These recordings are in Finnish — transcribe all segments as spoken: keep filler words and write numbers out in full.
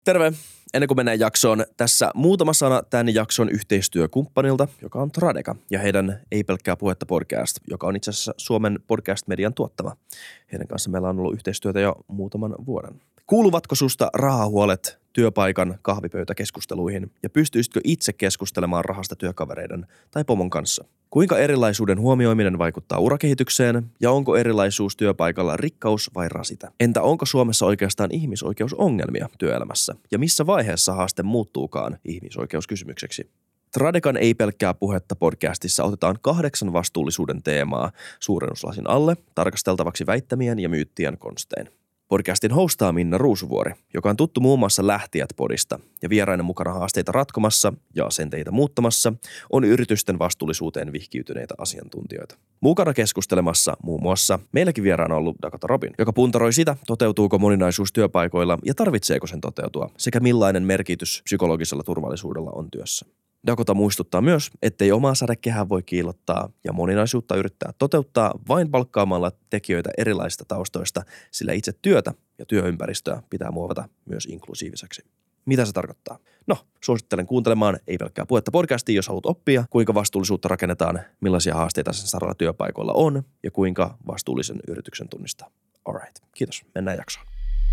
Terve! Ennen kuin mennään jaksoon, tässä muutama sana tämän jakson yhteistyökumppanilta, joka on Tradeka ja heidän Ei pelkkää puhetta podcast, joka on itse asiassa Suomen podcast-median tuottama. Heidän kanssa meillä on ollut yhteistyötä jo muutaman vuoden. Kuuluvatko susta rahahuolet työpaikan kahvipöytäkeskusteluihin ja pystyisitkö itse keskustelemaan rahasta työkavereiden tai pomon kanssa? Kuinka erilaisuuden huomioiminen vaikuttaa urakehitykseen ja onko erilaisuus työpaikalla rikkaus vai rasite? Entä onko Suomessa oikeastaan ihmisoikeusongelmia työelämässä ja missä vaiheessa haaste muuttuukaan ihmisoikeuskysymykseksi? Tradekan Ei pelkkää puhetta podcastissa otetaan kahdeksan vastuullisuuden teemaa suurennuslasin alle tarkasteltavaksi väittämien ja myyttien konstein. Podcastin hostaa Minna Ruusuvuori, joka on tuttu muun muassa Lähtijät-podista ja vieraiden mukana haasteita ratkomassa ja asenteita muuttamassa on yritysten vastuullisuuteen vihkiytyneitä asiantuntijoita. Mukana keskustelemassa muun muassa meilläkin vieraana ollut Dakota Robin, joka puntaroi sitä, toteutuuko moninaisuus työpaikoilla ja tarvitseeko sen toteutua sekä millainen merkitys psykologisella turvallisuudella on työssä. Dakota muistuttaa myös, ettei omaa sadekehää voi kiillottaa ja moninaisuutta yrittää toteuttaa vain palkkaamalla tekijöitä erilaisista taustoista, sillä itse työtä ja työympäristöä pitää muovata myös inklusiiviseksi. Mitä se tarkoittaa? No, suosittelen kuuntelemaan Ei pelkkää puhetta podcastia, jos haluat oppia, kuinka vastuullisuutta rakennetaan, millaisia haasteita sen saralla työpaikoilla on ja kuinka vastuullisen yrityksen tunnistaa. Alright, kiitos. Mennään jaksoon.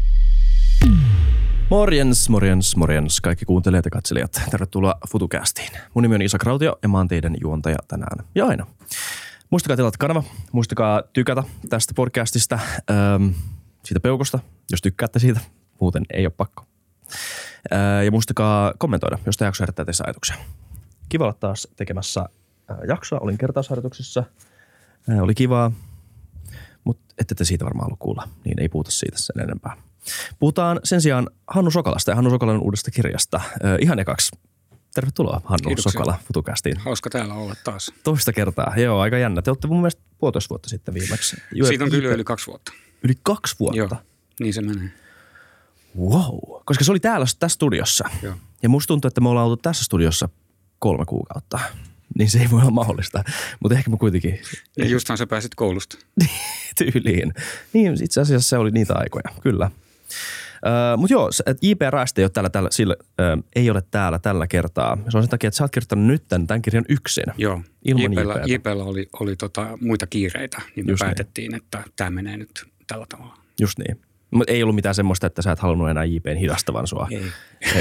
Morjens, morjens, morjens, kaikki kuuntelijat ja katselijat. Tervetuloa FutuCastiin. Mun nimi on Isa Krautio ja mä oon teidän juontaja tänään ja aina. Muistakaa tilata kanava, muistakaa tykätä tästä podcastista, ähm, siitä peukosta, jos tykkäätte siitä, muuten ei ole pakko. Äh, ja muistakaa kommentoida, jos tämä jakso herättää teissä ajatuksia. Kiva olla taas tekemässä äh, jaksoa, olin kertausharjoituksessa, äh, oli kivaa, mutta ette te siitä varmaan ollut kuulla, niin ei puhuta siitä sen enempää. Puhutaan sen sijaan Hannu Sokalasta ja Hannu Sokalan uudesta kirjasta. Ö, ihan ekaksi. Tervetuloa Hannu Kiitoksia. Sokala FutuCastiin. Hauska täällä olla taas. Toista kertaa. Joo, aika jännä. Te olette mun mielestä puolitoista vuotta sitten viimeksi. Siitä on kyllä yli kaksi vuotta. Yli kaksi vuotta? Joo, niin se menee. Wow. Koska se oli täällä tässä studiossa. Joo. Ja musta tuntuu, että me ollaan oltu tässä studiossa kolme kuukautta. Niin se ei voi olla mahdollista. Mutta ehkä mä kuitenkin... Ja justhan sä pääsit koulusta. Tyyliin. Niin, itse asiassa se oli niitä aikoja, kyllä. Öö, Mutta joo, J P Raiste ei ole täällä, täällä, sillä, öö, ei ole täällä tällä kertaa. Se on sen takia, että sä oot kirjoittanut nyt tämän, tämän kirjan yksin. Joo, ilman JP:llä, JP:llä oli, oli tota muita kiireitä, niin me Just päätettiin, niin. että tämä menee nyt tällä tavalla. Just niin. Mutta ei ollut mitään semmoista, että sä et halunnut enää J P:n hidastavan sua. Ei.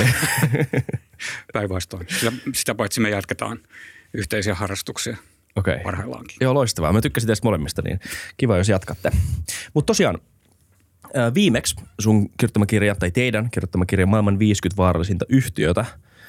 Päinvastoin. Sitä, sitä paitsi me jatketaan yhteisiä harrastuksia Okei. parhaillaankin. Joo, loistavaa. Mä tykkäsin teistä molemmista, niin kiva, jos jatkatte. Mutta tosiaan, viimeksi sun kirjoittama kirja, tai teidän kirjoittama kirja Maailman viisikymmentä vaarallisinta yhtiötä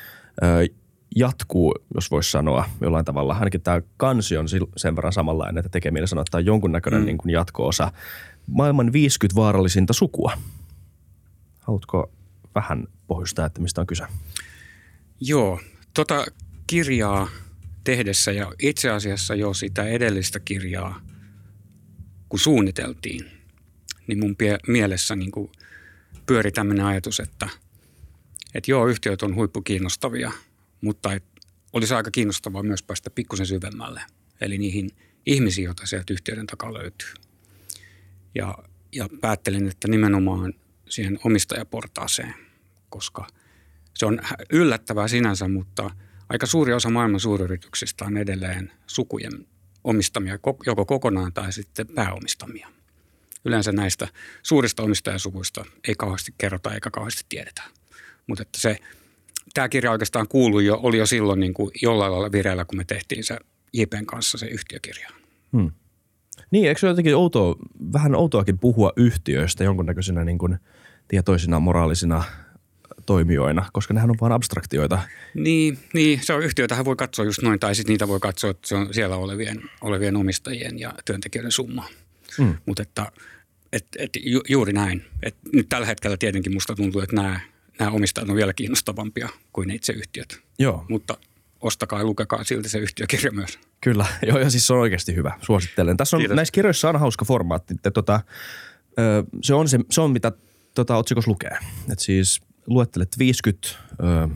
jatkuu, jos voisi sanoa jollain tavalla. Ainakin tämä kansi on sen verran samanlainen, että tekee mieli sanoa, että tämä on jonkunnäköinen mm. niin kuin jatko-osa. Maailman viisikymmentä vaarallisinta sukua. Haluatko vähän pohjustaa, että mistä on kyse? Joo, tota kirjaa tehdessä ja itse asiassa jo sitä edellistä kirjaa, kun suunniteltiin, niin mun pie- mielessä niin kuin pyöri tämmöinen ajatus, että, että joo, yhtiöt on huippukiinnostavia, mutta et olisi aika kiinnostavaa myös päästä pikkusen syvemmälle, eli niihin ihmisiin, joita sieltä yhtiöiden takaa löytyy. Ja, ja päättelin, että nimenomaan siihen omistajaportaaseen, koska se on yllättävää sinänsä, mutta aika suuri osa maailman suuryrityksistä on edelleen sukujen omistamia, joko kokonaan tai sitten pääomistamia. Yleensä näistä suurista omistajasuvuista ei kauheasti kerrota eikä kauheasti tiedetä. Mutta että se, tämä kirja oikeastaan kuului jo, oli jo silloin niin kuin jollain lailla vireillä, kun me tehtiin se J P:n kanssa se yhtiökirja. Hmm. Niin, eikö se jotenkin outoa, vähän outoakin puhua yhtiöistä jonkunnäköisenä niin kuin tietoisina, moraalisina toimijoina, koska nehän on vain abstraktioita. Niin, niin, se on yhtiötähän voi katsoa just noin, tai sitten niitä voi katsoa, että se on siellä olevien, olevien omistajien ja työntekijöiden summa. Mm. Mutta että et, et ju, juuri näin. Et nyt tällä hetkellä tietenkin musta tuntuu, että nämä, nämä omistajat on vielä kiinnostavampia kuin ne itse yhtiöt. Joo. Mutta ostakaa ja lukekaa silti se yhtiökirja myös. Kyllä, joo, ja siis se on oikeasti hyvä. Suosittelen. Tässä on, näissä kirjoissa on hauska formaatti. Että tota, se, on se, se on mitä tota, otsikossa lukee. Että siis luettelet viisikymmentä ö,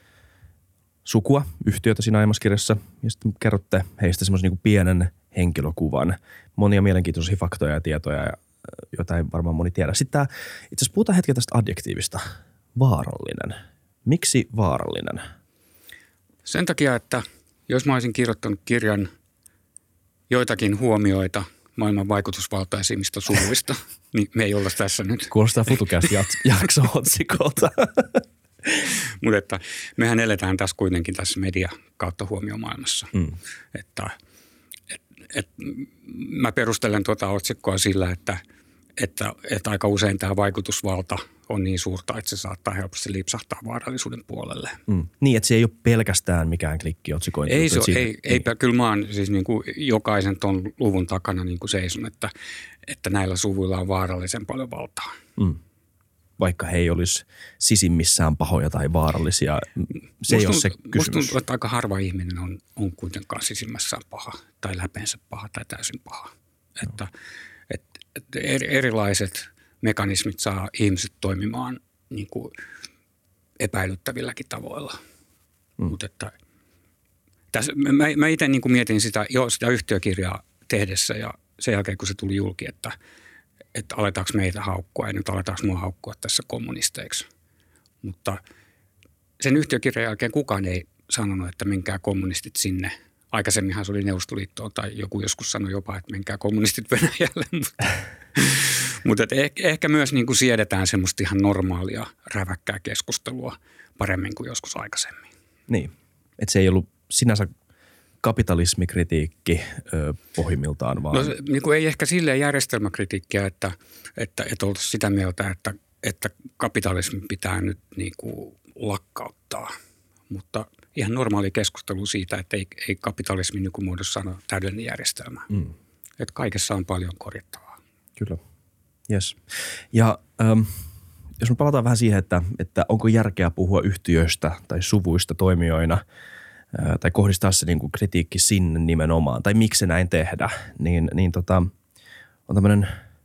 sukua, yhtiötä siinä aiemmassa kirjassa ja sitten kerrotte heistä semmoisen niin pienen henkilökuvan. Monia mielenkiintoisia faktoja ja tietoja, joita ei varmaan moni tiedä. Sitten tämä, itse asiassa puhutaan hetken tästä adjektiivista vaarallinen. Miksi vaarallinen? Sen takia, että jos mä olisin kirjoittanut kirjan joitakin huomioita maailman vaikutusvaltaisimmista suvuista, niin me ei olla tässä nyt. Kuulostaa FutuCast-jakso otsikolta. Mutta että mehän eletään tässä kuitenkin tässä media kautta huomiomaailmassa. Mm. Että et, et, mä perustelen tuota otsikkoa sillä, että, että, että aika usein tämä vaikutusvalta on niin suurta, että se saattaa helposti lipsahtaa vaarallisuuden puolelle. Mm. Niin, että se ei ole pelkästään mikään klikkiotsikointi. Ei se siinä, ei, niin. Eipä, kyllä mä oon siis niin kuin jokaisen ton luvun takana niin kuin seison, että, että näillä suvuilla on vaarallisen paljon valtaa. Mm. Vaikka he ei olisi sisimmissään pahoja tai vaarallisia, se musta ei ole se kysymys. Musta tuntuu, että aika harva ihminen on, on kuitenkaan sisimmässään paha tai läpeensä paha tai täysin paha. No. Että, että, että erilaiset mekanismit saa ihmiset toimimaan niin kuin epäilyttävilläkin tavoilla. Mm. Mutta että tässä, mä, mä itse niin kuin mietin sitä, jo sitä yhtiökirjaa tehdessä ja sen jälkeen, kun se tuli julki, että että aletaanko meitä haukkua ja nyt aletaanko mua haukkua tässä kommunisteiksi. Mutta sen yhtiökirjan jälkeen kukaan ei sanonut, että menkää kommunistit sinne. Aikaisemminhan se oli Neuvostoliittoon tai joku joskus sanoi jopa, että menkää kommunistit Venäjälle. Mutta, mutta ehkä, ehkä myös niin kuin siedetään semmoista ihan normaalia räväkkää keskustelua paremmin kuin joskus aikaisemmin. Niin, että se ei ollut sinänsä kapitalismikritiikki ö, pohjimmiltaan vaan. No se, niin kuin ei ehkä silleen järjestelmäkritiikkiä, että, että, että oltaisiin sitä mieltä, että, että kapitalismi pitää nyt niin kuin lakkauttaa. Mutta ihan normaali keskustelu siitä, että ei, ei kapitalismi nykymuodossa ole täydellinen järjestelmä. Mm. Että kaikessa on paljon korjattavaa. Kyllä, yes. Ja ähm, jos me palataan vähän siihen, että, että onko järkeä puhua yhtiöistä tai suvuista toimijoina – tai kohdistaa se niin kuin kritiikki sinne nimenomaan, tai miksi se näin tehdä, niin, niin tota, on tämmöinen,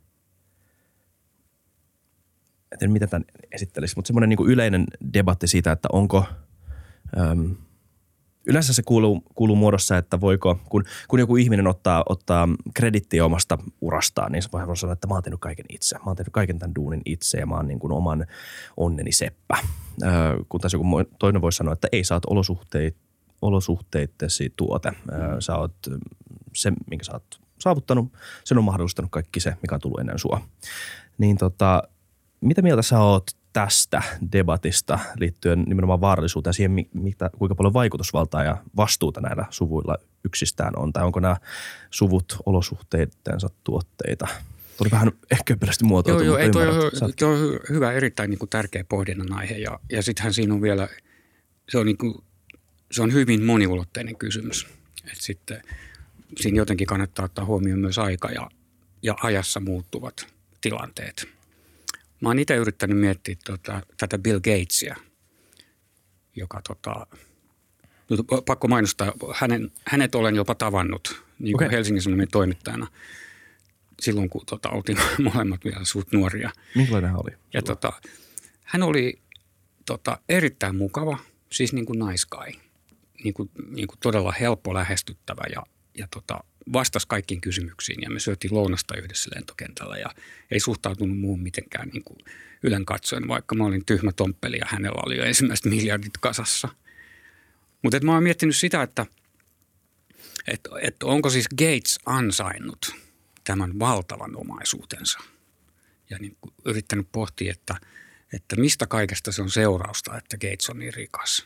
en tiedä mitä tämän esittelisi, mutta semmoinen niin kuin yleinen debatti siitä, että onko, äm, yleensä se kuuluu, kuuluu muodossa, että voiko, kun, kun joku ihminen ottaa, ottaa kredittiä omasta urastaan, niin se voi sanoa, että mä oon tehnyt kaiken itse. Mä oon tehnyt kaiken tämän duunin itse ja mä oon niin kuin oman onneni seppä. Äh, kun taas joku toinen voi sanoa, että ei, sä oot olosuhteet, olosuhteitesi tuote. Mm. Sä oot se, minkä sä oot saavuttanut, sen on mahdollistanut kaikki se, mikä on tullut ennen sua. Niin tota, mitä mieltä sä oot tästä debatista liittyen nimenomaan vaarallisuuteen ja siihen, mitä, kuinka paljon vaikutusvaltaa ja vastuuta näillä suvuilla yksistään on? Tai onko nämä suvut olosuhteittensa tuotteita? Tuo oli vähän ehkä köpelösti muotoiltu. Joo, joo, ei, toi on, toi on hyvä, erittäin niin kuin tärkeä pohdinnan aihe ja, ja sittenhän siinä on vielä, se on niin kuin Se on hyvin moniulotteinen kysymys. Et sitten siinä jotenkin kannattaa ottaa huomioon myös aika ja, ja ajassa muuttuvat tilanteet. Mä oon itse yrittänyt miettiä tota, tätä Bill Gatesia, joka tota, nyt pakko mainostaa, hänen, hänet olen jopa tavannut niin kuin okay. Helsingin Sanomien toimittajana silloin, kun tota, oltiin molemmat vielä suht nuoria. Minkälainen hän oli? Ja tota, hän oli tota, erittäin mukava, siis niin kuin nice guy. Niin kuin, niin kuin todella helppo lähestyttävä ja, ja tota, vastasi kaikkiin kysymyksiin ja me syötiin lounasta yhdessä lentokentällä ja ei suhtautunut muuhun mitenkään niin kuin ylen katsoen, vaikka mä olin tyhmä tomppeli ja hänellä oli jo ensimmäiset miljardit kasassa. Mutta mä oon miettinyt sitä, että et, et onko siis Gates ansainnut tämän valtavan omaisuutensa ja niin kuin yrittänyt pohtia, että, että mistä kaikesta se on seurausta, että Gates on niin rikas.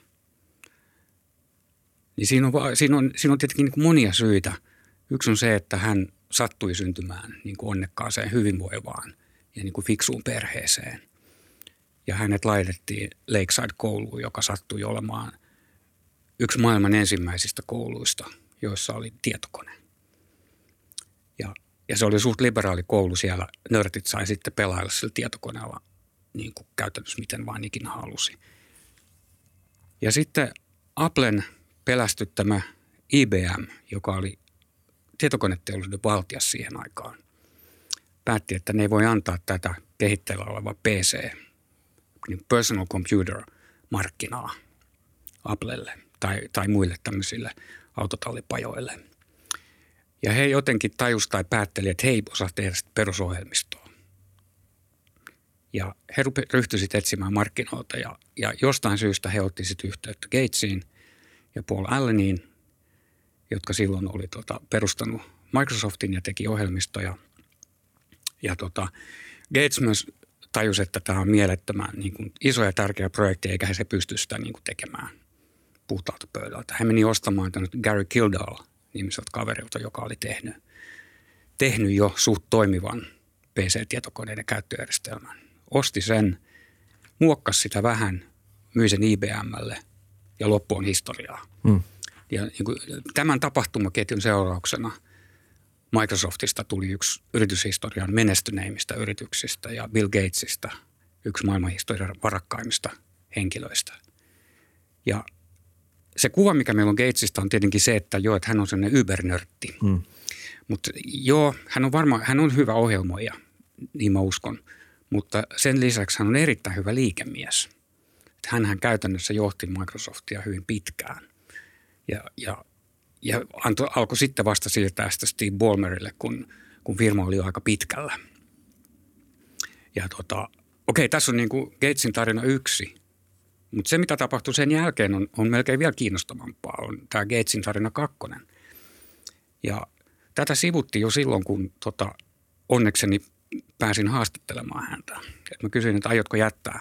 Niin siinä on, siinä on, siinä on tietenkin niin kuin monia syitä. Yksi on se, että hän sattui syntymään niin kuin onnekkaaseen, hyvinvoivaan ja niin kuin fiksuun perheeseen. Ja hänet laitettiin Lakeside-kouluun, joka sattui olemaan yksi maailman ensimmäisistä kouluista, joissa oli tietokone. Ja, ja se oli suht liberaali koulu siellä. Nörtit sai sitten pelailla sillä tietokoneella niin kuin käytännössä miten vaan ikinä halusi. Ja sitten Applen pelästyttämä I B M, joka oli tietokoneteollisuuden valtias siihen aikaan, päätti, että ne ei voi antaa tätä kehitteillä oleva P C, niin personal computer -markkinaa Applelle tai, tai muille tämmöisille autotallipajoille. Ja he jotenkin tajus tai päätteli, että he ei osaa tehdä sitä perusohjelmistoa. Ja he ryhtyivät etsimään markkinoilta ja, ja jostain syystä he otti sitten yhteyttä Gatesiin ja Paul Alleniin, jotka silloin oli tota, perustanut Microsoftin ja teki ohjelmistoja. Ja tota, Gates myös tajusi, että tämä on mielettömän niin kuin iso ja tärkeä projekti, eikä se pysty sitä niin kuin tekemään puhtaalta pöydältä. Hän meni ostamaan tänne Gary Kildall-nimiseltä kaverilta, joka oli tehnyt, tehnyt jo suht toimivan P C-tietokoneiden käyttöjärjestelmän. Osti sen, muokkasi sitä vähän, myi sen I B M:lle ja loppu on historiaa. Hmm. Ja niin kuin tämän tapahtumaketjun seurauksena Microsoftista tuli yksi yrityshistorian menestyneimmistä yrityksistä ja Bill Gatesista yksi maailmanhistorian varakkaimmista henkilöistä. Ja se kuva, mikä meillä on Gatesista, on tietenkin se, että joo, että hän on sellainen ybernörtti. Hmm. Mutta joo, hän on varmaan, hän on hyvä ohjelmoija, niin mä uskon. Mutta sen lisäksi hän on erittäin hyvä liikemies. Että hänhän käytännössä johti Microsoftia hyvin pitkään. Ja, ja, ja antoi, alkoi sitten vasta siirtää sitä Steve Ballmerille, kun, kun firma oli jo aika pitkällä. Ja tota, okei, tässä on niin kuin Gatesin tarina yksi. Mutta se, mitä tapahtui sen jälkeen, on, on melkein vielä kiinnostavampaa. On tämä Gatesin tarina kakkonen. Ja tätä sivuttiin jo silloin, kun tota, onnekseni pääsin haastattelemaan häntä. Et mä kysyin, että aiotko jättää,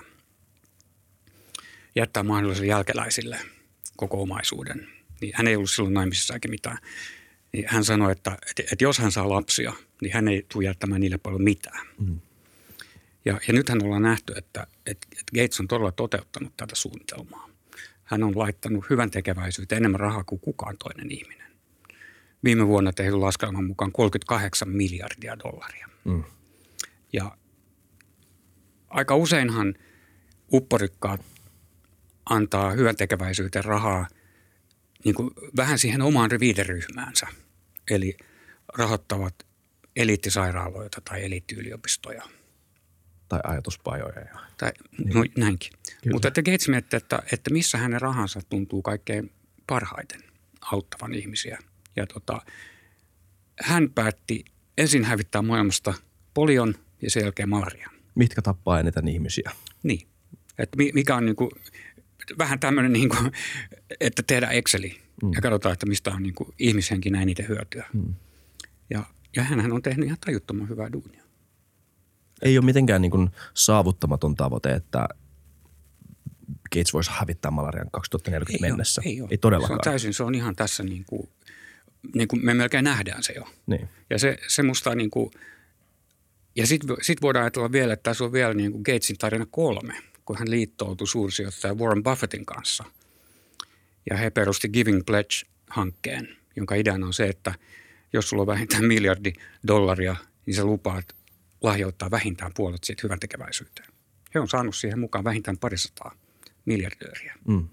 jättää mahdollisille jälkeläisille koko omaisuuden. Niin hän ei ollut silloin naimisissa eikä mitään. Niin hän sanoi, että, että, että jos hän saa lapsia, niin hän ei tule jättämään niille paljon mitään. Mm. Ja, ja nythän ollaan nähty, että, että, että Gates on todella toteuttanut tätä suunnitelmaa. Hän on laittanut hyvän tekeväisyyteen enemmän rahaa kuin kukaan toinen ihminen. Viime vuonna tehty laskelman mukaan kolmekymmentäkahdeksan miljardia dollaria. Mm. Ja aika useinhan upporikkaat antaa hyvän tekeväisyyteen rahaa niin kuin vähän siihen omaan viiteryhmäänsä. Eli rahoittavat eliittisairaaloita tai eliittiyliopistoja. Tai ajatuspajoja. Tai, no näinkin. Kyllä. Mutta että Gates miettii, että, että missä hänen rahansa tuntuu kaikkein parhaiten auttavan ihmisiä. Ja tota, hän päätti ensin hävittää maailmasta polion ja sen jälkeen malarian. Mitkä tappaa eniten ihmisiä? Niin. Että mikä on niin kuin, vähän tämmöinen, niin kuin, että tehdään Exceli mm. ja katsotaan, että mistä on niin kuin ihmishenkinä eniten hyötyä. Mm. Ja, ja hänhän on tehnyt ihan tajuttoman hyvää duunia. Ei ole mitenkään niin kuin saavuttamaton tavoite, että Gates voisi hävittää malarian kaksituhattaneljäkymmentä ei mennessä. Ole, ei, ole. Ei todellakaan. Se on täysin, se on ihan tässä niin kuin, niin kuin me melkein nähdään se jo. Niin. Ja se, se musta niin kuin, ja sitten sit voidaan ajatella vielä, että tässä on vielä niin kuin Gatesin tarina kolme, kun hän liittoutui suursijoittaja Warren Buffettin kanssa. Ja he perusti Giving Pledge-hankkeen, jonka ideana on se, että jos sulla on vähintään miljardi dollaria, niin sä lupaat lahjoittaa vähintään puolet siitä hyvän tekeväisyyteen. He on saanut siihen mukaan vähintään parisataa miljardööriä. Mm.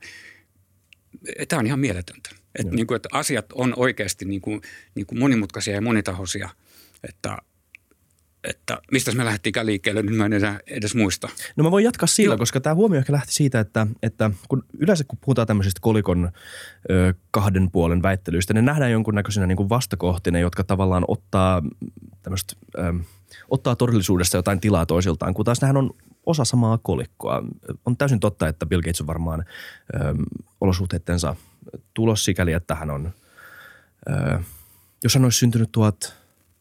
Tämä on ihan mieletöntä. Että, niin kuin, että asiat on oikeasti niin kuin, niin kuin monimutkaisia ja monitahoisia, että, että mistä me lähdettiin liikkeelle, nyt mä en enää edes muista. No mä voin jatkaa sillä, Joo. koska tämä huomio ehkä lähti siitä, että, että kun yleensä kun puhutaan tämmöisistä kolikon ö, kahden puolen väittelyistä, ne nähdään jonkunnäköisenä niin kuin vastakohtina, jotka tavallaan ottaa tämmöistä, ö, ottaa todellisuudesta jotain tilaa toisiltaan, kun taas nämähän on osa samaa kolikkoa. On täysin totta, että Bill Gates on varmaan ö, olosuhteittensa tulos sikäli, että hän on, ö, jos hän olisi syntynyt tuhat,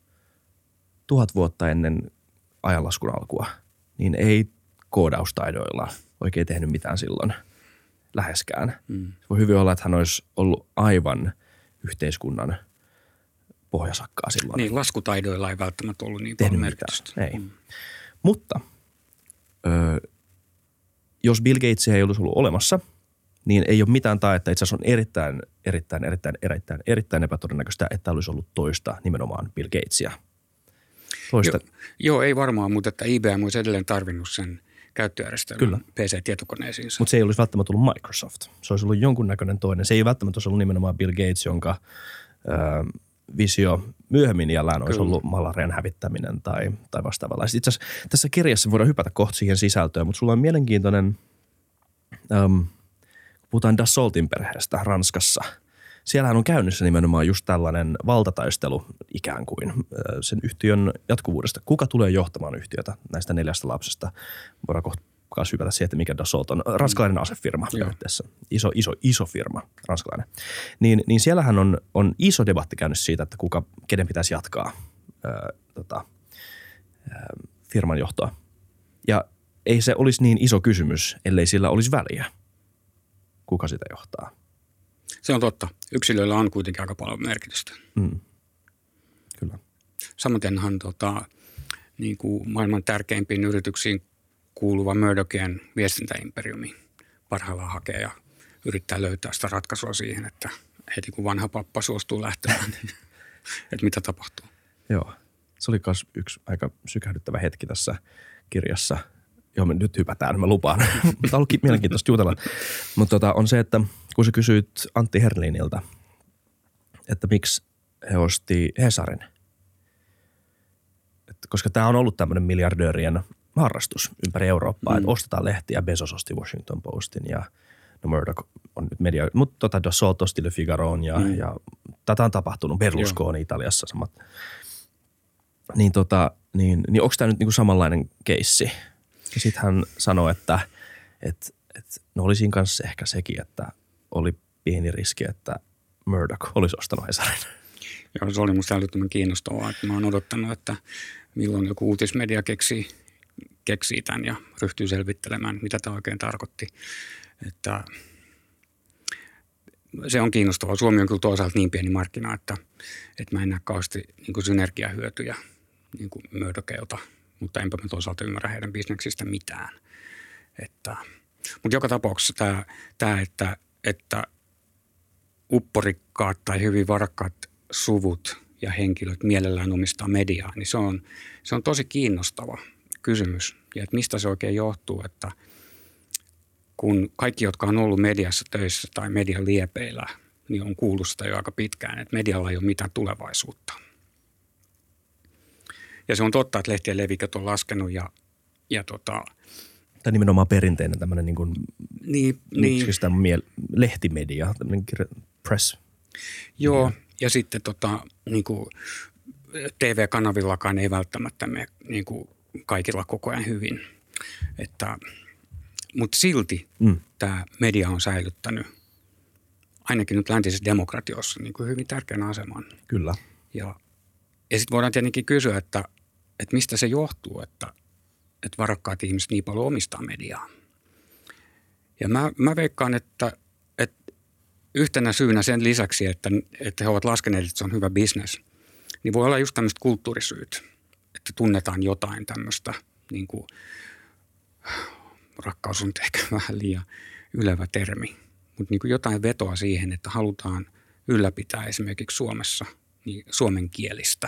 tuhat vuotta ennen ajanlaskun alkua, niin ei koodaustaidoilla oikein tehnyt mitään silloin läheskään. Mm. Voi hyvin olla, että hän olisi ollut aivan yhteiskunnan pohjasakkaa silloin. Niin, laskutaidoilla ei välttämättä ollut niin paljon merkitystä. Ei. Mm. Mutta ö, jos Bill Gates ei olisi ollut olemassa, niin ei ole mitään taetta. Itse asiassa on erittäin, erittäin, erittäin, erittäin, erittäin epätodennäköistä, että olisi ollut toista nimenomaan Bill Gatesia. Toista. Jo, joo, ei varmaan, mutta että I B M olisi edelleen tarvinnut sen käyttöjärjestelmän P C-tietokoneisiinsa. Mutta se ei olisi välttämättä ollut Microsoft. Se olisi ollut jonkunnäköinen toinen. Se ei välttämättä olisi ollut nimenomaan Bill Gates, jonka ö, visio myöhemmin jällään olisi Kyllä. ollut malarian hävittäminen tai, tai vastaavalla. Itse asiassa tässä kirjassa voidaan hypätä kohta siihen sisältöön, mutta sulla on mielenkiintoinen, äm, kun puhutaan Dassaultin perheestä Ranskassa, siellähän on käynnissä nimenomaan just tällainen valtataistelu ikään kuin sen yhtiön jatkuvuudesta. Kuka tulee johtamaan yhtiötä näistä neljästä lapsesta? Voidaan kohta hypätä siihen, että mikä Dassault on. Ranskalainen asefirma periaatteessa. Iso, iso, iso firma, ranskalainen. Niin, niin siellähän on, on iso debatti käynnissä siitä, että kuka, kenen pitäisi jatkaa ää, tota, ää, firman johtoa. Ja ei se olisi niin iso kysymys, ellei sillä olisi väliä, kuka sitä johtaa. Se on totta. Yksilöillä on kuitenkin aika paljon merkitystä. Mm. Kyllä. Samatenhan tota, niin kuin maailman tärkeimpiin yrityksiin kuuluva Murdochin viestintäimperiumi parhaillaan hakee ja yrittää löytää sitä ratkaisua siihen, että heti kun vanha pappa suostuu lähtemään, niin että mitä tapahtuu. Joo. Se oli myös yksi aika sykähdyttävä hetki tässä kirjassa, johon me nyt hypätään, mä lupaan. Mutta on ollut mielenkiintoista jutella. Mutta tota, on se, että kun sä kysyit Antti Herliniltä, että miksi he osti Hesarin. Et koska tämä on ollut tämmöinen miljardöörien harrastus ympäri Eurooppaa, mm. että ostetaan lehtiä. Bezos osti Washington Postin ja no Murdoch on nyt media, mutta tota Dassault osti Le Figaron ja, mm. ja tätä on tapahtunut. Berlusconi Joo. Italiassa samat. Niin, tota, niin, niin onko tämä nyt niinku samanlainen keissi? Ja sitten hän sanoi, että et, et, no oli siinä kanssa ehkä sekin, että oli pieni riski, että Murdoch olisi ostanut Hesarin. Joo, se oli musta älyttömän kiinnostavaa, että mä oon odottanut, että milloin joku uutismedia keksii, keksii tämän ja ryhtyy selvittelemään, mitä tämä oikein tarkoitti. Että se on kiinnostavaa. Suomi on kyllä toisaalta niin pieni markkina, että, että mä en näe kauheasti niin kuin synergiahyötyjä niin kuin Murdochilta, mutta enpä mä toisaalta ymmärrä heidän bisneksistä mitään. Että, mutta joka tapauksessa tämä, tämä että, että upporikkaat tai hyvin varakkaat suvut ja henkilöt mielellään omistaa mediaa, niin se on, se on tosi kiinnostava kysymys. Ja että mistä se oikein johtuu, että kun kaikki, jotka on ollut mediassa töissä tai median liepeillä, niin on kuullut sitä jo aika pitkään, että medialla ei ole mitään tulevaisuutta. Ja se on totta, että lehtien leviköt on laskenut ja, ja tota... Tai nimenomaan perinteinen tämmöinen niin kuin niin, niin. Miel- lehtimedia, tämmöinen press. Joo, ja sitten tota, niin kuin T V-kanavillakaan ei välttämättä mene niin kuin kaikilla koko ajan hyvin. Että, mutta silti mm. tämä media on säilyttänyt ainakin nyt läntisessä demokratiossa niin kuin hyvin tärkeän aseman. Kyllä. Ja, ja sitten voidaan tietenkin kysyä, että, että mistä se johtuu, että, että varakkaat ihmiset niin paljon omistaa mediaa. Ja mä, mä veikkaan, että, että yhtenä syynä sen lisäksi, että, että he ovat laskeneet, että se on hyvä bisnes, niin voi olla just tämmöistä kulttuurisyyt, että tunnetaan jotain tämmöistä, niin kuin rakkaus on ehkä vähän liian ylevä termi, mutta niin kuin jotain vetoa siihen, että halutaan ylläpitää esimerkiksi Suomessa niin suomenkielistä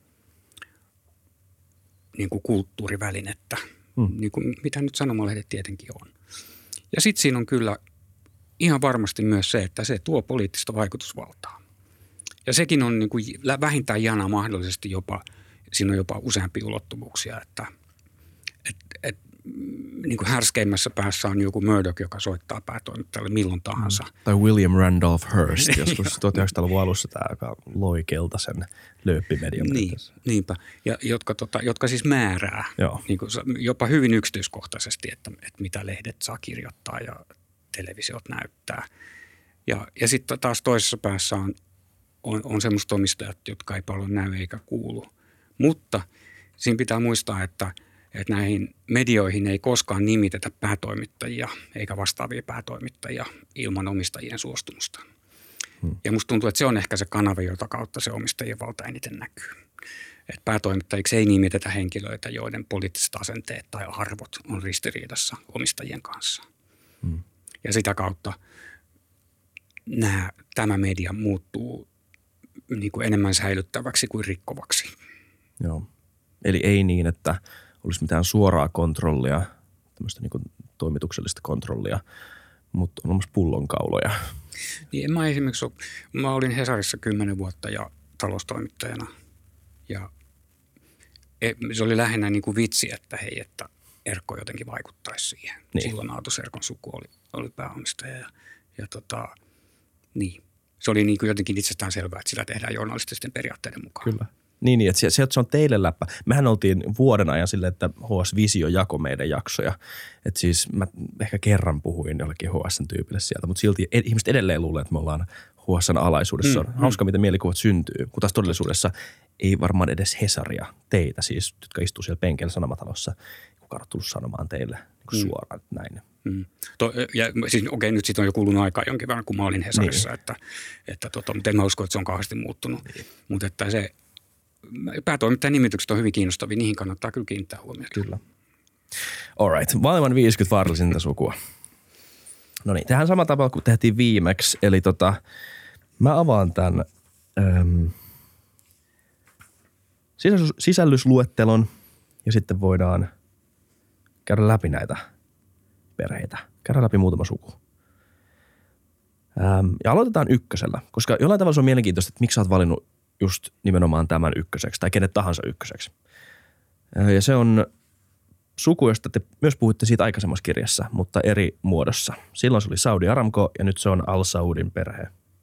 niin kuin kulttuurivälinettä, mm. niin kuin mitä nyt sanomalehdet tietenkin on. Ja sitten siinä on kyllä ihan varmasti myös se, että se tuo poliittista vaikutusvaltaa. Ja sekin on niin kuin vähintään jana mahdollisesti jopa, siinä on jopa useampia ulottuvuuksia, että et, et, niin kuin härskeimmässä päässä on joku Murdoch, joka soittaa päätoimittajalle milloin tahansa. Mm. Tai William Randolph Hearst, joskus tuhatyhdeksänsataaluvun alussa tämä, joka loi keltaisen lööppimedian. Niin, niinpä, ja jotka, tota, jotka siis määrää niin kuin, jopa hyvin yksityiskohtaisesti, että, että mitä lehdet saa kirjoittaa ja televisiot näyttää. Ja, ja sitten taas toisessa päässä on, on, on semmoista omistajat, jotka ei paljon näy eikä kuulu. Mutta siinä pitää muistaa, että että näihin medioihin ei koskaan nimitetä päätoimittajia eikä vastaavia päätoimittajia ilman omistajien suostumusta. Hmm. Ja musta tuntuu, että se on ehkä se kanava, jota kautta se omistajien valta eniten näkyy. Että päätoimittajiksi ei nimitetä henkilöitä, joiden poliittiset asenteet tai arvot on ristiriidassa omistajien kanssa. Hmm. Ja sitä kautta nämä, tämä media muuttuu niin kuin enemmän säilyttäväksi kuin rikkovaksi. Joo. Eli ei niin, että olisi mitään suoraa kontrollia, tämmöistä niin kuin toimituksellista kontrollia, mutta on olemassa pullonkauloja. Niin, mä esimerkiksi, mä olin Hesarissa kymmenen vuotta ja taloustoimittajana ja se oli lähinnä niin kuin vitsi, että hei, että Erkko jotenkin vaikuttaisi siihen. Niin. Silloin Aatos Erkon suku oli, oli pääomistaja ja, ja tota, niin. se oli niin kuin jotenkin itsestään selvää, että sillä tehdään journalististen periaatteiden mukaan. Kyllä. Niin, niin että se, se on teille läppä. Mehän oltiin vuoden ajan silleen, että H S Visio jako meidän jaksoja. Että siis mä ehkä kerran puhuin jollekin H S:n-tyypille sieltä, mutta silti ed- ihmiset edelleen luulee, että me ollaan H S:n alaisuudessa. Mm, on hauska, mm. miten mielikuvat syntyy, kun taas todellisuudessa ei varmaan edes Hesaria teitä, siis jotka istuu siellä penkillä Sanomatalossa. Kukaan on tullut sanomaan teille niin mm. suoraan näin. Mm. To, ja, siis, okei, nyt siitä on jo kulunut aikaa jonkin verran, kun mä olin Hesarissa, niin. että, että tota, mutta en mä usko, että se on kauheasti muuttunut. Niin. Mutta että se päätoimittajan nimitykset on hyvin kiinnostavia, niihin kannattaa kyllä kiinnittää huomiota. Kyllä. All right, maailman viisikymmentä vaarallisinta sukua. No niin, tehdään sama tavalla kuin tehtiin viimeksi, eli tota, mä avaan tämän äm, sisällysluettelon ja sitten voidaan käydä läpi näitä perheitä. Käydään läpi muutama suku. Ähm, ja aloitetaan ykkösellä, koska jollain tavalla se on mielenkiintoista, että miksi sä oot valinnut just nimenomaan tämän ykköseksi tai kenet tahansa ykköseksi. Äh, ja se on suku, josta te myös puhuitte siitä aikaisemmassa kirjassa, mutta eri muodossa. Silloin se oli Saudi Aramco ja nyt se on Al-Saudin perhe,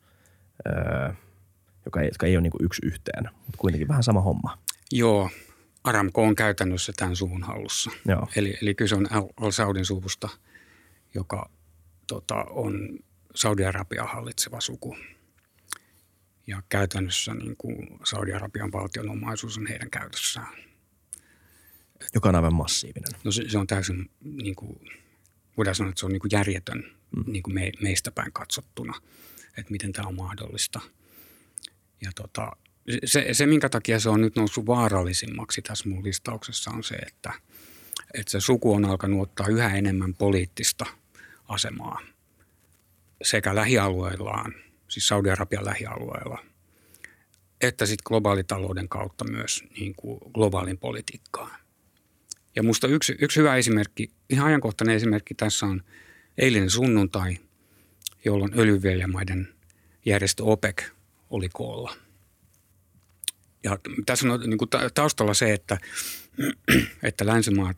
äh, joka, ei, joka ei ole niin kuin yksi yhteen, mutta kuitenkin vähän sama homma. Joo. Aramco on käytännössä tämän suvun hallussa. Joo. Eli, eli kyse on Al-Saudin suvusta, joka tota, on Saudi-Arabian hallitseva suku. Ja käytännössä niin kuin Saudi-Arabian valtion omaisuus on heidän käytössään. Joka on aivan massiivinen. No se, se on täysin, niin kuin, voidaan sanoa, että se on niin kuin järjetön mm. niin kuin me, meistä päin katsottuna, että miten tämä on mahdollista. Ja tota, se, se, minkä takia se on nyt noussut vaarallisimmaksi tässä mun listauksessa on se, että, että se suku on alkanut ottaa yhä enemmän poliittista asemaa sekä lähialueillaan, siis Saudi-Arabian lähialueilla, että sitten globaalitalouden kautta myös niin kuin globaalin politiikkaan. Ja musta yksi, yksi hyvä esimerkki, ihan ajankohtainen esimerkki tässä on eilinen sunnuntai, jolloin öljyviejämaiden järjestö OPEC oli koolla. Ja tässä on niin kuin taustalla se, että, että länsimaat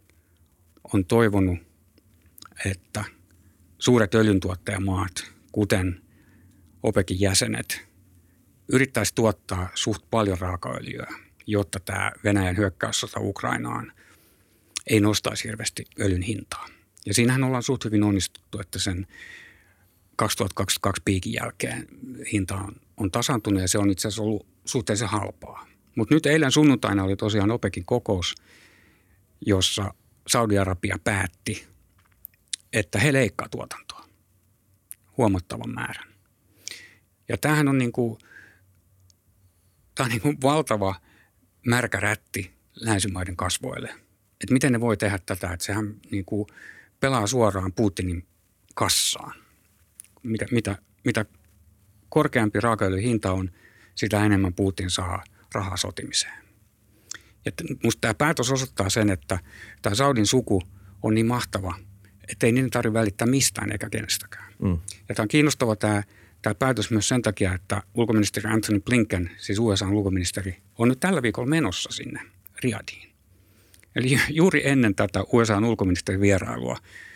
on toivonut, että suuret öljyntuottajamaat, kuten OPECin jäsenet, yrittäisi tuottaa suht paljon raakaöljyä, jotta tämä Venäjän hyökkäyssota Ukrainaan ei nostaisi hirveästi öljyn hintaa. Ja siinähän ollaan suht hyvin onnistuttu, että sen kaksituhattakaksikymmentäkaksi piikin jälkeen hinta on, on tasaantunut ja se on itse asiassa ollut suhteellisen halpaa. Mutta nyt eilen sunnuntaina oli tosiaan OPECin kokous, jossa Saudi-Arabia päätti, että he leikkaa tuotantoa huomattavan määrän. Ja tämähän on, niinku, tämä on niinku valtava märkä rätti länsimaiden kasvoille. Että miten ne voi tehdä tätä, että sehän niinku pelaa suoraan Putinin kassaan. Mitä, mitä, mitä korkeampi raakaöljyn hinta on, sitä enemmän Putin saa rahaa sotimiseen. Ja musta tämä päätös osoittaa sen, että tämä Saudin suku on niin mahtava, että ei niiden tarvitse välittää mistään eikä kenestäkään. Mm. Ja tämä on kiinnostava tämä, tämä päätös myös sen takia, että ulkoministeri Antony Blinken, siis U S A:n ulkoministeri, on nyt tällä viikolla menossa sinne Riyadhiin. Eli juuri ennen tätä U S A:n ulkoministerin vierailua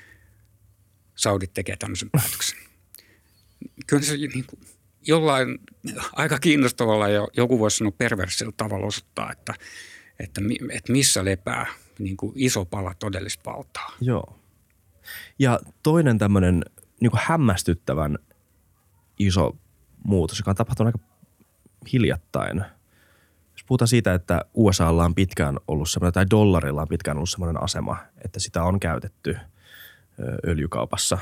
Saudit tekee tämmöisen päätöksen. Kyllä se niin kuin jollain aika kiinnostavalla ja joku voisi sanoa perversillä tavalla osoittaa, että, että, että missä lepää niin kuin iso pala todellista valtaa. Joo. Ja toinen tämmöinen niin kuin hämmästyttävän iso muutos, joka on tapahtunut aika hiljattain. Jos puhutaan siitä, että U S A:lla on pitkään ollut semmoinen, tai dollarilla on pitkään ollut semmoinen asema, että sitä on käytetty öljykaupassa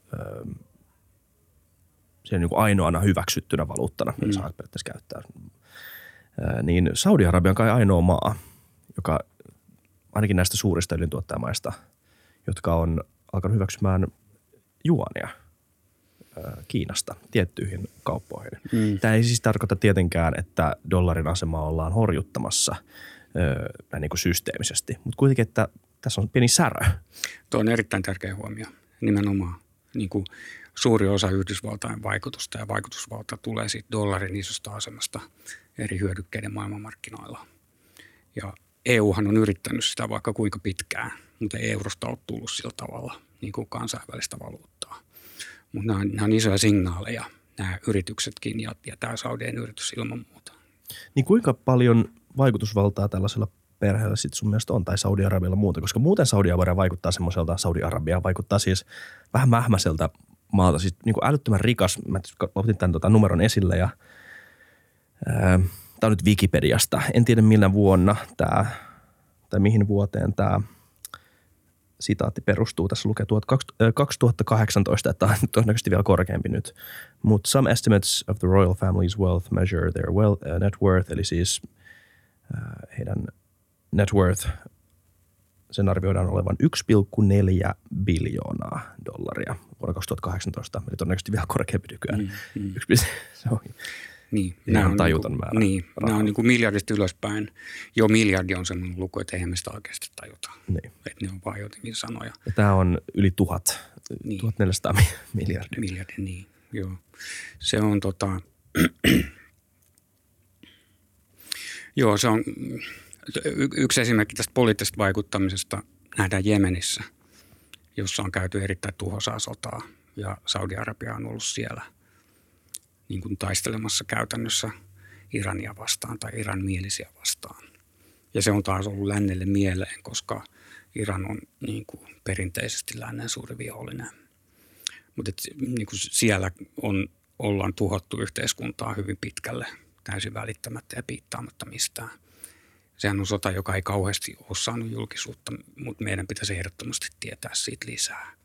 se niin kuin ainoana hyväksyttynä valuuttana, mitä mm. saa periaatteessa käyttää. Niin Saudi-Arabia on kai ainoa maa, joka ainakin näistä suurista öljyntuottajamaista, jotka on alkanut hyväksymään juonia Kiinasta tiettyihin kauppoihin. Mm. Tämä ei siis tarkoita tietenkään, että dollarin asemaa ollaan horjuttamassa näin niin kuin systeemisesti, mutta kuitenkin, että tässä on pieni särö. Tuo on erittäin tärkeä huomio, nimenomaan. Niin kuin suuri osa Yhdysvaltain vaikutusta ja vaikutusvalta tulee siitä dollarin isosta asemasta eri hyödykkeiden maailmanmarkkinoilla. Ja E Uhan on yrittänyt sitä vaikka kuinka pitkään, mutta ei eurosta ole tullut sillä tavalla niin kuin kansainvälistä valuuttaa. Mutta nämä, nämä on isoja signaaleja nämä yrityksetkin ja, ja tämä Saudien yritys ilman muuta. Niin kuinka paljon vaikutusvaltaa tällaisella perheellä sitten sun mielestä on tai Saudi-Arabialla muuta? Koska muuten Saudi-Arabia vaikuttaa semmoiselta, Saudi-Arabia vaikuttaa siis vähän mähmäiseltä maalta, siis niin kuin älyttömän rikas. Mä otin tämän tota, numeron esille ja ää, tämä on nyt Wikipediasta. En tiedä millä vuonna tämä, tai mihin vuoteen tämä sitaatti perustuu. Tässä lukee kaksituhattakahdeksantoista, että tämä on todennäköisesti vielä korkeampi nyt. Mutta some estimates of the royal family's wealth measure their wealth, uh, net worth, eli siis uh, heidän net worth, sen arvioidaan olevan yksi pilkku neljä biljoonaa dollaria vuonna kaksituhattakahdeksantoista, eli todennäköisesti vielä korkeampi nykyään. Mm, mm. Yksi, se on niin, ihan tajuton niinku, määrä. Niin, nämä on niin kuin miljardista ylöspäin. Jo miljardi on sellainen luku, että eihän me sitä oikeasti tajuta. Niin. Että ne on vaan jotenkin sanoja. Ja tämä on yli tuhat, niin. tuhatneljäsataa miljardia. Miljardia, niin, joo. Se on tota, joo, se on y- yksi esimerkki tästä poliittisesta vaikuttamisesta nähdään Jemenissä, jossa on käyty erittäin tuhoisaa sotaa ja Saudi-Arabia on ollut siellä niin kuin taistelemassa käytännössä Irania vastaan tai Iran mielisiä vastaan. Ja se on taas ollut lännelle mieleen, koska Iran on niin kuin perinteisesti lännen suuri vihollinen. Mutta niin kuin siellä on, ollaan tuhottu yhteiskuntaa hyvin pitkälle, täysin välittämättä ja piittaamatta mistään. Sehän on sota, joka ei kauheasti ole saanut julkisuutta, mutta meidän pitäisi ehdottomasti tietää siitä lisää.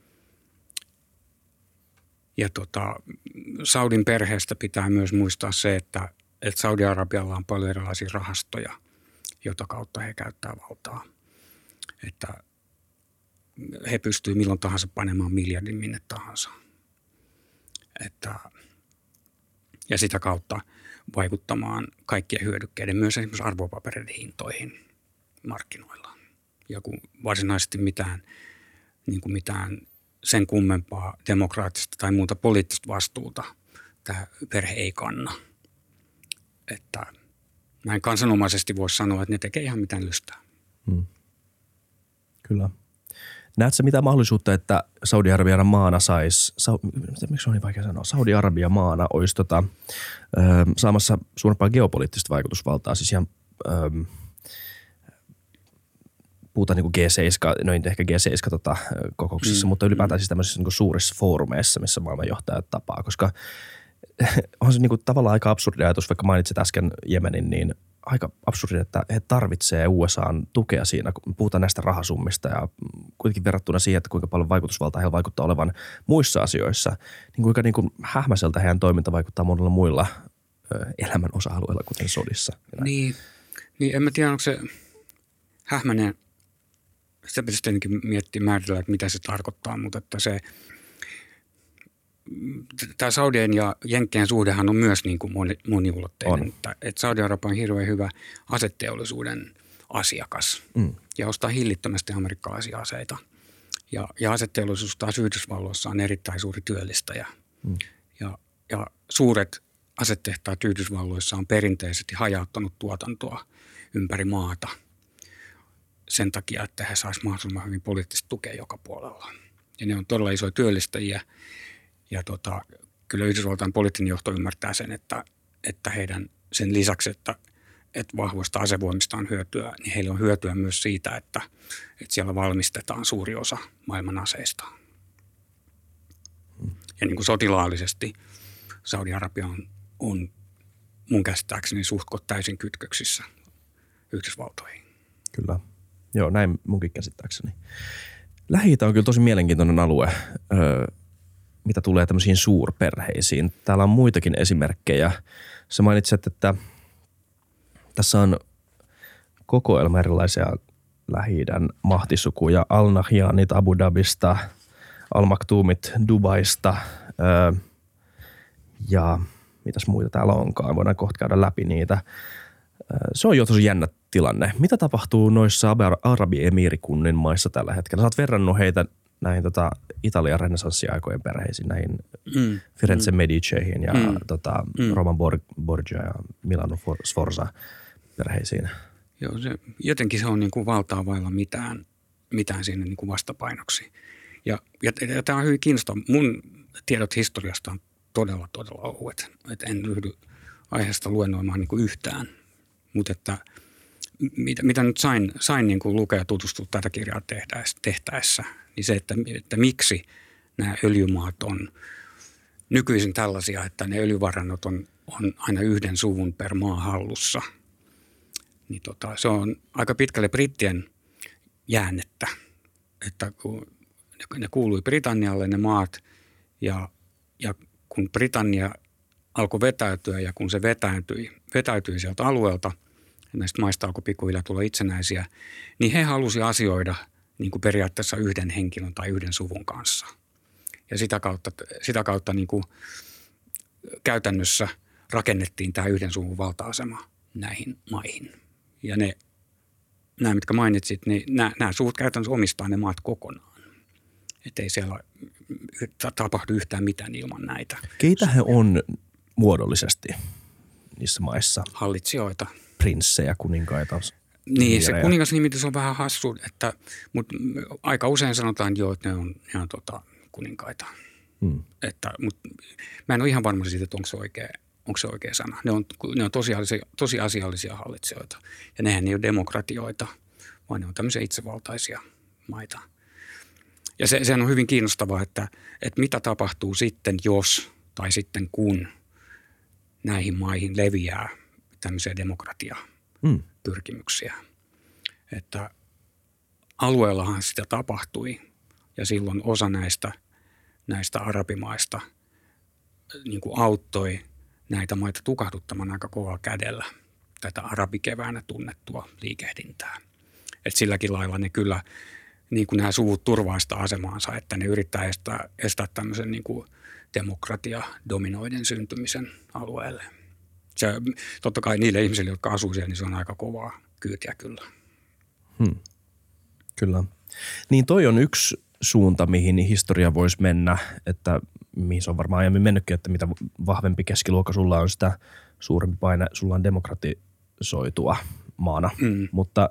Ja tota, Saudin perheestä pitää myös muistaa se, että, että Saudi-Arabialla on paljon erilaisia rahastoja, jota kautta he käyttää valtaa. Että he pystyvät milloin tahansa panemaan miljardin minne tahansa. Että, ja sitä kautta vaikuttamaan kaikkien hyödykkeiden, myös esimerkiksi arvopapereiden hintoihin markkinoilla. Ja kun varsinaisesti mitään, niin kuin mitään sen kummempaa demokraattista tai muuta poliittista vastuuta tämä perhe ei kanna. Että näin kansanomaisesti voisi sanoa, että ne tekee ihan mitään lystää. Hmm. Kyllä. Näetkö mitä mahdollisuutta, että Saudi-Arabian maana saisi, Sa- miksi on niin vaikea sanoa, Saudi-Arabia maana olisi tota, ö, saamassa suurempaa geopoliittista vaikutusvaltaa, siis ihan ö, puhutaan niin kuin G seitsemän, no ehkä G seitsemän tota, kokouksissa, mm. mutta ylipäätään siis tämmöisissä niin kuin suurissa foorumeissa, missä maailmanjohtajat tapaa, koska on se niin kuin tavallaan aika absurdi ajatus, vaikka mainitsit äsken Jemenin, niin aika absurdi, että he tarvitsee U S A:n tukea siinä, kun puhutaan näistä rahasummista ja kuitenkin verrattuna siihen, että kuinka paljon vaikutusvaltaa heillä vaikuttaa olevan muissa asioissa, niin kuinka niin kuin hähmäiseltä heidän toiminta vaikuttaa monilla muilla ö, elämän osa-alueilla, kuten sodissa. Niin, niin, en mä tiedä, onko se hähmäinen, sitä pitäisi tietenkin miettiä määritellä, että mitä se tarkoittaa, mutta että se, tämä Saudien ja Jenkkien suhdehan on myös niin kuin moni, moniulotteinen. Että, että Saudi-Arabia on hirveän hyvä aseteollisuuden asiakas mm. ja ostaa hillittömästi amerikkalaisia aseita. Ja, ja aseteollisuus taas Yhdysvalloissa on erittäin suuri työllistäjä. Mm. Ja, ja suuret asetehtaat Yhdysvalloissa on perinteisesti hajauttanut tuotantoa ympäri maata sen takia, että he saisivat mahdollisimman hyvin poliittista tukea joka puolella. Ja ne on todella isoja työllistäjiä. Ja tota, kyllä Yhdysvaltain poliittinen johto ymmärtää sen, että, että heidän sen lisäksi, että, että vahvoista asevoimista on hyötyä, niin heillä on hyötyä myös siitä, että, että siellä valmistetaan suuri osa maailman aseista. Ja niin kuin sotilaallisesti Saudi-Arabia on, on mun käsittääkseni suhtkot täysin kytköksissä Yhdysvaltoihin. Kyllä. Joo, näin munkin käsittääkseni. Lähi-Itä on kyllä tosi mielenkiintoinen alue, öö, mitä tulee tämmöisiin suurperheisiin. Täällä on muitakin esimerkkejä. Sä mainitsit, että tässä on kokoelma erilaisia Lähi-idän mahtisukuja. Al-Nahyanit Abu Dhabista, Al-Maktoumit Dubaista öö, ja mitäs muita täällä onkaan. Voidaan kohta käydä läpi niitä. Se on jo tosi jännä tilanne. Mitä tapahtuu noissa Arabiemiirikunnin maissa tällä hetkellä? Sä oot verrannut heitä näihin tota, Italian renessanssiaikojen perheisiin, näihin mm. Firenze mm. Mediceihin ja mm. tota, mm. Roman Borgia ja Milano Sforza perheisiin. Joo, se, jotenkin se on niin kuin valtaa vailla mitään, mitään siinä niin kuin vastapainoksi. Ja, ja, ja tämä on hyvin kiinnostava. Mun tiedot historiasta on todella, todella ohuet. Et en ryhdy aiheesta luennoimaan niin kuin yhtään, mutta että mitä, mitä nyt sain, sain niin kuin lukea ja tutustua tätä kirjaa tehtäessä, niin se, että, että miksi nämä öljymaat on nykyisin tällaisia, että ne öljyvarannot on, on aina yhden suvun per maa hallussa. Niin tota, se on aika pitkälle brittien jäännettä, että kun ne kuului Britannialle ne maat ja, ja kun Britannia alkoi vetäytyä ja kun se vetäytyi, vetäytyi sieltä alueelta, näistä maista alkoi pikkuhiljaa tulla itsenäisiä, niin he halusi asioida niin kuin periaatteessa yhden henkilön tai yhden suvun kanssa. Ja sitä kautta, sitä kautta niin kuin käytännössä rakennettiin tämä yhden suvun valta-asema näihin maihin. Ja ne, nämä, mitkä mainitsit, niin nämä, nämä suvut käytännössä omistaa ne maat kokonaan. Että ei siellä tapahdu yhtään mitään ilman näitä. Keitä he on muodollisesti niissä maissa? Hallitsijoita. Prinssejä, kuninkaita. Niin, se kuningasnimitys on vähän hassu, että, mutta aika usein sanotaan jo, että ne on, ne on tota, kuninkaita. Hmm. Että, mutta mä en ole ihan varma siitä, että onko se oikea, onko se oikea sana. Ne on, ne on tosiasiallisia, tosiasiallisia hallitsijoita ja nehän ei ole demokratioita, vaan ne on tämmöisiä itsevaltaisia maita. Ja se, sehän on hyvin kiinnostavaa, että, että mitä tapahtuu sitten, jos tai sitten kun näihin maihin leviää tämmöisiä demokratiapyrkimyksiä. Mm. Että alueellahan sitä tapahtui ja silloin osa näistä, näistä arabimaista niin kuin auttoi näitä maita tukahduttamaan aika kovalla kädellä tätä arabikeväänä tunnettua liikehdintää. Että silläkin lailla ne kyllä niin kuin nämä suvut turvaa sitä asemaansa, että ne yrittää estää, estää tämmöisen niin kuin demokratia-dominoiden syntymisen alueelle. Se, totta kai niille ihmisille, jotka asuu siellä, niin se on aika kovaa kyytiä kyllä. Hmm. Kyllä. Niin toi on yksi suunta, mihin historia voisi mennä, että mihin se on varmaan aiemmin mennytkin, että mitä vahvempi keskiluokka sulla on, sitä suurempi paine sulla on demokratisoitua maana. Hmm. Mutta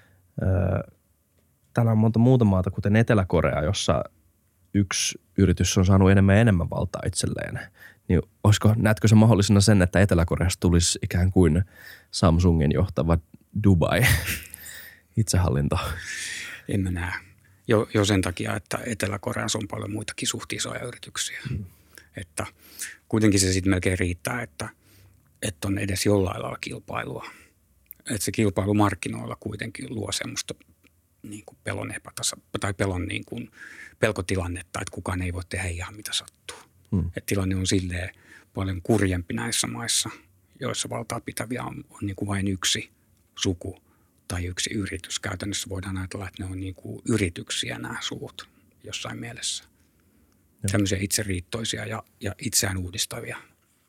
äh, täällä on monta muuta maata, kuten Etelä-Korea, jossa yksi yritys on saanut enemmän ja enemmän valtaa itselleen. Niin olisiko, näetkö se mahdollisena sen, että Etelä-Koreasta tulisi ikään kuin Samsungin johtava Dubai itsehallinto? En mä näe. Jo, jo sen takia, että Etelä-Koreassa on paljon muitakin suht isoja yrityksiä. Hmm. Että kuitenkin se sitten melkein riittää, että, että on edes jollain lailla kilpailua. Että se kilpailu markkinoilla kuitenkin luo semmoista niin kuin pelon epätasa, tai pelon niin kuin pelkotilannetta, että kukaan ei voi tehdä ihan mitä sattuu. Hmm. Että tilanne on silleen paljon kurjempi näissä maissa, joissa valtaa pitäviä on, on niin kuin vain yksi suku tai yksi yritys. Käytännössä voidaan ajatella, että ne on niin kuin yrityksiä nämä suvut jossain mielessä. Joo. Sellaisia itseriittoisia ja, ja itseään uudistavia.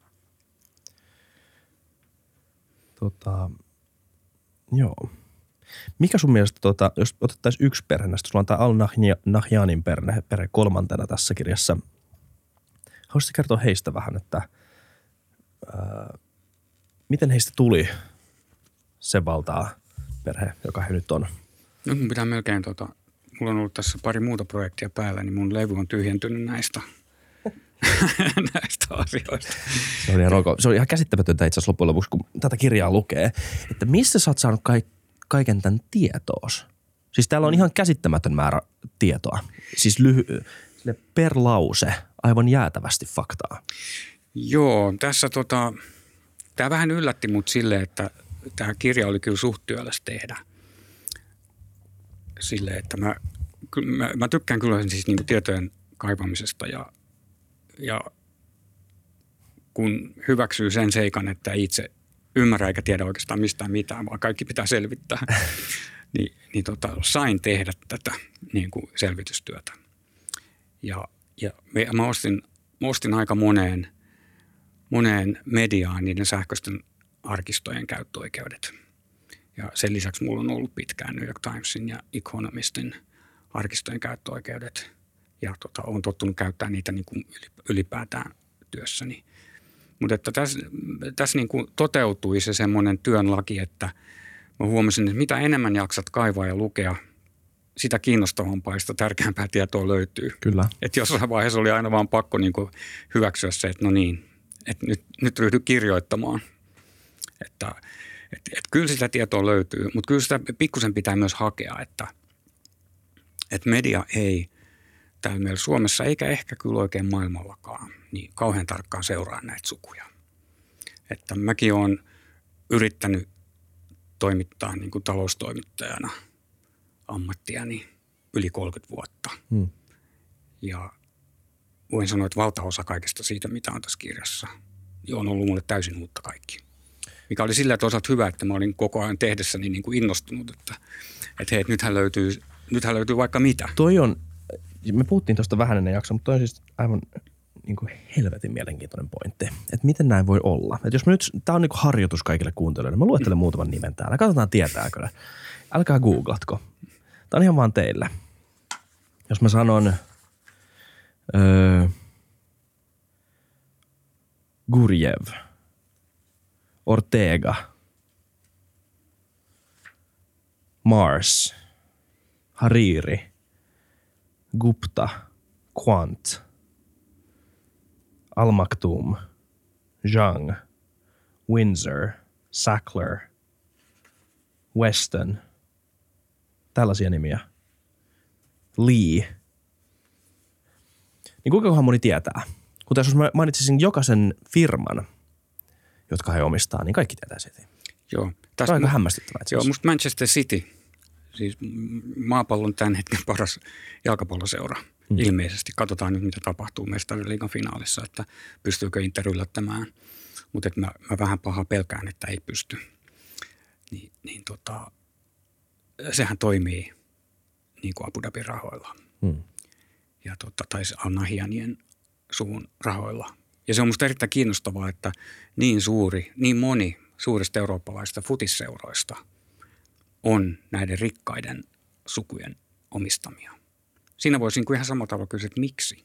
Tota, joo. Mikä sun mielestä, tota, jos otettaisiin yksi perhe näistä, sulla on tämä Al-Nahyanin perhe, perhe kolmantena tässä kirjassa. Haluaisitko kertoa heistä vähän, että ää, miten heistä tuli se valtaa perhe, joka he nyt on? No mun pitää melkein, tota, mulla on ollut tässä pari muuta projektia päällä, niin mun levy on tyhjentynyt näistä, näistä asioista. Se on, ihan ok. Se on ihan käsittämätöntä itse asiassa loppujen lopuksi, kun tätä kirjaa lukee, että mistä sä oot saanut kaikki kaiken tämän tietoos. Siis täällä on ihan käsittämätön määrä tietoa. Siis lyhy- per lause, aivan jäätävästi faktaa. Joo, tässä tota, tämä vähän yllätti mut silleen, että tämä kirja oli kyllä suht työläs tehdä. Silleen, että mä, mä, mä tykkään kyllä siis niinku tietojen kaivamisesta ja, ja kun hyväksyy sen seikan, että itse ymmärrä eikä tiedä oikeastaan mistään mitään, vaan kaikki pitää selvittää, niin, niin tota, sain tehdä tätä niin kuin selvitystyötä. Ja, ja me, mä, ostin, mä ostin aika moneen, moneen mediaan niiden sähköisten arkistojen käyttöoikeudet. Ja sen lisäksi mulla on ollut pitkään New York Timesin ja Economistin arkistojen käyttöoikeudet. Ja tota, olen tottunut käyttämään niitä niin kuin ylipäätään työssäni. Mutta että tässä, tässä niin kuin toteutui se semmoinen työn laki, että mä huomasin, että mitä enemmän jaksat kaivaa ja lukea, sitä kiinnostavampaa ja sitä tärkeämpää tietoa löytyy. Kyllä. Että jossain vaiheessa oli aina vaan pakko niin kuin hyväksyä se, että no niin, että nyt, nyt ryhdy kirjoittamaan. Että et, et kyllä sitä tietoa löytyy, mutta kyllä sitä pikkusen pitää myös hakea, että, että media ei täällä meillä Suomessa, eikä ehkä kyllä oikein maailmallakaan, niin kauhean tarkkaan seuraa näitä sukuja. Että mäkin olen yrittänyt toimittaa niin kuin taloustoimittajana ammattiani yli kolmekymmentä vuotta. Hmm. Ja voin sanoa, että valtaosa kaikesta siitä, mitä on tässä kirjassa, on ollut mulle täysin uutta kaikki. Mikä oli sillä toisaalta hyvä, että mä olin koko ajan tehdessäni niin kuin innostunut, että, että hei, nythän löytyy, nythän löytyy vaikka mitä. Toi on, me puhuttiin tuosta vähän ennen jaksoa, mutta toi on siis aivan niin kuin helvetin mielenkiintoinen pointti. Että miten näin voi olla. Että jos mä nyt, tää on niin kuin harjoitus kaikille kuuntelijoille. Mä luettelen muutaman nimen täällä. Katsotaan tietääkö. Älkää googlatko. Tää on ihan vaan teille. Jos mä sanon öö, Gurjev, Ortega, Mars, Hariri, Gupta, Quant, Al-Maktoum, Zhang, Windsor, Sackler, Weston, tällaisia nimiä. Lee. Niin kuinka moni tietää? Kuten jos mä mainitsisin jokaisen firman, jotka he omistaa, niin kaikki tietää siitä. Joo. Tämä on aika hämmästyttävää. Joo, musta Manchester City, siis maapallon tämän hetken paras jalkapalloseura. Hmm. Ilmeisesti. Katsotaan nyt, mitä tapahtuu Mestariliigan finaalissa, että pystyykö Inter yllättämään. Mutta mä, mä vähän pahaa pelkään, että ei pysty. Niin, niin tota, sehän toimii niin kuin Abu Dhabin rahoilla. Hmm. Ja tota, tai Al-Nahyanien suvun rahoilla. Ja se on musta erittäin kiinnostavaa, että niin suuri, niin moni suurista eurooppalaisista futisseuroista on näiden rikkaiden sukujen omistamia. Siinä voisin kuin ihan samalla tavalla kysyä, että miksi.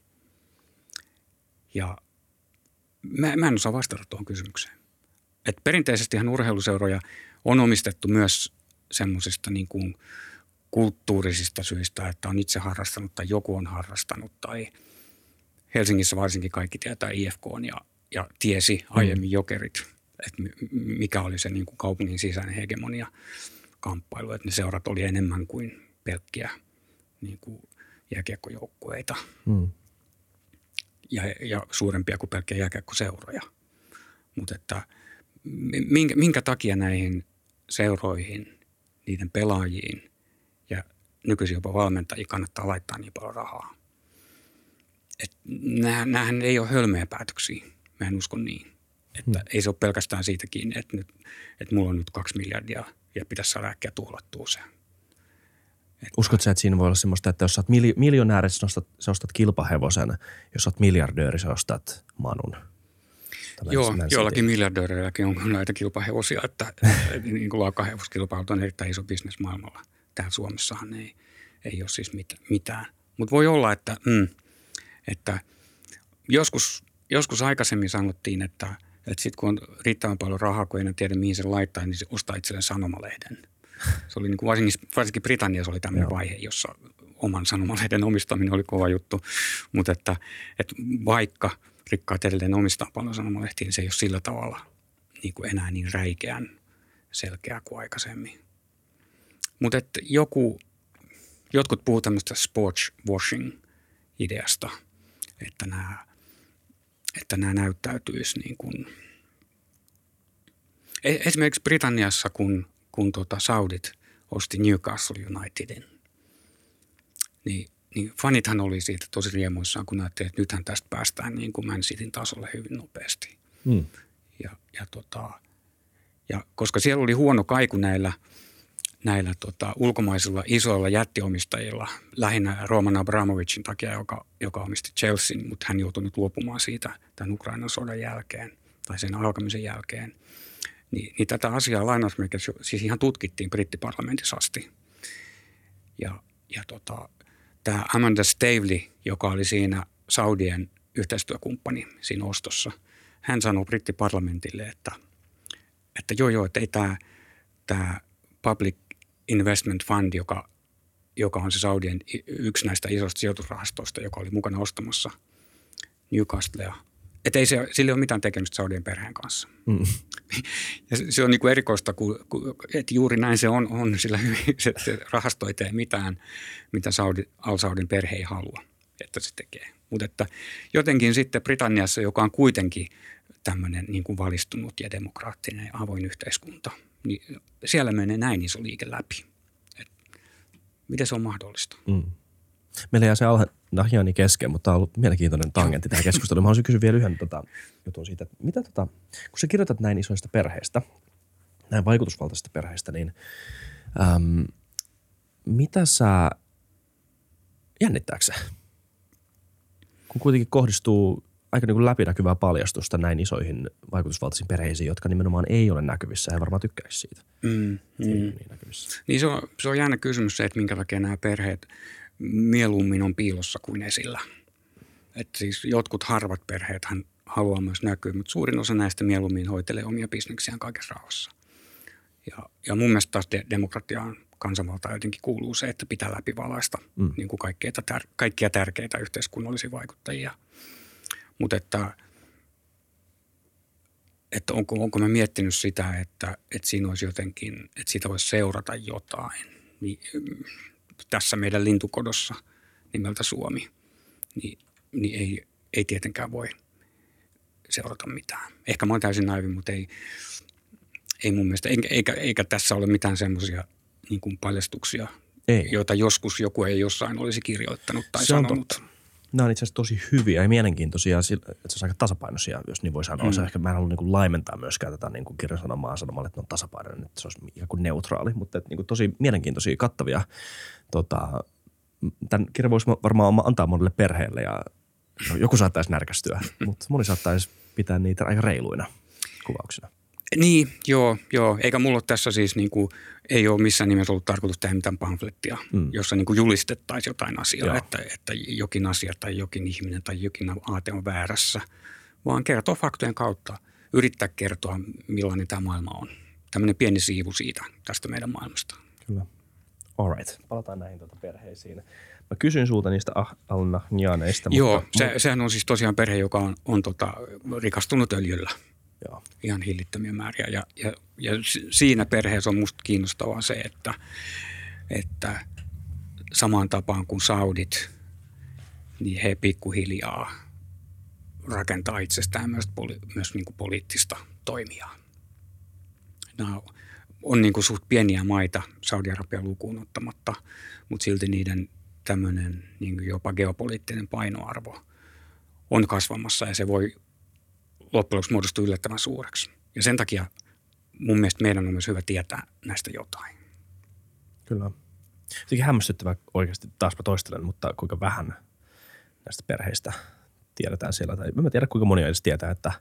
Ja mä, mä en osaa vastata tuohon kysymykseen. Et perinteisestihan urheiluseuroja on omistettu myös semmoisista niin kuin kulttuurisista syistä, että on itse harrastanut tai joku on harrastanut tai Helsingissä varsinkin kaikki tietää I F K:n ja, ja tiesi aiemmin Jokerit, että mikä oli se niin kuin kaupungin sisäinen hegemonia kamppailu, että ne seurat oli enemmän kuin pelkkiä niin kuin jääkiekkojoukkueita hmm. ja, ja suurempia kuin pelkkiä jääkiekkoseuroja. Mutta että minkä, minkä takia näihin seuroihin, niiden pelaajiin ja nykyisin jopa valmentajiin kannattaa laittaa niin paljon rahaa? Että näähän ei ole hölmöjä päätöksiä. Mä en usko niin. Että hmm. ei se ole pelkästään siitä kiinni, että, nyt, että mulla on nyt kaksi miljardia ja pitäisi saada äkkiä tuhlattua se. Että uskotko sä, että siinä voi olla semmoista, että jos sä oot mili- miljonääri, sä ostat, sä ostat kilpahevosen, jos sä oot miljardööri, sä ostat manun? Joo, joillakin miljardööreilläkin on näitä kilpahevosia, että niin kuin laukkahevoskilpailut on erittäin iso bisnes maailmalla. Täällä Suomessahan ei, ei ole siis mit, mitään. Mutta voi olla, että, mm, että joskus, joskus aikaisemmin sanottiin, että, että sitten kun on riittävän paljon rahaa, kun ei enää tiedä mihin se laittaa, niin se ostaa itselleen sanomalehden. Se oli niin kuin varsinkin, varsinkin Britanniassa oli tämmöinen vaihe, jossa oman sanomalehden omistaminen oli kova juttu, mutta että, että vaikka rikkaat edelleen omistaa paljon sanomalehtiä, niin se ei ole sillä tavalla niin kuin enää niin räikeän selkeä kuin aikaisemmin. Mutta että joku, jotkut puhuu tämmöistä sports washing-ideasta, että nämä, että nämä näyttäytyisi niin kuin, esimerkiksi Britanniassa, kun, kun tota Saudit osti Newcastle Unitedin, niin Niin fanithan oli siitä tosi riemuissaan, kun näytti, että nythän tästä päästään niin kuin Man Cityn tasolle hyvin nopeasti. Mm. Ja, ja, tota, ja koska siellä oli huono kaiku näillä, näillä tota, ulkomaisilla isoilla jättiomistajilla, lähinnä Roman Abramovicin takia, joka, joka omisti Chelsean, mutta hän joutui nyt luopumaan siitä tämän Ukrainan sodan jälkeen tai sen alkamisen jälkeen. Niin, niin tätä asiaa lainausmerkeissä siis ihan tutkittiin brittiparlamentissa asti. Ja, ja tota... Tämä Amanda Stavely, joka oli siinä Saudien yhteistyökumppani siinä ostossa, hän sanoi brittiparlamentille, että, että joo joo, että ei tämä, tämä Public Investment Fund, joka joka on se Saudien yksi näistä isoista sijoitusrahastoista, joka oli mukana ostamassa Newcastlea. Että ei se, sillä ole mitään tekemistä Saudien perheen kanssa. Mm. Ja se, se on niin kuin erikoista, kun, kun, että juuri näin se on, on sillä se, se rahasto ei tee mitään, mitä Saudi, Al-Saudin perhe ei halua, että se tekee. Mutta että jotenkin sitten Britanniassa, joka on kuitenkin tämmöinen niin kuin valistunut ja demokraattinen ja avoin yhteiskunta, niin siellä menee näin iso liike läpi. Et miten se on mahdollista? Mm. Meillä jää se Al-Nahjani kesken, mutta tämä on ollut mielenkiintoinen tangentti tähän keskusteluun. Mä haluaisin kysyä vielä yhden tota, jutun siitä, että mitä tota, kun sä kirjoitat näin isoista perheistä, näin vaikutusvaltaisista perheistä, niin äm, mitä sä, jännittääkö se? Kun kuitenkin kohdistuu aika niin kuin läpinäkyvää paljastusta näin isoihin vaikutusvaltaisiin perheisiin, jotka nimenomaan ei ole näkyvissä ja varmaan tykkäisi siitä. Mm, mm. Niin, näkyvissä. Niin se on, se on jännä kysymys se, että minkä takia nämä perheet mieluummin on piilossa kuin esillä. Että siis jotkut harvat perheethän haluaa myös näkyä, mutta suurin osa näistä mieluummin hoitelee omia bisneksiään kaikessa rauhassa. Ja, ja mun mielestä taas de- demokratiaan kansanvaltaan jotenkin kuuluu se, että pitää läpivalaista mm. niin kuin kaikkia, tär- kaikkia tärkeitä yhteiskunnallisia vaikuttajia. Mutta että, että onko, onko mä miettinyt sitä, että, että siinä olisi jotenkin, että siitä voisi seurata jotain. Niin, tässä meidän lintukodossa nimeltä Suomi, niin, niin ei, ei tietenkään voi seurata mitään. Ehkä mä oon täysin naivi, mutta ei, ei mun mielestä, eikä, eikä, eikä tässä ole mitään semmoisia niin kuin paljastuksia, ei. joita joskus joku ei jossain olisi kirjoittanut tai se sanonut. On Nämä on itse asiassa tosi hyviä ja mielenkiintoisia, että se on aika tasapainoisia, jos niin voi sanoa. Mm. Se ehkä, mä en halua niin kuin laimentaa myöskään tätä niin kuin kirjasanomaa sanomalla, että ne on tasapainoinen, että se olisi ikään kuin neutraali, mutta että niin kuin tosi mielenkiintoisia, kattavia. Tota, tämän kirjan voisi varmaan antaa monelle perheelle ja joku saattaisi närkästyä, mutta moni saattaisi pitää niitä aika reiluina kuvauksina. Niin, joo, joo. Eikä mulla ole tässä siis niin kuin, ei ole missään nimessä ollut tarkoitus tehdä mitään pamflettia, mm. jossa niin kuin julistettaisiin jotain asiaa, että, että jokin asia tai jokin ihminen tai jokin aate on väärässä, vaan kertoa faktojen kautta, yrittää kertoa, millainen tämä maailma on. Tämmöinen pieni siivu siitä, tästä meidän maailmasta. Kyllä. All right. Palataan näihin tuota perheisiin. Mä kysyin sulta niistä Al-Nahjaneista. Joo, mutta, se, sehän on siis tosiaan perhe, joka on, on tota, rikastunut öljyllä. Joo. Ihan hillittömiä määriä. Ja, ja, ja siinä perheessä on musta kiinnostavaa se, että, että samaan tapaan kuin saudit, niin he pikkuhiljaa rakentaa itsestään myös, poli, myös niin kuin poliittista toimijaa. Nämä on niin kuin suht pieniä maita Saudi-Arabia lukuun ottamatta, mutta silti niiden tämmöinen niin kuin jopa geopoliittinen painoarvo on kasvamassa ja se voi loppujen lopuksi muodostuu yllättävän suureksi. Ja sen takia mun mielestä meidän on myös hyvä tietää näistä jotain. Kyllä. Sekin hämmästyttävää oikeasti, taaspa toistelen, mutta kuinka vähän näistä perheistä tiedetään siellä. Tai en tiedä, kuinka moni edes tietää, että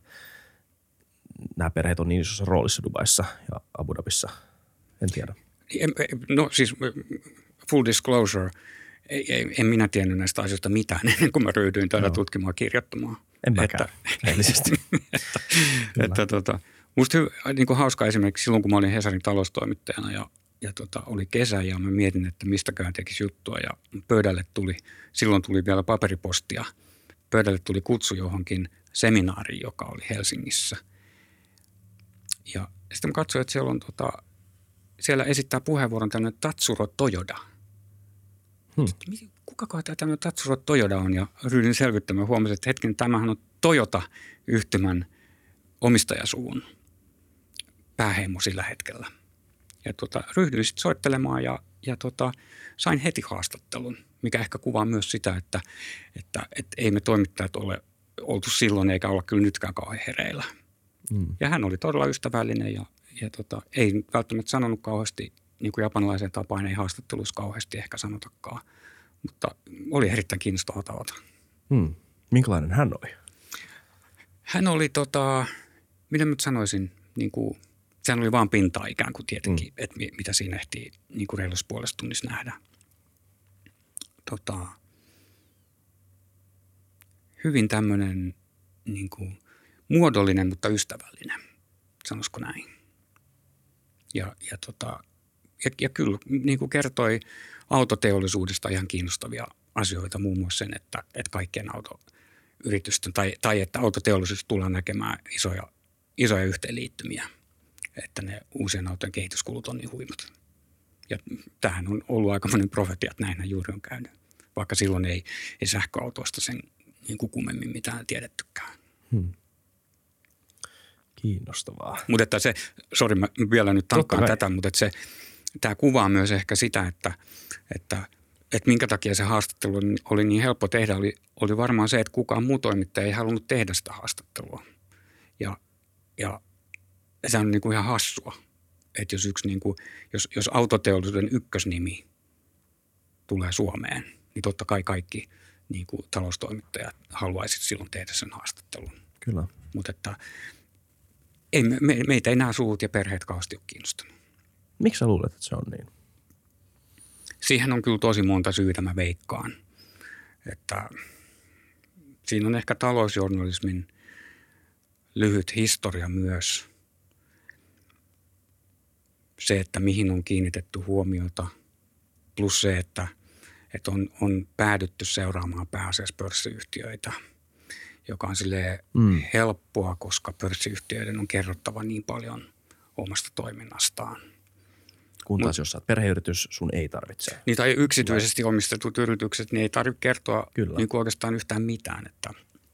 nämä perheet on niin isossa roolissa Dubaissa ja Abu Dhabissa. En tiedä. No siis full disclosure, en, en minä tiennyt näistä asioista mitään ennen kuin mä ryhdyin täällä no. tutkimaan kirjoittamaan. En mäkään, rehellisesti. että, että tota, musta hyvä, niin kuin hauska esimerkiksi silloin, kun mä olin Hesarin taloustoimittajana ja, ja tota, oli kesä ja mä mietin, että mistäkään tekisi juttua ja pöydälle tuli, silloin tuli vielä paperipostia, pöydälle tuli kutsu johonkin seminaariin, joka oli Helsingissä. Ja sitten mä katsoin, että siellä, on, tota, siellä esittää puheenvuoron tämmöinen Tatsuro Toyoda. Hmm. Kukakohan tämä tämmöinen Tatsuro Toyoda on? Ja ryhdyin selvittämään. Huomasin, että hetken, tämähän on Toyota-yhtymän omistajasuvun pääheimo sillä hetkellä. Ja tota, ryhdyin sitten soittelemaan ja, ja tota, sain heti haastattelun, mikä ehkä kuvaa myös sitä, että, että, että ei me toimittajat ole oltu silloin eikä olla kyllä nytkään kauhean hereillä. Hmm. Ja hän oli todella ystävällinen ja, ja tota, ei välttämättä sanonut kauheasti, niin kuin japanilaiseen tapaan ei haastatteluissa kauheasti ehkä sanotakaan. Mutta oli erittäin kiinnostavaa tavata. Hmm. Minkälainen hän oli? Hän oli, tota, miten mä sanoisin, niin kuin, sehän oli vaan pintaa ikään kuin tietenkin, hmm. että mitä siinä ehtii niin kuin reilussa puolessa tunnissa nähdä. Tota, hyvin tämmöinen niin kuin, muodollinen, mutta ystävällinen, sanoisiko näin. Ja, ja tota, ja, ja kyllä niin kuin kertoi autoteollisuudesta ihan kiinnostavia asioita, muun muassa sen, että, että kaikkien autoyritysten tai, tai että autoteollisuudessa tullaan näkemään isoja, isoja yhteenliittymiä, että ne uusien autojen kehityskulut on niin huimat. Ja tämähän on ollut aikamoinen profetia, että näinhän juuri on käynyt, vaikka silloin ei, ei sähköautoista sen niin kuin kummemmin mitään tiedettykään. Hmm. Kiinnostavaa. Mutta että se, sori mä vielä nyt tankkaan tätä, mutta että se, tämä kuvaa myös ehkä sitä, että, että, että minkä takia se haastattelu oli niin helppo tehdä, oli, oli varmaan se, että kukaan muu toimittaja ei halunnut tehdä sitä haastattelua. Ja, ja se on niin kuin ihan hassua, että jos, yksi niin kuin, jos, jos autoteollisuuden ykkösnimi tulee Suomeen, niin totta kai kaikki niin kuin taloustoimittajat haluaisivat silloin tehdä sen haastattelun. Kyllä. Mutta että ei, me, meitä ei nämä suvut ja perheet kauheasti ole kiinnostanut. Miksi sä luulet, että se on niin? Siihen on kyllä tosi monta syytä, mä veikkaan. Että siinä on ehkä talousjournalismin lyhyt historia myös. Se, että mihin on kiinnitetty huomiota, plus se, että, että on, on päädytty seuraamaan pääasiassa pörssiyhtiöitä, joka on silleen mm. helppoa, koska pörssiyhtiöiden on kerrottava niin paljon omasta toiminnastaan. Kun taas jos sä oot perheyritys, sun ei tarvitse. Niin tai yksityisesti omistetut yritykset, niin ei tarvitse kertoa niin kuin oikeastaan yhtään mitään. Että,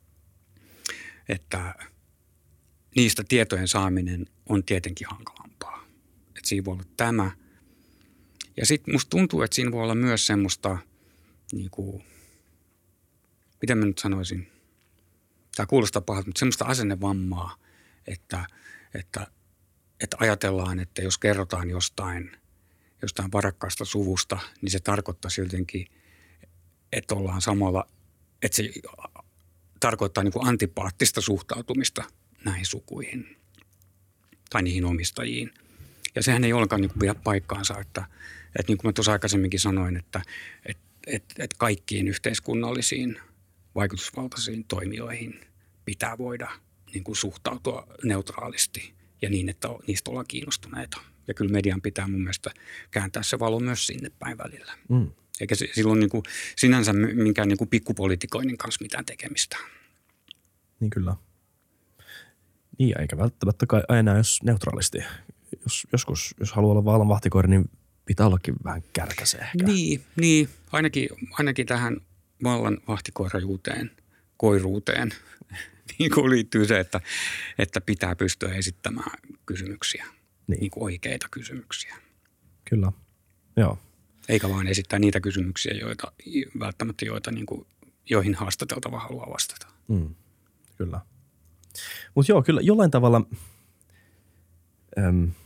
että niistä tietojen saaminen on tietenkin hankalampaa. Että siinä voi olla tämä. Ja sitten musta tuntuu, että siinä voi olla myös semmoista, niin kuin, miten mä nyt sanoisin, tämä kuulostaa pahalta, mutta semmoista asennevammaa, että, että, että ajatellaan, että jos kerrotaan jostain, jostain varakkaasta suvusta, niin se tarkoittaa jotenkin, että ollaan samalla, että se tarkoittaa niin kuin antipaattista suhtautumista näihin sukuihin tai niihin omistajiin. Ja sehän ei ollenkaan niin kuin pidä paikkaansa, että, että niin kuin mä tuossa aikaisemminkin sanoin, että, että, että, että kaikkiin yhteiskunnallisiin vaikutusvaltaisiin toimijoihin pitää voida niin kuin suhtautua neutraalisti ja niin, että niistä ollaan kiinnostuneita. Ja kyllä median pitää mun mielestä kääntää se valo myös sinne päin välillä. Mm. Eikä silloin niin kuin sinänsä minkään niin kuin pikkupolitikoinnin kanssa mitään tekemistä. Niin kyllä. Niin, eikä välttämättä aina jos neutraalisti. Jos, joskus, jos haluaa olla vallan vahtikoiri, niin pitää ollakin vähän kärkäse ehkä. Niin, niin. Ainakin, ainakin tähän vallan vahtikoirajuuteen, koiruuteen niin kuin liittyy se, että, että pitää pystyä esittämään kysymyksiä, niin. Niin kuin oikeita kysymyksiä. Kyllä, joo. Eikä vaan esittää niitä kysymyksiä, joita välttämättä joita, niin kuin, joihin haastateltava haluaa vastata. Mm, kyllä. Mutta joo, kyllä jollain tavalla äm,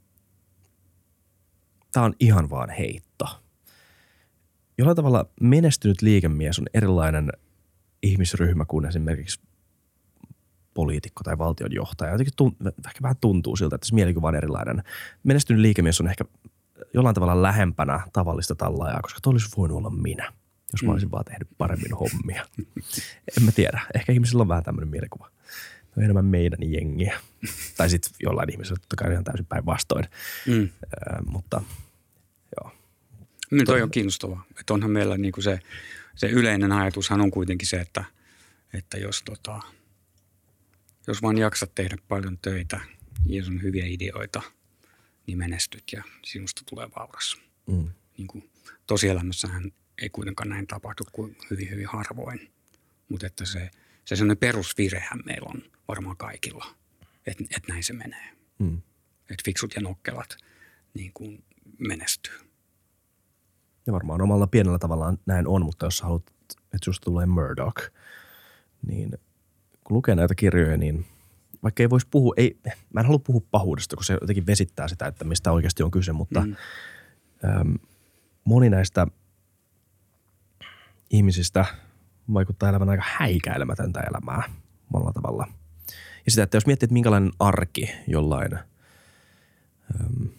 tämä on ihan vaan heitto. Jollain tavalla menestynyt liikemies on erilainen ihmisryhmä kuin esimerkiksi poliitikko tai valtionjohtaja. Jotenkin tunt, ehkä vähän tuntuu siltä, että se mielikuva on erilainen. Menestynyt liikemies on ehkä jollain tavalla lähempänä tavallista tallaajaa, koska toi olisi voinut olla minä, jos mä olisin mm. vaan tehnyt paremmin hommia. En mä tiedä. Ehkä ihmisillä on vähän tämmöinen mielikuva. On enemmän meidän jengiä. Tai sitten jollain ihmisellä totta kai ihan täysin päinvastoin. Mm. Äh, mutta joo. Niin toi on kiinnostavaa. Että onhan meillä niinku se, se yleinen ajatushan on kuitenkin se, että, että jos, tota, jos vaan jaksat tehdä paljon töitä ja sun hyviä ideoita, niin menestyt ja sinusta tulee vauras. Mm. Niin kuin tosielämässähän ei kuitenkaan näin tapahdu kuin hyvin, hyvin harvoin. Mutta että se, se sellainen perusvirehän meillä on varmaan kaikilla, että et näin se menee. Mm. Että fiksut ja nokkelat niin kuin menestyy. Ja varmaan omalla pienellä tavallaan näin on, mutta jos haluat, että susta tulee Murdoch, niin kun lukee näitä kirjoja, niin vaikka ei voisi puhua, ei, mä en halua puhua pahuudesta, kun se jotenkin vesittää sitä, että mistä oikeasti on kyse, mutta mm. äm, moni näistä ihmisistä vaikuttaa elämän aika häikäilemätöntä elämää monella tavalla. Ja sitä, että jos miettii, että minkälainen arki jollain äm,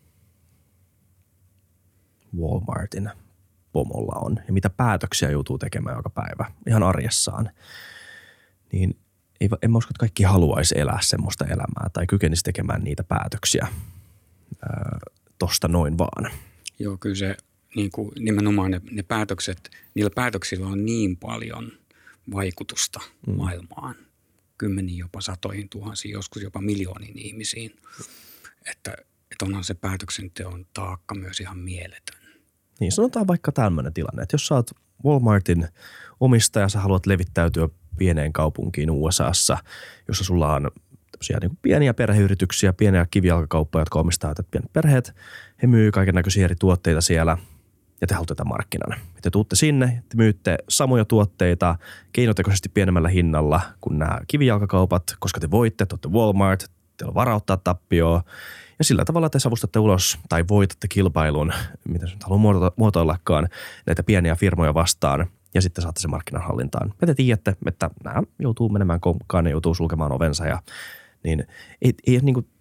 Walmartin pomolla on ja mitä päätöksiä joutuu tekemään joka päivä ihan arjessaan, niin ei, en mä usko, että kaikki haluaisi elää semmoista elämää tai kykenisi tekemään niitä päätöksiä. Öö, tosta noin vaan. Joo, kyllä se niin kuin nimenomaan ne, ne päätökset, niillä päätöksillä on niin paljon vaikutusta mm. maailmaan, kymmeniin jopa satoihin tuhansiin, joskus jopa miljooniin ihmisiin, että, että onhan se päätöksenteon taakka myös ihan mieletön. Niin, sanotaan vaikka tämmöinen tilanne, että jos sä oot Walmartin omistaja, sä haluat levittäytyä pieneen kaupunkiin U S A:ssa, jossa sulla on tämmöisiä niin kuin pieniä perheyrityksiä, pieniä kivijalkakauppoja, jotka omistaa että pienet perheet. He myy kaiken näköisiä eri tuotteita siellä ja te haluatte markkinan. Te tuutte sinne, te myytte samoja tuotteita keinotekoisesti pienemmällä hinnalla kuin nämä kivijalkakaupat, koska te voitte, te olette Walmart, teillä on varaa tappioon. Ja sillä tavalla te savustatte ulos tai voitatte kilpailun, mitä se nyt haluaa muotoillakaan, näitä pieniä firmoja vastaan. Ja sitten saatte sen markkinan hallintaan. Ja te tiedätte, että nämä joutuu menemään konkkaan, ne joutuu sulkemaan ovensa. Ja, niin ei, ei niin kuin,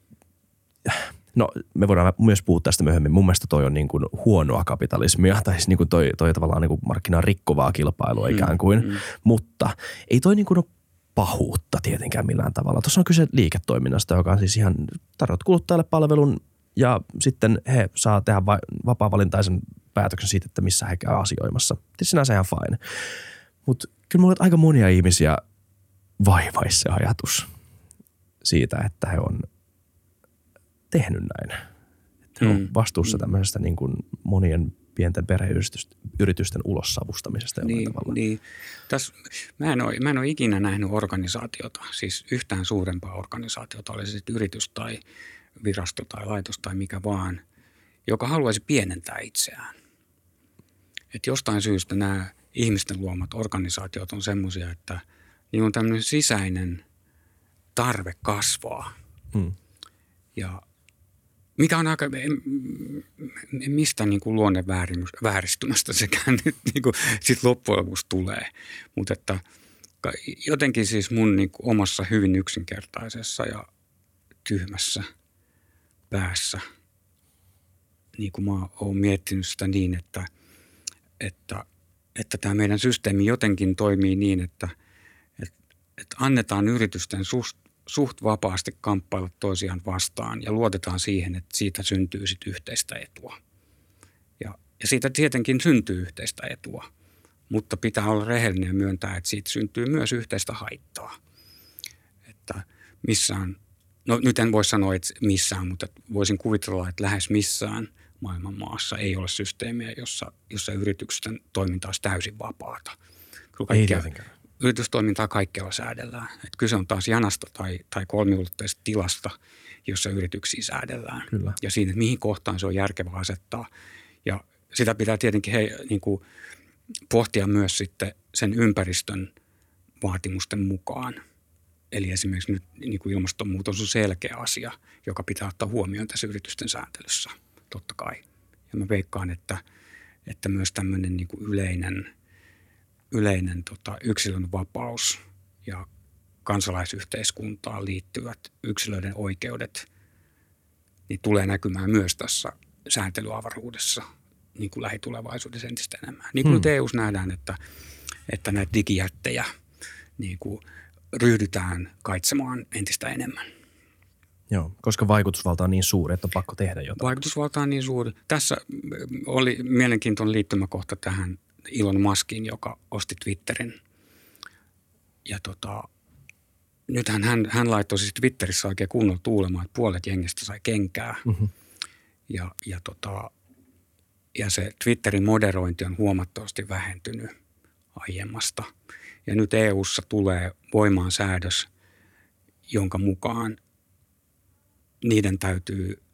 no me voidaan myös puhua tästä myöhemmin. Mun mielestä toi on niin kuin huonoa kapitalismia. Tai siis niin kuin toi, toi tavallaan niin kuin markkinan rikkovaa kilpailua mm, ikään kuin. Mm. Mutta ei toi niin kuin ole pahuutta tietenkään millään tavalla. Tuossa on kyse liiketoiminnasta, joka on siis ihan tarjot kuluttajalle palvelun ja sitten he saa tehdä va- vapaa-valintaisen päätöksen siitä, että missä he käy asioimassa. Tietysti sinänsä ihan fine. Mutta kyllä mulla aika monia ihmisiä vaivaisi se ajatus siitä, että he on tehnyt näin. Että he on vastuussa tämmöisestä niin kuin monien pienten perheyritysten ulossavustamisesta jollain niin, tavalla. Niin. Tässä, mä, en ole, mä en ole ikinä nähnyt organisaatiota, siis yhtään suurempaa organisaatiota, oli se sitten yritys tai virasto tai laitos tai mikä vaan, joka haluaisi pienentää itseään. Että jostain syystä nämä ihmisten luomat organisaatiot on semmoisia, että niillä on tämmöinen sisäinen tarve kasvaa. Hmm. Ja mikä on aika, mistä niin kuin luonne vääristymästä sekään nyt niin kuin sit loppujen lopuksi tulee. Mutta että jotenkin siis mun niin kuin omassa hyvin yksinkertaisessa ja tyhmässä päässä, niin kuin mä oon miettinyt sitä niin, että, että, että tämä meidän systeemi jotenkin toimii niin, että, että, että annetaan yritysten suht, suht vapaasti kamppailla toisiaan vastaan ja luotetaan siihen, että siitä syntyy sit yhteistä etua. Ja, ja siitä tietenkin syntyy yhteistä etua, mutta pitää olla rehellinen ja myöntää, että siitä syntyy myös yhteistä haittaa. Että missään, no nyt en voi sanoa, että missään, mutta voisin kuvitella, että lähes missään maailman maassa ei ole systeemiä, jossa, jossa yritysten toiminta olisi täysin vapaata. Ei tietenkään. Yritystoimintaa kaikkialla säädellään. Että kyse on taas janasta tai, tai kolmiulotteisesta tilasta, jossa yrityksiä säädellään. Kyllä. Ja siinä, että mihin kohtaan se on järkevää asettaa. Ja sitä pitää tietenkin he, niin kuin, pohtia myös sitten sen ympäristön vaatimusten mukaan. Eli esimerkiksi nyt niin kuin ilmastonmuutos on selkeä asia, joka pitää ottaa huomioon tässä yritysten sääntelyssä, totta kai. Ja mä veikkaan, että, että myös tämmöinen niin kuin yleinen, yleinen tota, yksilön vapaus ja kansalaisyhteiskuntaan liittyvät yksilöiden oikeudet niin tulee näkymään myös tässä sääntelyavaruudessa niin kuin lähitulevaisuudessa entistä enemmän. Niin kuin hmm. nyt E U:ssa nähdään, että, että näitä digijättejä niin kuin ryhdytään kaitsemaan entistä enemmän. Joo, koska vaikutusvalta on niin suuri, että on pakko tehdä jotain. Vaikutusvalta on niin suuri. Tässä oli mielenkiintoinen liittymäkohta tähän Elon Muskiin, joka osti Twitterin. Ja tota, nythän hän, hän laittoi siis Twitterissä oikein kunnolla tuulemaan, että puolet jengistä sai kenkää. Mm-hmm. Ja, ja, tota, ja se Twitterin moderointi on huomattavasti vähentynyt aiemmasta. Ja nyt E U:ssa tulee voimaan säädös, jonka mukaan niiden täytyy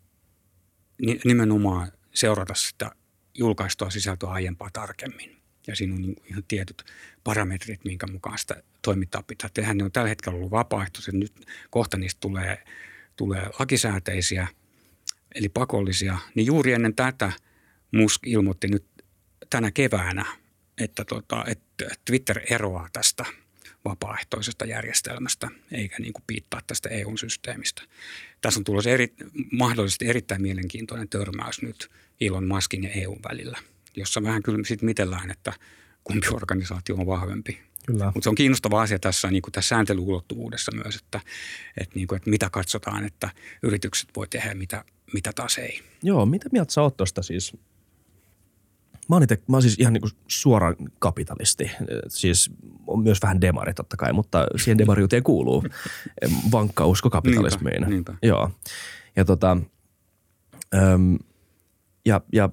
nimenomaan seurata sitä julkaistua sisältöä aiempaa tarkemmin. Ja siinä on ihan tietyt parametrit, minkä mukaan sitä toimintaa pitää tehdä. Ne on tällä hetkellä ollut vapaaehtoiset. Nyt kohta niistä tulee, tulee lakisääteisiä, eli pakollisia. Niin juuri ennen tätä Musk ilmoitti nyt tänä keväänä, että, tota, että Twitter eroaa tästä vapaaehtoisesta järjestelmästä, eikä niin kuin piittaa tästä E U-systeemistä. Tässä on tulossa eri, mahdollisesti erittäin mielenkiintoinen törmäys nyt Elon Muskin ja E U:n välillä, jossa vähän kyllä sitten mitellään, että kumpi organisaatio on vahvempi. Kyllä. Mutta se on kiinnostava asia tässä, niin kuin tässä sääntelyulottuvuudessa myös, että, että, niin kuin, että mitä katsotaan, että yritykset voi tehdä, mitä, mitä taas ei. Joo, mitä mieltä sä oot tosta siis? Mä oon, ite, mä oon siis ihan niin kuin suoraan kapitalisti. Siis on myös vähän demari totta kai, mutta siihen demariuteen kuuluu vankka usko kapitalismiin. Niinpä, niinpä. Joo. Ja tota, äm, ja, ja,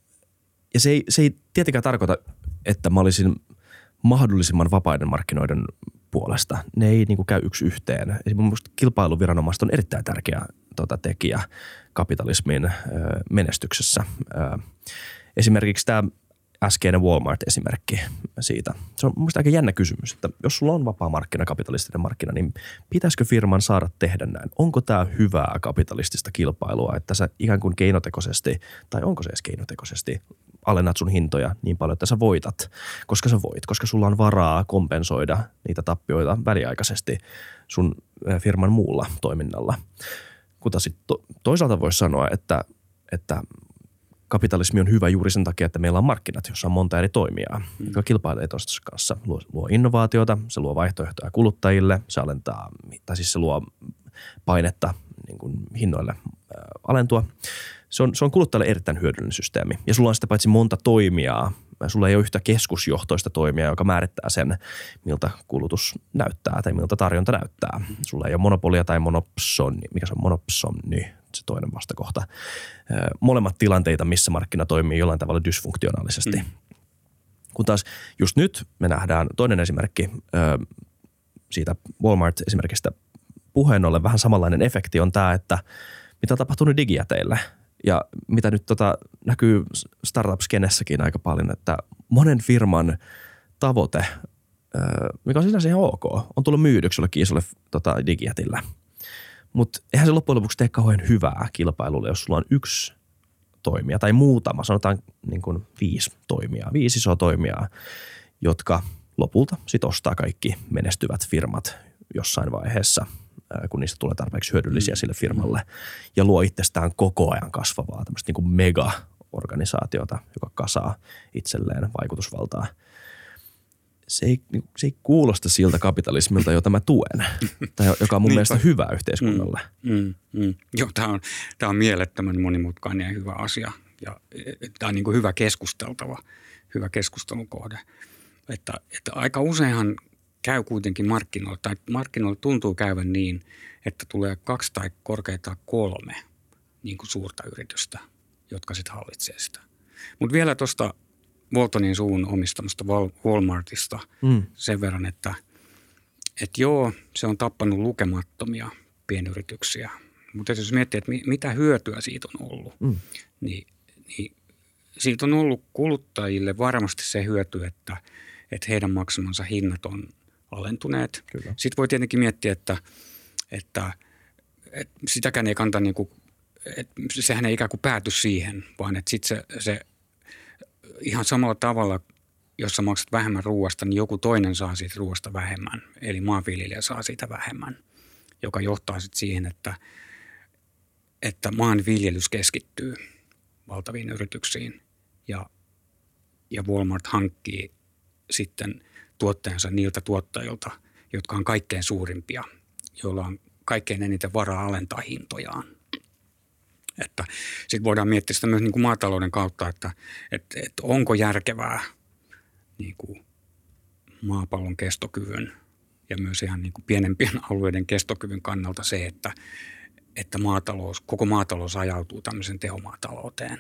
ja se, ei, se ei tietenkään tarkoita, että mä olisin mahdollisimman vapaiden markkinoiden puolesta. Ne ei niin kuin käy yksi yhteen. Esimerkiksi minusta kilpailuviranomaiset on erittäin tärkeä tota, tekijä kapitalismin ö, menestyksessä. Ö, esimerkiksi tämä äskeinen Walmart-esimerkki siitä. Se on minusta aika jännä kysymys, että jos sulla on vapaa markkina, kapitalistinen markkina, niin pitäisikö firman saada tehdä näin? Onko tämä hyvää kapitalistista kilpailua, että sä ikään kuin keinotekoisesti, tai onko se edes keinotekoisesti, alennat sun hintoja niin paljon, että sä voitat, koska sä voit, koska sulla on varaa kompensoida niitä tappioita väliaikaisesti sun firman muulla toiminnalla. Mutta sitten to, toisaalta voisi sanoa, että, että kapitalismi on hyvä juuri sen takia, että meillä on markkinat, jossa on monta eri toimijaa, mm. joka kilpailee toistensa kanssa. Luo, luo innovaatiota, se luo vaihtoehtoja kuluttajille, se alentaa, tai siis se luo painetta niin kuin hinnoille ää, alentua. Se on, se on kuluttajalle erittäin hyödyllinen systeemi. Ja sulla on sitä paitsi monta toimijaa, sulla ei ole yhtä keskusjohtoista toimijaa, joka määrittää sen, miltä kulutus näyttää tai miltä tarjonta näyttää. Sulla ei ole monopolia tai monopsoni, mikä se on monopsoni, se toinen vastakohta. Molemmat tilanteita, missä markkina toimii jollain tavalla dysfunktionaalisesti. Mm. Kun taas just nyt me nähdään toinen esimerkki siitä Walmart-esimerkistä puheen ollen vähän samanlainen efekti on tämä, että mitä on tapahtunut digijäteille ja mitä nyt tota näkyy startup-skenessäkin aika paljon, että monen firman tavoite, mikä on sinänsä ihan ok, on tullut myydyksi jollekin isolle tota, digijätillä. Mutta eihän se loppujen lopuksi tee kauhean hyvää kilpailulle, jos sulla on yksi toimija tai muutama, sanotaan niin kuin viisi toimijaa, viisi isoa toimijaa, jotka lopulta sit ostaa kaikki menestyvät firmat jossain vaiheessa, kun niistä tulee tarpeeksi hyödyllisiä sille firmalle ja luo itsestään koko ajan kasvavaa tämmöistä niin kuin mega-organisaatiota, joka kasaa itselleen vaikutusvaltaa. Se ei, se ei kuulosta siltä kapitalismilta, jota mä tuen, tai joka on mun mielestä hyvä yhteiskunnalle. Mm, mm, mm. Joo, tämä on, tämä on mielettömän monimutkainen ja hyvä asia, ja tämä on niin kuin hyvä keskusteltava, hyvä keskustelun kohde. Että, että aika useinhan käy kuitenkin markkinoilla, tai markkinoilla tuntuu käyvän niin, että tulee kaksi tai korkeintaan kolme niin kuin suurta yritystä, jotka sitten hallitsee sitä. Mutta vielä tuosta Waltonin suvun omistamasta Walmartista mm. sen verran, että, että joo, se on tappanut lukemattomia pienyrityksiä. Mutta jos miettii, että mitä hyötyä siitä on ollut, mm. niin, niin siitä on ollut kuluttajille varmasti se hyöty, että, että heidän maksamansa hinnat on alentuneet. Kyllä. Sitten voi tietenkin miettiä, että, että, että sitäkään ei kannata, niin kuin, että sehän ei ikään kuin pääty siihen, vaan että sitten se, se ihan samalla tavalla, jos sä maksat vähemmän ruoasta, niin joku toinen saa siitä ruoasta vähemmän, eli maanviljelijä saa siitä vähemmän, joka johtaa sitten siihen, että, että maanviljelys keskittyy valtaviin yrityksiin ja, ja Walmart hankkii sitten tuottajansa niiltä tuottajilta, jotka on kaikkein suurimpia, joilla on kaikkein eniten varaa alentaa hintojaan. Että sitten voidaan miettiä sitä myös niin kuin maatalouden kautta, että, että, että onko järkevää niin kuin maapallon kestokyvyn ja myös ihan niin kuin pienempien alueiden kestokyvyn kannalta se, että, että maatalous, koko maatalous ajautuu tämmöisen tehomaatalouteen,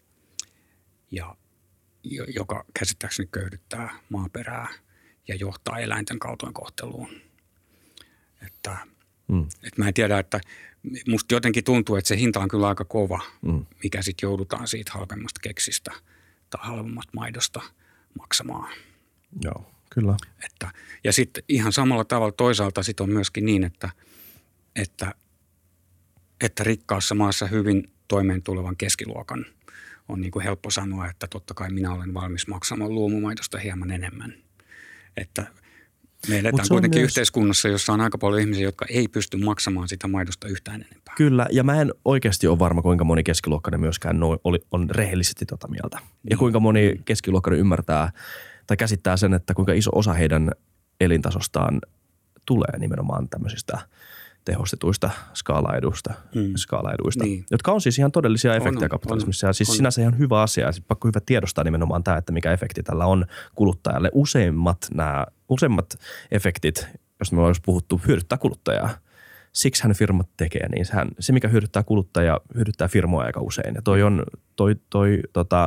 ja, joka käsittääkseni köyhdyttää maaperää ja johtaa eläinten kaltoinkohteluun. Että, mm. että mä en tiedä, että musta jotenkin tuntuu, että se hinta on kyllä aika kova, mm. mikä sitten joudutaan siitä halvemmasta keksistä tai halvemmasta maidosta maksamaan. Joo, kyllä. Että, ja sitten ihan samalla tavalla toisaalta sitten on myöskin niin, että, että, että rikkaassa maassa hyvin toimeen tulevan keskiluokan on niin kuin helppo sanoa, että totta kai minä olen valmis maksamaan luomumaidosta hieman enemmän. Että me eletään kuitenkin myös yhteiskunnassa, jossa on aika paljon ihmisiä, jotka ei pysty maksamaan sitä maidosta yhtään enempää. Kyllä, ja mä en oikeasti ole varma, kuinka moni keskiluokkainen myöskään on rehellisesti tota mieltä. Ja kuinka moni keskiluokkainen ymmärtää tai käsittää sen, että kuinka iso osa heidän elintasostaan tulee nimenomaan tämmöisistä tehostetuista skaalaeduista, mm. skaalaeduista niin. jotka on siis ihan todellisia efektejä on, kapitalismissa. On, ja siis on. Sinänsä ihan hyvä asia. Siis pakko hyvä tiedostaa nimenomaan tämä, että mikä efekti tällä on kuluttajalle. Useimmat nämä, useimmat efektit, jos me ollaan puhuttu, hyödyttää kuluttajaa. Siksihän firmat tekee, niin sehän, se mikä hyödyttää kuluttajaa, hyödyttää firmoja aika usein. Ja toi on, toi, toi, tota,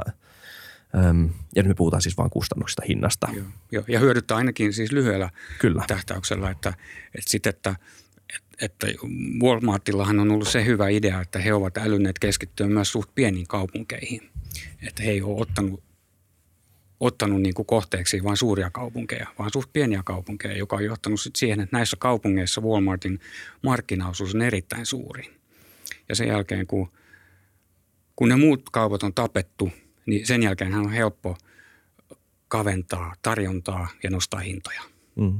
äm, ja nyt me puhutaan siis vaan kustannuksista, hinnasta. Joo, jo, ja hyödyttää ainakin siis lyhyellä Kyllä. tähtäyksellä, että, että sitten, että että Walmartillahan on ollut se hyvä idea, että he ovat älynneet keskittyä myös suht pieniin kaupunkeihin. Että he ei ole ottanut, ottanut niin kuin kohteeksi vain suuria kaupunkeja, vaan suht pieniä kaupunkeja, joka on johtanut sit siihen, että näissä kaupungeissa Walmartin markkinaosuus on erittäin suuri. Ja sen jälkeen, kun, kun ne muut kaupat on tapettu, niin sen jälkeen on helppo kaventaa tarjontaa ja nostaa hintoja. Mm.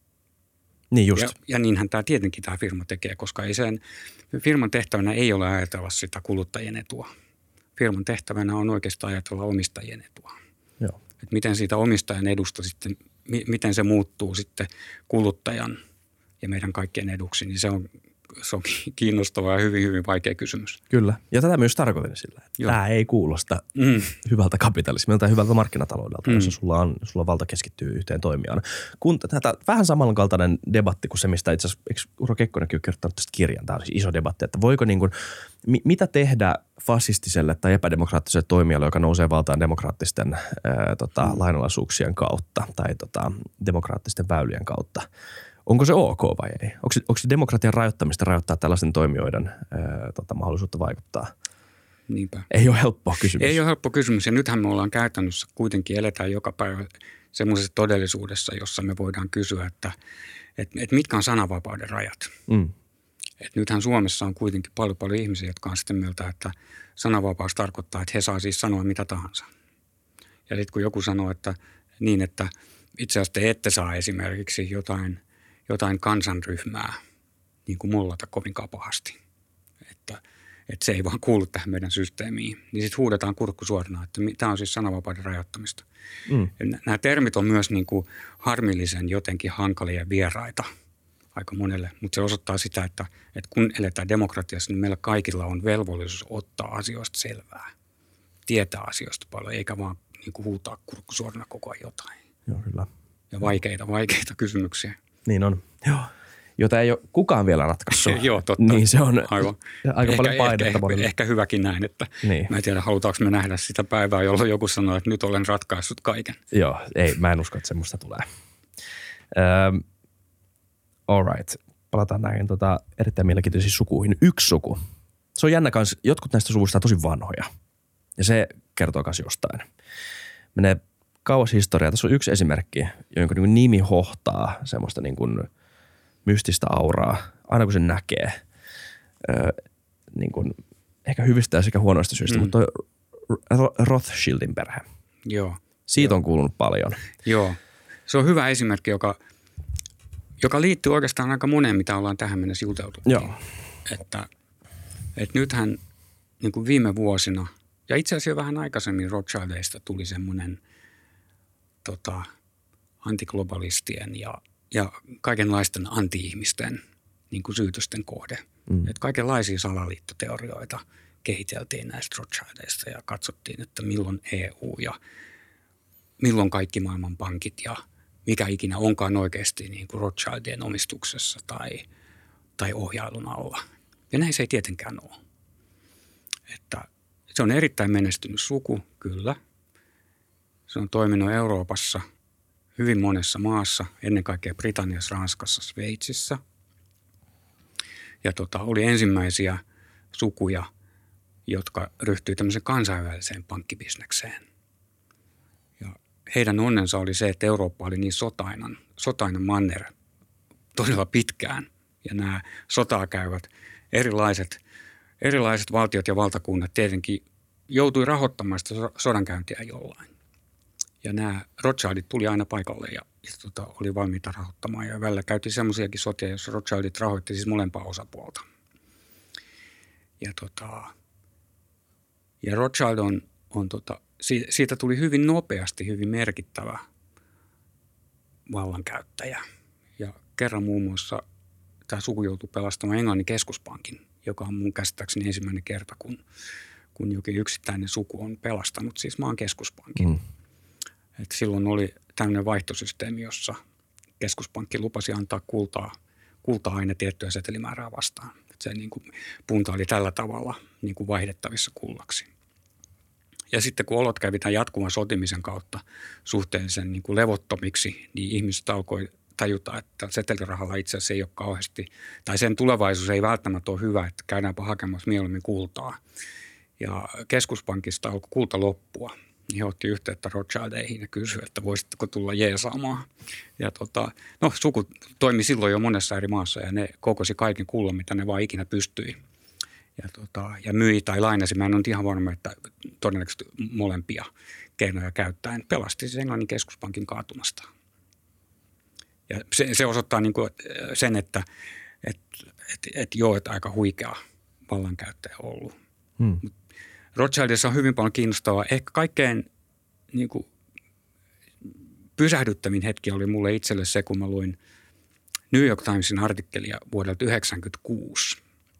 Niin just. Ja, ja niinhän tämä tietenkin tämä firma tekee, koska ei sen, firman tehtävänä ei ole ajatella sitä kuluttajien etua. Firman tehtävänä on oikeastaan ajatella omistajien etua. Joo. Et miten siitä omistajan edusta sitten, mi, miten se muuttuu sitten kuluttajan ja meidän kaikkien eduksi, niin se on, se on kiinnostava ja hyvin, hyvin vaikea kysymys. Kyllä. Ja tätä myös tarkoitin sillä, että Joo. tämä ei kuulosta mm. hyvältä kapitalismilta ja hyvältä markkinataloudelta, mm. jossa sulla on, sulla on valta keskittyä yhteen toimijaan. Kun tätä vähän samankaltainen debatti kuin se, mistä itse asiassa, eikö Urho Kekkonenkin ole kirjoittanut tästä kirjan, tämä on siis iso debatti, että voiko niin kuin, mi, mitä tehdä fasistiselle tai epädemokraattiselle toimijalle, joka nousee valtaan demokraattisten ää, tota, mm. lainalaisuuksien kautta tai tota, demokraattisten väylien kautta. Onko se ok vai ei? Onko se, onko se demokratian rajoittamista rajoittaa tällaisen toimijoiden ää, tota, mahdollisuutta vaikuttaa? Niinpä. Ei ole helppo kysymys. Ei ole helppo kysymys ja nythän me ollaan käytännössä kuitenkin eletään joka päivä semmoisessa todellisuudessa, jossa me voidaan kysyä, että et, et mitkä on sananvapauden rajat. Mm. Et nythän Suomessa on kuitenkin paljon paljon ihmisiä, jotka on sitten mieltä, että sananvapaus tarkoittaa, että he saa siis sanoa mitä tahansa. Ja sitten kun joku sanoo, että niin, että itse asiassa te ette saa esimerkiksi jotain – jotain kansanryhmää niin kuin mollata kovinkaan pahasti, että, että se ei vaan kuulu tähän meidän systeemiin. Niin sitten huudetaan kurkku suorana, että tämä on siis sananvapauden rajoittamista. Mm. Nämä termit on myös niin kuin harmillisen jotenkin hankalia ja vieraita aika monelle, mutta se osoittaa sitä, että, että kun eletään demokratiassa, niin meillä kaikilla on velvollisuus ottaa asioista selvää, tietää asioista paljon, eikä vaan niin kuin huutaa kurkku suorana koko ajan jotain. Joo, kyllä. Ja vaikeita, vaikeita kysymyksiä. Niin on. Joo. Jota ei ole kukaan vielä ratkaissut. Joo, totta. Niin se on aivan. Aika ehkä, paljon painetta. Ehkä, ehkä hyväkin näin, että niin. Mä en tiedä, halutaanko me nähdä sitä päivää, jolloin joku sanoo, että nyt olen ratkaissut kaiken. Joo, ei, mä en usko, että semmoista tulee. Um, all right. Palataan näihin tota, erittäin mielenkiintoisiin sukuihin. Yksi suku. Se on jännä kans, jotkut näistä suvuista on tosi vanhoja. Ja se kertoo myös jostain. Menee kauas historiaa. Tässä on yksi esimerkki, jonka niin nimi hohtaa semmoista niin kuin mystistä auraa, aina kun se näkee. Öö, niin kuin, ehkä hyvistä ja sekä huonoista syistä, mm. mutta toi Rothschildin perhe. Joo. Siitä Joo. on kuulunut paljon. Joo. Se on hyvä esimerkki, joka, joka liittyy oikeastaan aika moneen, mitä ollaan tähän mennessä juteltu. Joo. Että, että nythän niin kuin viime vuosina, ja itse asiassa jo vähän aikaisemmin Rothschildeista tuli semmoinen tota, antiglobalistien ja, ja kaikenlaisten anti-ihmisten niin kuin syytösten kohde. Mm. Että kaikenlaisia salaliittoteorioita kehiteltiin näistä Rothschildeista ja katsottiin, että milloin E U ja milloin kaikki maailman pankit ja mikä ikinä onkaan oikeasti niin kuin Rothschildien omistuksessa tai, tai ohjailun alla. Ja näin se ei tietenkään ole. Että se on erittäin menestynyt suku, kyllä. Se on toiminut Euroopassa hyvin monessa maassa, ennen kaikkea Britanniassa, Ranskassa, Sveitsissä. Ja tota, oli ensimmäisiä sukuja, jotka ryhtyi tämmöiseen kansainväliseen pankkibisnekseen. Ja heidän onnensa oli se, että Eurooppa oli niin sotainan, sotainen manner todella pitkään. Ja nämä sotaa käyvät erilaiset, erilaiset valtiot ja valtakunnat tietenkin joutui rahoittamaan sitä sodankäyntiä jollain. Ja nämä Rothschildit tuli aina paikalle ja, ja tota, oli valmiita rahoittamaan. Ja välillä käytiin semmoisiakin sotia, joissa Rothschildit rahoitti siis molempaa osapuolta. Ja, tota, ja Rothschild on, on tota, siitä tuli hyvin nopeasti hyvin merkittävä vallankäyttäjä. Ja kerran muun muassa tämä suku joutui pelastamaan Englannin keskuspankin, joka on mun käsittääkseni ensimmäinen kerta, kun, kun jokin yksittäinen suku on pelastanut siis maan keskuspankin. Mm. Et silloin oli tämmöinen vaihtosysteemi, jossa keskuspankki lupasi antaa kultaa, kultaa aina tiettyä setelimäärää vastaan. Et se niin kuin punta oli tällä tavalla niin kuin vaihdettavissa kullaksi. Ja sitten kun olot kävi tämän jatkuvan sotimisen kautta suhteellisen niin kuin levottomiksi, niin ihmiset alkoi tajuta, että setelirahalla itse asiassa ei ole kauheasti, tai sen tulevaisuus ei välttämättä ole hyvä, että käydäänpä hakemassa mieluummin kultaa. Ja keskuspankista alkoi kulta loppua. Niin he otti yhteyttä Rothschildeihin ja kysyi, että voisitteko tulla jeesaamaan. Ja tota, no suku toimi silloin jo monessa eri maassa ja ne kokosi kaiken kullan, mitä ne vaan ikinä pystyi. Ja, tota, ja myi tai lainasi. Mä en ole ihan varma, että todennäköisesti molempia keinoja käyttäen pelasti siis Englannin keskuspankin kaatumasta. Ja se, se osoittaa niin kuin sen, että et, et, et joo, että aika huikea vallankäyttäjä on ollut. Hmm. Rothschildissa on hyvin paljon kiinnostavaa. Ehkä kaikkein niin kuin, pysähdyttävin hetki oli mulle itselle se, kun mä luin New York Timesin artikkelia vuodelta yhdeksänkymmentäkuusi,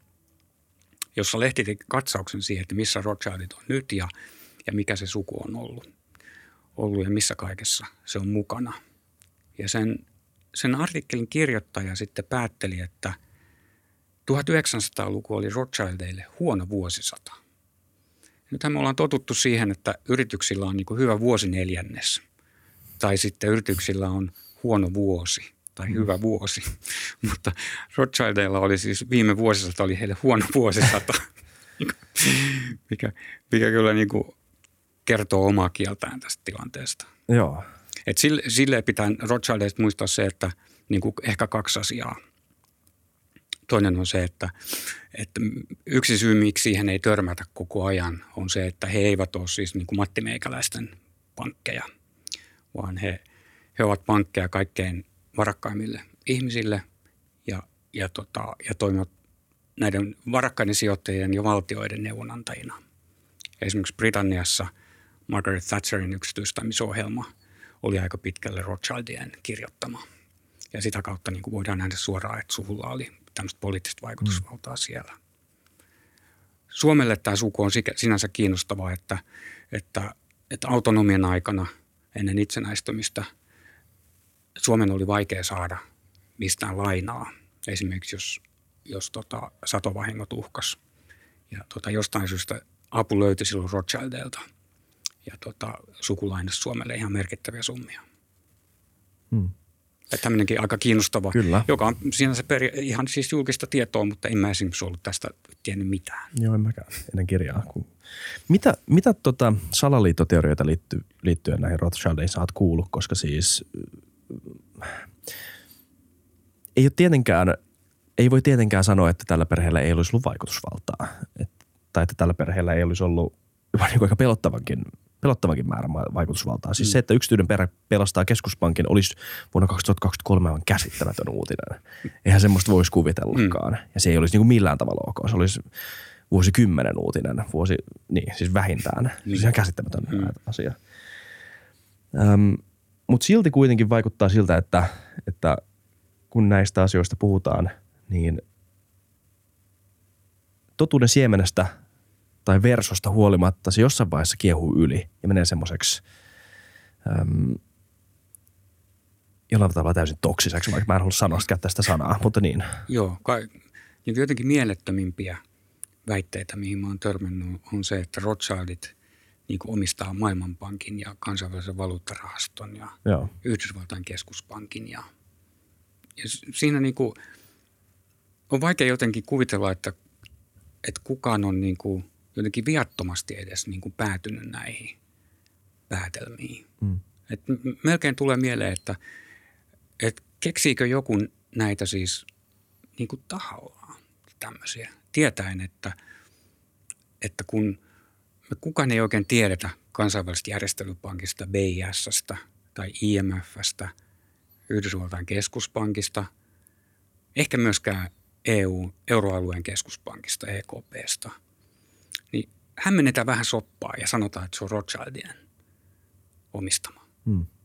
jossa lehti teki katsauksen siihen, että missä Rothschildit on nyt ja, ja mikä se suku on ollut, ollut ja missä kaikessa se on mukana. Ja sen, sen artikkelin kirjoittaja sitten päätteli, että tuhatyhdeksänsataaluku oli Rothschildeille huono vuosisata. Nythän me ollaan totuttu siihen, että yrityksillä on niin kuin hyvä vuosineljännes tai sitten yrityksillä on huono vuosi tai mm. hyvä vuosi. Mutta Rothschildeilla oli siis viime vuosisata oli heille huono vuosisata, mikä, mikä kyllä niin kuin kertoo omaa kieltään tästä tilanteesta. Joo. Et sille, sille pitää Rothschildeista muistaa se, että niin kuin ehkä kaksi asiaa. Toinen on se, että, että yksi syy, miksi siihen ei törmätä koko ajan, on se, että he eivät ole siis niin kuin Matti Meikäläisten pankkeja, vaan he, he ovat pankkeja kaikkein varakkaimmille ihmisille ja, ja, tota, ja toimivat näiden varakkaiden sijoittajien ja valtioiden neuvonantajina. Esimerkiksi Britanniassa Margaret Thatcherin yksityistämisohjelma oli aika pitkälle Rothschildien kirjoittama. Ja sitä kautta niin kuin voidaan nähdä suoraan, että suvulla oli tämmöistä poliittista vaikutusvaltaa mm. siellä. Suomelle tämä suku on sinänsä kiinnostavaa, että, että, että autonomian aikana ennen itsenäistymistä Suomen oli vaikea saada mistään lainaa. Esimerkiksi jos, jos tota, satovahingot uhkas. Ja tota, jostain syystä apu löytyi silloin Rothschildeilta. Ja tota, suku lainasi Suomelle ihan merkittäviä summia. Mm. Että tämmöinenkin aika kiinnostava, Kyllä. joka on sinänsä peri, ihan siis julkista tietoa, mutta en mä esimerkiksi ollut tästä tiennyt mitään. Joo, en mäkään ennen kirjaa. Mitä, mitä tota salaliittoteorioita liitty, liittyen näihin Rothschildeihin sä oot kuullut, koska siis ei ole tietenkään, ei voi tietenkään sanoa, että tällä perheellä ei olisi ollut vaikutusvaltaa. Et, tai että tällä perheellä ei olisi ollut jopa niin aika pelottavankin pelottavankin määrän vaikutusvaltaa. Siis mm. se, että yksityinen perhe pelastaa keskuspankin, olisi vuonna kaksituhattakaksikymmentäkolme aivan käsittämätön uutinen. Eihän semmoista voisi kuvitellakaan. Mm. Ja se ei olisi niin kuin millään tavalla ok. Se olisi vuosikymmenen uutinen, vuosi, niin siis vähintään. Mm. Se on ihan käsittämätön mm. asia. Ähm, Mutta silti kuitenkin vaikuttaa siltä, että, että kun näistä asioista puhutaan, niin totuuden siemenestä tai versosta huolimatta se jossain vaiheessa kiehuu yli ja menee semmoiseksi äm, jollain tavalla täysin toksiseksi, vaikka mä en halua sanoa käyttää sitä sanaa, mutta niin. Joo, kai, niin jotenkin mielettömimpiä väitteitä, mihin mä oon törmännyt, on se, että Rothschildit niin kuin omistaa Maailmanpankin ja kansainvälisen valuuttarahaston ja Joo. Yhdysvaltain keskuspankin. Ja, ja siinä niin kuin on vaikea jotenkin kuvitella, että, että kukaan on niin kuin jotenkin viattomasti edes niin kuin päätynyt näihin päätelmiin. Mm. Et melkein tulee mieleen, että, että keksiikö joku näitä siis niin kuin tahallaan tämmöisiä, tietäen, että, että kun me kukaan ei oikein tiedetä kansainvälisestä järjestelypankista, B I S:stä tai I M F:stä, Yhdysvaltain keskuspankista, ehkä myöskään E U, euroalueen keskuspankista, E K P:stä, niin hämmennetään vähän soppaa ja sanotaan, että se on Rothschildien omistama. Hmm.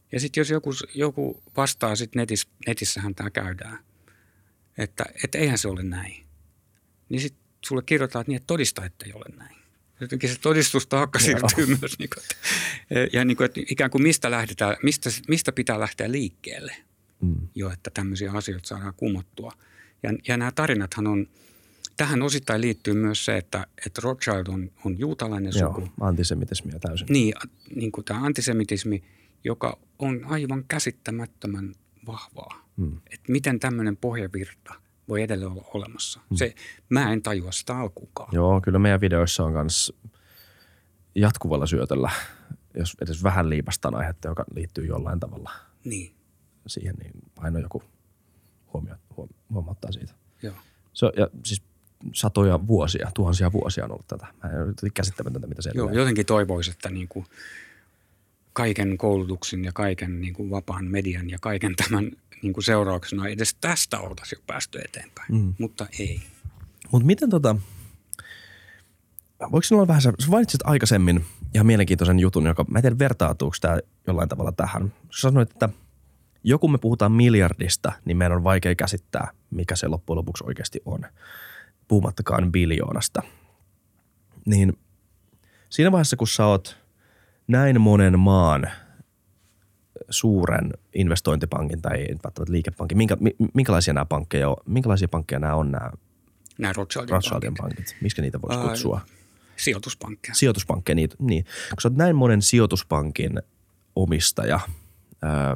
Ja sitten jos joku, joku vastaa, sitten netis, netissähän tämä käydään, että, että eihän se ole näin, niin sitten sulle kirjoitetaan niin, että todista, että ei ole näin. Jotenkin se todistustaakka siirtyy myös. Niin kuin, että, ja niin kuin, että ikään kuin mistä, lähdetään, mistä, mistä pitää lähteä liikkeelle mm. jo, että tämmöisiä asioita saadaan kumottua. Ja, ja nämä tarinathan on, tähän osittain liittyy myös se, että, että Rothschild on, on juutalainen suku. Joo, antisemitismia täysin. Niin, niin kuin tämä antisemitismi, joka on aivan käsittämättömän vahvaa. Mm. Että miten tämmöinen pohjavirta voi edelleen olla olemassa. Mm. Se, mä en tajua sitä alkuunkaan. Joo, kyllä meidän videoissa on myös jatkuvalla syötöllä, jos edes vähän liipastaan aihetta, joka liittyy jollain tavalla niin. siihen, niin aina joku huomio, huomauttaa siitä. Joo. Se on, ja siis satoja vuosia, tuhansia vuosia on ollut tätä. Mä en ole käsittämätöntä, mitä se Joo, jotenkin toivoisi, että niin kuin kaiken koulutuksen ja kaiken niin kuin vapaan median ja kaiken tämän niin kuin seurauksena edes tästä oltaisiin jo päästy eteenpäin, mm. mutta ei. Mutta miten tota, voiko sinulla olla vähän, sä mainitsit aikaisemmin ihan mielenkiintoisen jutun, joka, mä en tiedä vertautuuko tämä jollain tavalla tähän. Sä sanoit, että joku me puhutaan miljardista, niin meidän on vaikea käsittää, mikä se loppujen lopuksi oikeasti on, puhumattakaan biljoonasta. Niin siinä vaiheessa, kun sä oot näin monen maan suuren investointipankin tai välttämättä liikepankin, minkä, minkälaisia nämä pankkeja on, minkälaisia pankkeja nämä on nämä Nämä Rothschildin, Rothschildin pankit. pankit? Miksi niitä voisi kutsua? Uh, sijoituspankkeja. Sijoituspankkeja, niin, niin. Kun sä oot näin monen sijoituspankin omistaja, ää,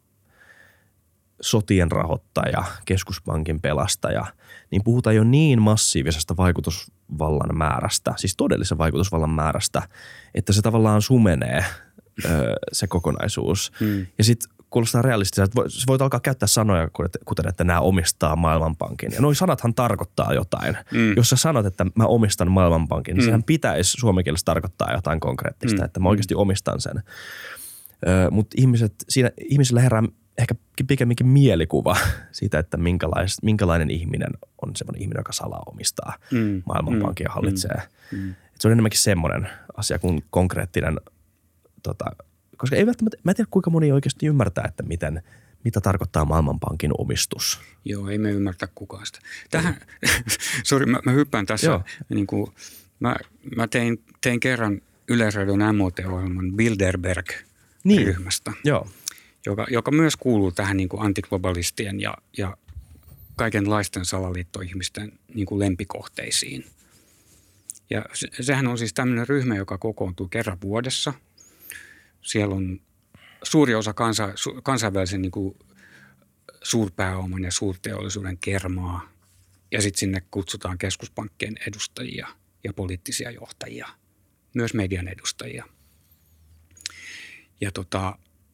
sotien rahoittaja, keskuspankin pelastaja, niin puhutaan jo niin massiivisesta vaikutusvallan määrästä, siis todellisen vaikutusvallan määrästä, että se tavallaan sumenee ö, se kokonaisuus. Hmm. Ja sitten kuulostaa realistisesti, että voit, voit alkaa käyttää sanoja, kuten että nämä omistaa Maailmanpankin. Ja nuo sanathan tarkoittaa jotain. Hmm. Jos sä sanot, että mä omistan Maailmanpankin, niin hmm. sehän pitäisi suomenkielessä tarkoittaa jotain konkreettista, hmm. että mä oikeasti omistan sen. Mutta ihmiset, siinä, ihmisillä herää ehkä pikemminkin mielikuva siitä, että minkälais, minkälainen ihminen on semmoinen ihminen, joka salaa omistaa mm, Maailmanpankin mm, ja hallitsee. Mm, mm. Se on enemmänkin semmoinen asia kuin konkreettinen, tota, koska ei välttämättä, mä en tiedä kuinka moni oikeasti ymmärtää, että miten, mitä tarkoittaa Maailmanpankin omistus. Joo, ei me ymmärtää kukaan sitä. Tähän, sori, mä, mä hyppään tässä. Niin kuin, mä, mä tein, tein kerran Yleisradion M O T-ohjelman Bilderberg-ryhmästä. Niin. Joo. Joka, joka myös kuuluu tähän niin kuin antiglobalistien ja, ja kaikenlaisten salaliittoihmisten niin kuin lempikohteisiin. Ja se, sehän on siis tämmöinen ryhmä, joka kokoontuu kerran vuodessa. Siellä on suuri osa kansa, su, kansainvälisen niin kuin suurpääoman ja suurteollisuuden kermaa. Ja sitten sinne kutsutaan keskuspankkien edustajia ja poliittisia johtajia, myös median edustajia. Ja tota...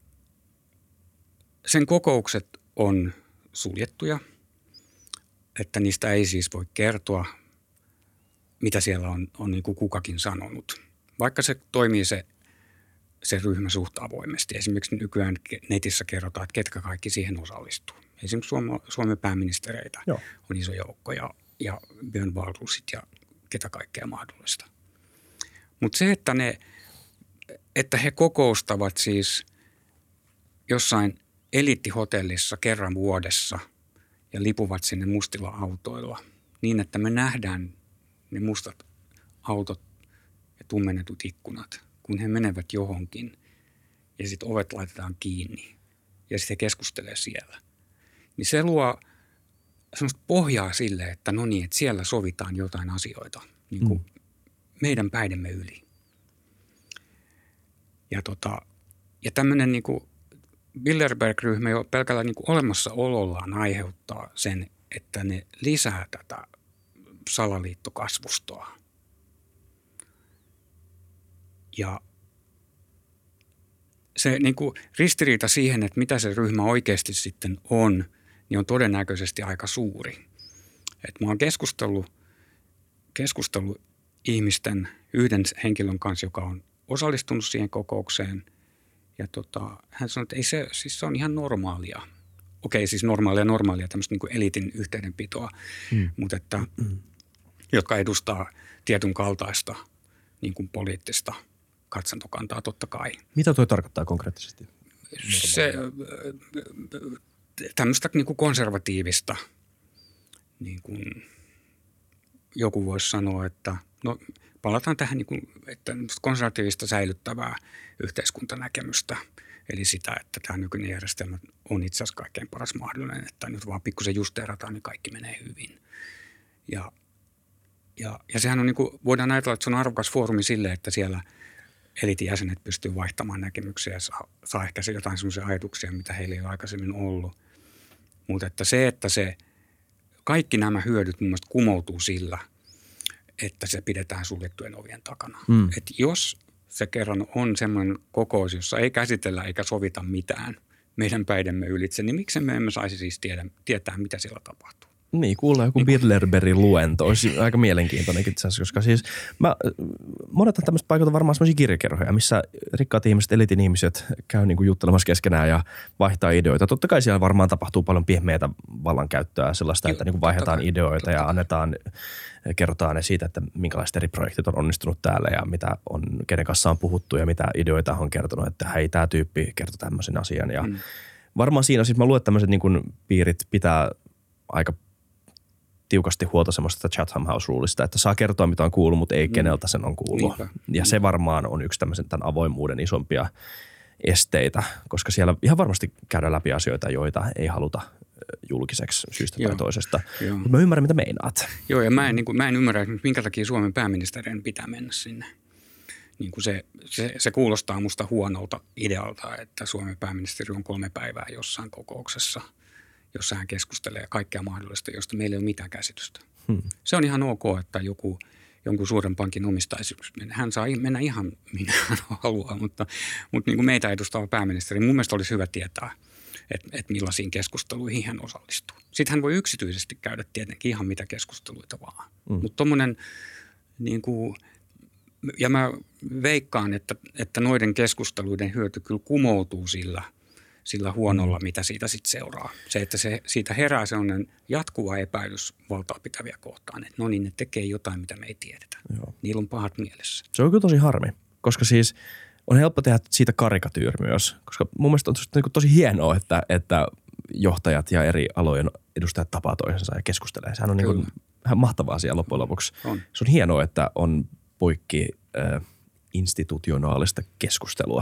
Sen kokoukset on suljettuja, että niistä ei siis voi kertoa, mitä siellä on, on niin kuin kukakin sanonut. Vaikka se toimii se, se ryhmä suht avoimesti. Esimerkiksi nykyään netissä kerrotaan, että ketkä kaikki siihen osallistuu. Esimerkiksi Suoma, Suomen pääministereitä Joo. on iso joukko ja, ja Björn Wahlroosit ja ketä kaikkea mahdollista. Mutta se, että, ne, että he kokoustavat siis jossain eliittihotellissa kerran vuodessa ja lipuvat sinne mustilla autoilla niin, että me nähdään ne mustat autot ja tummennetut ikkunat, kun he menevät johonkin ja sitten ovet laitetaan kiinni ja sitten he keskustelee siellä. Niin se luo semmoista pohjaa sille, että no niin, että siellä sovitaan jotain asioita niin kuin mm. meidän päidemme yli. Ja, tota, ja tämmöinen niin kuin Bilderberg-ryhmä jo pelkällä niin kuin olemassaolollaan aiheuttaa sen, että ne lisää tätä salaliittokasvustoa. Ja se niin kuin ristiriita siihen, että mitä se ryhmä oikeasti sitten on, niin on todennäköisesti aika suuri. Et mä oon keskustellut, keskustellut ihmisten yhden henkilön kanssa, joka on osallistunut siihen kokoukseen. Ja tota, hän sanoi, että ei se, siis se on ihan normaalia. Okei, siis normaalia normaalia, tämmöistä niin kuin eliitin yhteydenpitoa, mm. mutta että, mm. jotka edustaa tietyn kaltaista niin kuin poliittista katsantokantaa totta kai. Mitä toi tarkoittaa konkreettisesti? se tämmöistä niin kuin konservatiivista, niin kuin joku voisi sanoa, että no palataan tähän niin kuin, että konservatiivista säilyttävää yhteiskuntanäkemystä. Eli sitä, että tämä nykyinen järjestelmä on itse asiassa kaikkein paras mahdollinen, että nyt vaan pikkusen justeerataan, niin kaikki menee hyvin. Ja, ja, ja sehän on niin kuin, voidaan ajatella, että se on arvokas foorumi sille, että siellä eliitin jäsenet pystyy vaihtamaan näkemyksiä ja saa, saa ehkä jotain sellaisia ajatuksia, mitä heillä ei ole aikaisemmin ollut. Mutta että se, että se kaikki nämä hyödyt mun mielestä kumoutuu sillä, että se pidetään suljettujen ovien takana. Mm. Että jos se kerran on semmoinen kokous, jossa ei käsitellä eikä sovita mitään meidän päidemme ylitse, niin miksi me emme saisi siis tiedä, tietää, mitä siellä tapahtuu? Niin, kuulla joku niin, Bilderbergin luento olisi aika mielenkiintoinenkin itse asiassa, koska siis mä, monet tämmöistä paikoilta varmaan semmoisia kirjakerhoja, missä rikkaat ihmiset, elitin ihmiset käy niin kuin juttelemassa keskenään ja vaihtaa ideoita. Totta kai siellä varmaan tapahtuu paljon pehmeitä vallankäyttöä sellaista, että niin kuin vaihdetaan kai, ideoita ja annetaan, kerrotaan ne siitä, että minkälaiset eri projektit on onnistunut täällä ja mitä on, kenen kanssa on puhuttu ja mitä ideoita on kertonut, että hei, tämä tyyppi kertoi tämmöisen asian. Ja mm. varmaan siinä, siis mä luulen, että tämmöiset niin kuin piirit pitää aika tiukasti huolta semmoista Chatham House Rulesta, että saa kertoa, mitä on kuullut, mutta ei keneltä sen on kuullut. Niinpä. Ja se varmaan on yksi tämmöisen tämän avoimuuden isompia esteitä, koska siellä ihan varmasti käydään läpi asioita, joita ei haluta julkiseksi syystä Joo. tai toisesta. Mutta mä ymmärrän, mitä meinaat. Joo, ja mä en, niin kuin, mä en ymmärrä, minkä takia Suomen pääministerin pitää mennä sinne. Niin kuin se, se, se kuulostaa musta huonolta idealta, että Suomen pääministeri on kolme päivää jossain kokouksessa, jossa hän keskustelee kaikkea mahdollista, josta meillä ei ole mitään käsitystä. Hmm. Se on ihan ok, että joku, jonkun suuren pankin omistaisi. Hän saa mennä ihan minä hän haluaa, mutta, mutta niin kuin meitä edustava pääministeri, mun mielestä olisi hyvä tietää, että, että millaisiin keskusteluihin hän osallistuu. Sitten hän voi yksityisesti käydä tietenkin ihan mitä keskusteluita vaan. Hmm. Mutta tommoinen, niin kuin, ja mä veikkaan, että, että noiden keskusteluiden hyöty kyllä kumoutuu sillä, sillä huonolla, mitä siitä sitten seuraa. Se, että se, siitä herää sellainen jatkuva epäilys valtaa pitäviä kohtaan, että no niin, ne tekee jotain, mitä me ei tiedetä. Joo. Niillä on pahat mielessä. Se on kyllä tosi harmi, koska siis on helppo tehdä siitä karikatyyri myös, koska mun mielestä on tosi hienoa, että, että johtajat ja eri alojen edustajat tapaa toisensa ja keskustelee. Sehän on niin kuin ihan mahtava asia loppujen lopuksi. On. Se on hienoa, että on poikki äh, institutionaalista keskustelua.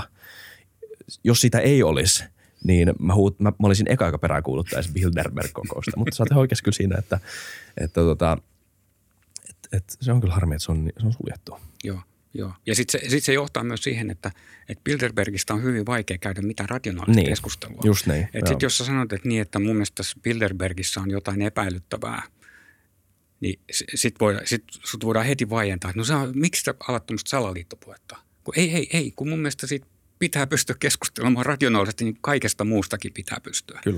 Jos sitä ei olisi, niin mä, huut, mä, mä olisin eka aika peräänkuuluttaisi Bilderberg-kokousta, mutta sä oot ihan oikeassa kyllä siinä, että, että, että, että, että se on kyllä harmi, että se on, se on suljettu. Joo, joo. Ja sitten se, sit se johtaa myös siihen, että, että Bilderbergistä on hyvin vaikea käydä mitään rationaalista niin, keskustelua. Just niin. Että sitten jos sä sanot, että niin, että mun mielestä tässä Bilderbergissä on jotain epäilyttävää, niin sitten voida, sit sut voidaan heti vaientaa, että no sä, miksi sä alat tuommoista salaliittopuhetta? Kun ei, ei, ei, kun mun mielestä siitä pitää pystyä keskustelemaan rationaalisesti, niin kaikesta muustakin pitää pystyä. Kyllä.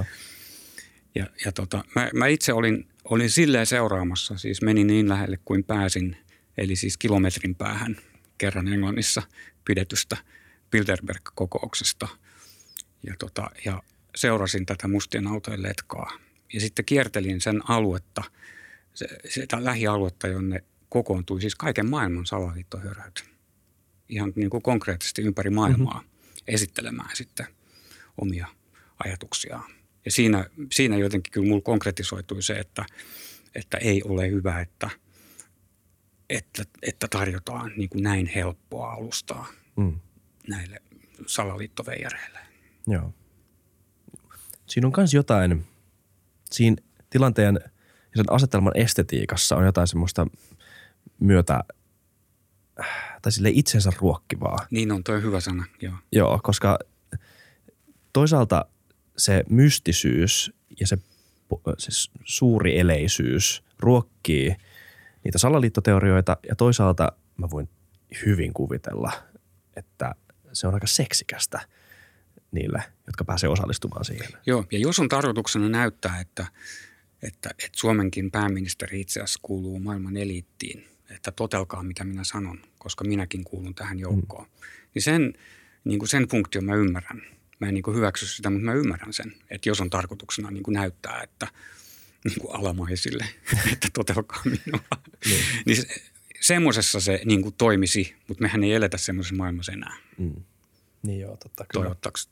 Ja, ja tota, mä, mä itse olin, olin silleen seuraamassa, siis menin niin lähelle kuin pääsin, eli siis kilometrin päähän kerran Englannissa pidetystä Bilderberg-kokouksesta. Ja, tota, ja seurasin tätä mustien autojen letkaa. Ja sitten kiertelin sen aluetta, se, sitä lähialuetta, jonne kokoontui siis kaiken maailman salaliittohörhöt. Ihan niin kuin konkreettisesti ympäri maailmaa mm-hmm. esittelemään sitten omia ajatuksiaan. Ja siinä, siinä jotenkin kyllä mulla konkretisoitui se, että, että ei ole hyvä, että, että, että tarjotaan niin kuin näin helppoa alustaa mm. näille salaliittoveijareille. Joo. Siinä on myös jotain, siinä tilanteen ja sen asetelman estetiikassa on jotain semmoista myötä, tai sille itsensä ruokkivaa. Niin on, toi hyvä sana, joo. Joo, koska toisaalta se mystisyys ja se, se suuri eleisyys ruokkii niitä salaliittoteorioita ja toisaalta mä voin hyvin kuvitella, että se on aika seksikästä niille, jotka pääsee osallistumaan siihen. Joo, ja jos on tarkoituksena näyttää, että, että, että Suomenkin pääministeri itse asiassa kuuluu maailman eliittiin, että totelkaa mitä minä sanon, koska minäkin kuulun tähän joukkoon. Mm. Niin sen, niin kuin sen funktion mä ymmärrän. Mä en niin kuin hyväksy sitä, mutta mä ymmärrän sen, että jos on tarkoituksena niin kuin näyttää, että niin kuin alamaisille, että totelkaa minua. Mm. Niin se, semmoisessa se niin kuin toimisi, mutta mehän ei eletä semmoisessa maailmassa enää. Mm. Niin joo, totta kyllä. Toivottavasti,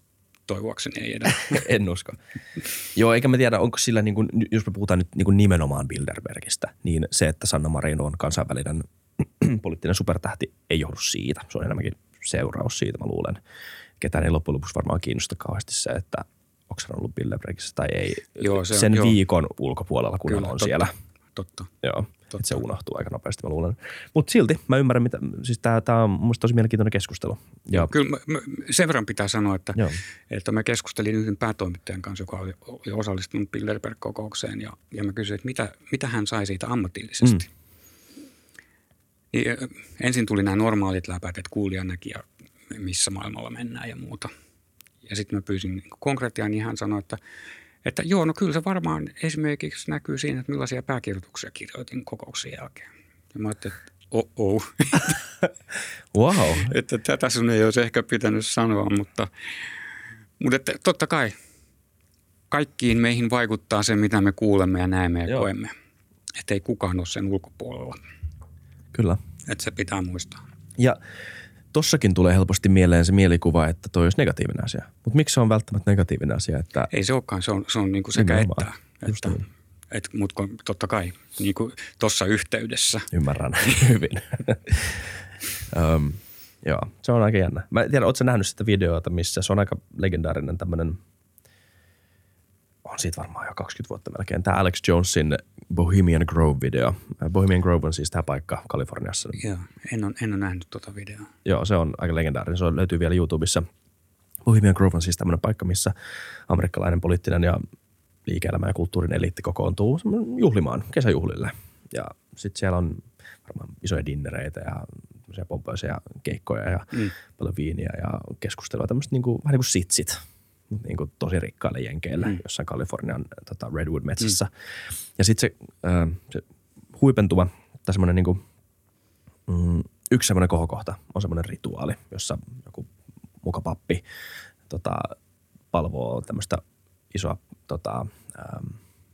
toivoakseni ei edellä. En usko. Joo, eikä mä tiedä, onko sillä, niin kuin, jos me puhutaan nyt niin kuin nimenomaan Bilderbergistä, niin se, että Sanna Marin on kansainvälinen poliittinen supertähti, ei johdu siitä. Se on enemmänkin seuraus siitä, mä luulen. Ketään ei loppujen lopuksi varmaan kiinnosta kauheasti se, että onko hän ollut Bilderbergissä tai ei. Joo, se on, sen joo. viikon ulkopuolella, kun Kyllä, hän on totta, siellä. Totta. Joo, totta. Että se unohtuu aika nopeasti, mä luulen. Mutta silti mä ymmärrän, mitä, siis tää on mun mielestä tosi mielenkiintoinen keskustelu. Ja Kyllä mä, mä, sen verran pitää sanoa, että, että mä keskustelin yhden päätoimittajan kanssa, joka oli, oli osallistunut Bilderberg-kokoukseen ja, ja mä kysyin, että mitä, mitä hän sai siitä ammatillisesti. Mm. Niin, ensin tuli nämä normaalit läpät, että kuulija näki ja missä maailmalla mennään ja muuta. Ja sitten mä pyysin konkreettia, niin hän sanoi, että, että joo, no kyllä se varmaan esimerkiksi näkyy siinä, että millaisia pääkirjoituksia kirjoitin kokouksen jälkeen. Ja mä ajattelin, että oh, oh. Wow. Että tätä sun ei olisi ehkä pitänyt sanoa, mutta, mutta että totta kai kaikkiin meihin vaikuttaa se, mitä me kuulemme ja näemme ja joo. koemme. Että ei kukaan ole sen ulkopuolella. Kyllä. Että se pitää muistaa. Ja tossakin tulee helposti mieleen se mielikuva, että toi olisi negatiivinen asia. Mutta miksi se on välttämättä negatiivinen asia? Että ei se olekaan, se on, se on niinku sekä että. että, niin. että mutta totta kai, niin kuin tuossa yhteydessä. Ymmärrän hyvin. um, joo, se on aika jännä. Mä en tiedä, ootko sä nähnyt sitä videota, missä se on aika legendaarinen tämmöinen, on siitä varmaan jo kaksikymmentä vuotta melkein, tämä Alex Jonesin Bohemian Grove-video. Bohemian Grove on siis tämä paikka Kaliforniassa. Joo, en ole, en ole nähnyt tuota videoa. Joo, se on aika legendaarinen. Se on, löytyy vielä YouTubessa. Bohemian Grove on siis tämmöinen paikka, missä amerikkalainen poliittinen ja liike-elämä ja kulttuurin eliitti kokoontuu juhlimaan kesäjuhlille. Ja sitten siellä on varmaan isoja dinnereitä ja pompoisia keikkoja ja mm. paljon viiniä ja keskustelua. Tämmöiset niinku, vähän niin kuin sitsit. Niin kuin tosi rikkaille jenkeille mm. jossain Kalifornian tota, Redwood-metsässä. Mm. Ja sitten se, äh, se huipentuva tai semmoinen niin kuin, mm, yksi semmoinen kohokohta on semmoinen rituaali, jossa joku mukapappi tota, palvoo tämmöistä isoa tota, ähm,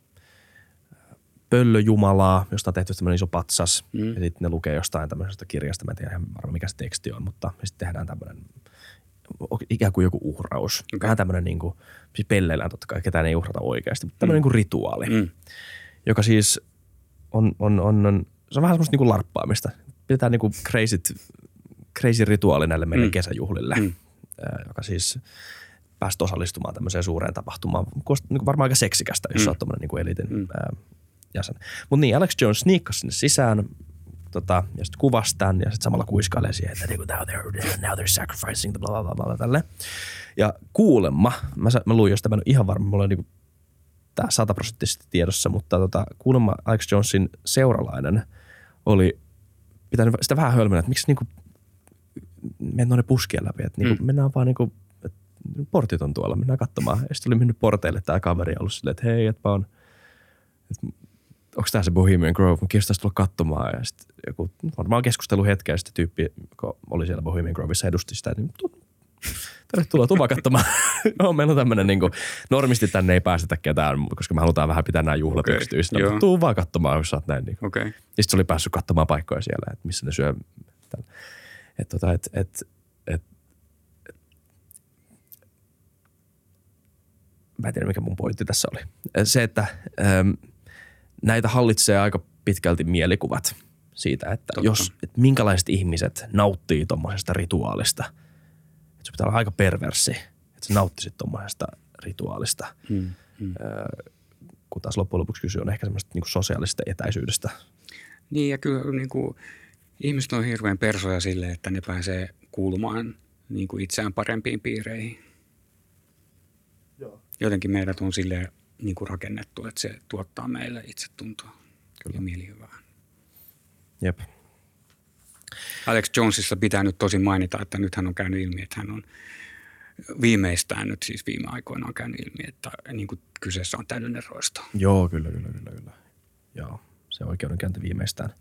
pöllöjumalaa, josta on tehty tämmöinen iso patsas. Mm. Ja sitten ne lukee jostain tämmöisestä kirjasta. Mä en tiedä varmaan mikä se teksti on, mutta sitten tehdään tämmöinen ikään kuin joku uhraus. Okay. Vähän tämmöinen niin kuin, siis pelleillään totta kai, ketään ei uhrata oikeasti, mutta tämmöinen mm. niin kuin rituaali, mm. joka siis on, on, on, on, se on vähän semmoista niin kuin larppaamista. Pidetään niin kuin crazy, crazy rituaali näille meidän mm. kesäjuhlille, mm. joka siis päästä osallistumaan tämmöiseen suureen tapahtumaan. Niin varmaan aika seksikästä, jos mm. sä oot tommoinen niin kuin elitin mm. ää, jäsen. Mutta niin, Alex Jones sniikkasi sinne sisään, Tota, ja sitten kuvasi tämän ja sitten samalla kuiskailee siihen, että now they're, now they're sacrificing the blah, blah, blah, blah, tälle. Ja kuulemma, mä, mä luin jostain, mä en ole ihan varma, mulla on niinku tää sataprosenttisesti tiedossa, mutta tota, kuulemma Alex Jonesin seuralainen oli pitänyt sitä vähän hölmönä, että miksi niinku mennään noiden puskien läpi, että niinku, mm. mennään vaan niinku, että portit on tuolla, mennään katsomaan. Ja sitten oli mennyt porteille tää kaveri ollut silleen, että hei, että mä oon, että onko tämä se Bohemian Grove, mä kiinnostaisi tulla katsomaan. Ja sitten joku, varmaan keskustelu hetkeä, ja sitten tyyppi, joka oli siellä Bohemian Grovessa, edusti sitä, niin tervetuloa, tuu vaan katsomaan. No, meillä on tämmöinen niin kuin, normisti tänne ei päästetä ketään, koska me halutaan vähän pitää nämä juhlat okay, yksityisinä, mutta tuu vaan katsomaan, jos sä oot näin. Niin. Okay. Ja sitten se oli päässyt katsomaan paikkoja siellä, että missä ne syö. Että tota, et, et, et, et, mä en tiedä, mikä mun pointti tässä oli. Se, että ähm, näitä hallitsee aika pitkälti mielikuvat siitä, että jos, että minkälaiset ihmiset nauttii tuommoisesta rituaalista. Että se pitää olla aika perverssi, että sä nauttisit tuommoisesta rituaalista. Hmm, hmm. Öö, kun taas loppujen lopuksi kyse on ehkä semmoista niin kuin sosiaalisesta etäisyydestä. Niin ja kyllä niin kuin, ihmiset on hirveän persoja sille, että ne pääsee kuulumaan niin kuin itseään parempiin piireihin. Joo. Jotenkin meidät on silleen niin kuin rakennettu, että se tuottaa meille itsetuntoa Kyllä. ja mielihyvää. Jep. Alex Jonesissa pitää nyt tosi mainita, että nyt hän on käynyt ilmi, että hän on viimeistään nyt siis viime aikoina on käynyt ilmi, että niin kuin kyseessä on täydellinen roisto. Joo, kyllä, kyllä, kyllä, kyllä. Joo, se oikeudenkäynti viimeistään.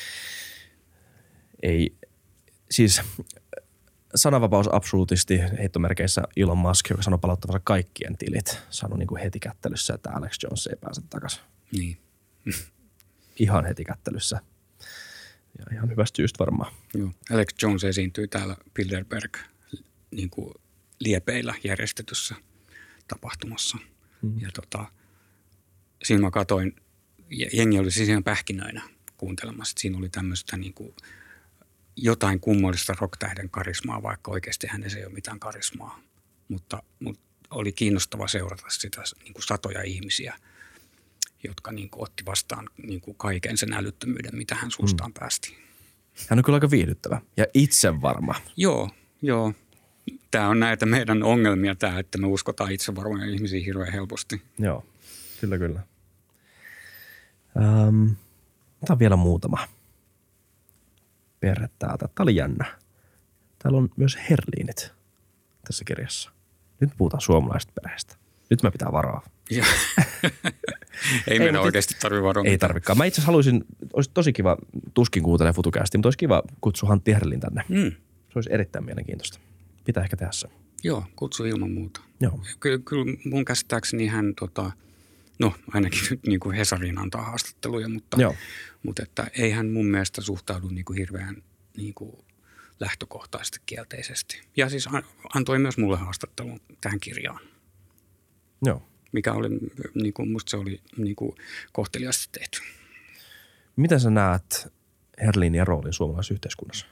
Ei, siis sananvapaus absoluutisti heittomerkeissä Elon Musk, joka sanoi palauttavansa kaikkien tilit, sanoi niin kuin heti kättelyssä, että Alex Jones ei pääse takaisin. Niin. Ihan heti kättelyssä. Ja ihan hyvästä syystä varmaan. Joo. Alex Jones esiintyi täällä Bilderberg niin kuin Liepeillä järjestetyssä tapahtumassa. Mm. Ja tota, siinä mä katsoin, jengi oli siis ihan pähkinöinä kuuntelemassa. Siinä oli tämmöistä niin kuin jotain kummallista rocktähden karismaa, vaikka oikeasti hänessä ei ole mitään karismaa. Mutta, mutta oli kiinnostava seurata sitä niin kuin satoja ihmisiä, jotka niin kuin otti vastaan niin kuin kaiken sen älyttömyyden, mitä hän suustaan mm. päästi. Hän on kyllä aika viihdyttävä ja itsevarma. Joo, joo. Tämä on näitä meidän ongelmia tämä, että me uskotaan itsevarmoja ihmisiä hirveän helposti. Joo, kyllä kyllä. Ähm, otan vielä muutama perhe täältä. Tämä oli jännä. Täällä on myös Herliinit tässä kirjassa. Nyt puhutaan suomalaisesta perheestä. Nyt me pitää varoa. Joo. ei meidän ei, oikeasti tarvitse varoa. Ei tarvikaan. Mä itse asiassa haluaisin, olisi tosi kiva, tuskin kuuntelemaan FutuCastia, mutta olisi kiva kutsua Antti Herlin tänne. Mm. Se olisi erittäin mielenkiintoista. Pitää ehkä tehdä se. Joo, kutsu ilman muuta. Joo. Kyllä, kyllä mun käsittääkseni hän, tota, no ainakin nyt niin kuin Hesariin antaa haastatteluja, mutta, Joo. mutta että ei hän mun mielestä suhtaudu niin kuin hirveän niin kuin lähtökohtaisesti kielteisesti. Ja siis antoi myös mulle haastattelun tähän kirjaan. Joo. Mikä oli, niin kuin, musta se oli niin kuin kohteliaasti tehty. Miten sä näet Herlinin ja roolin suomalaisessa yhteiskunnassa?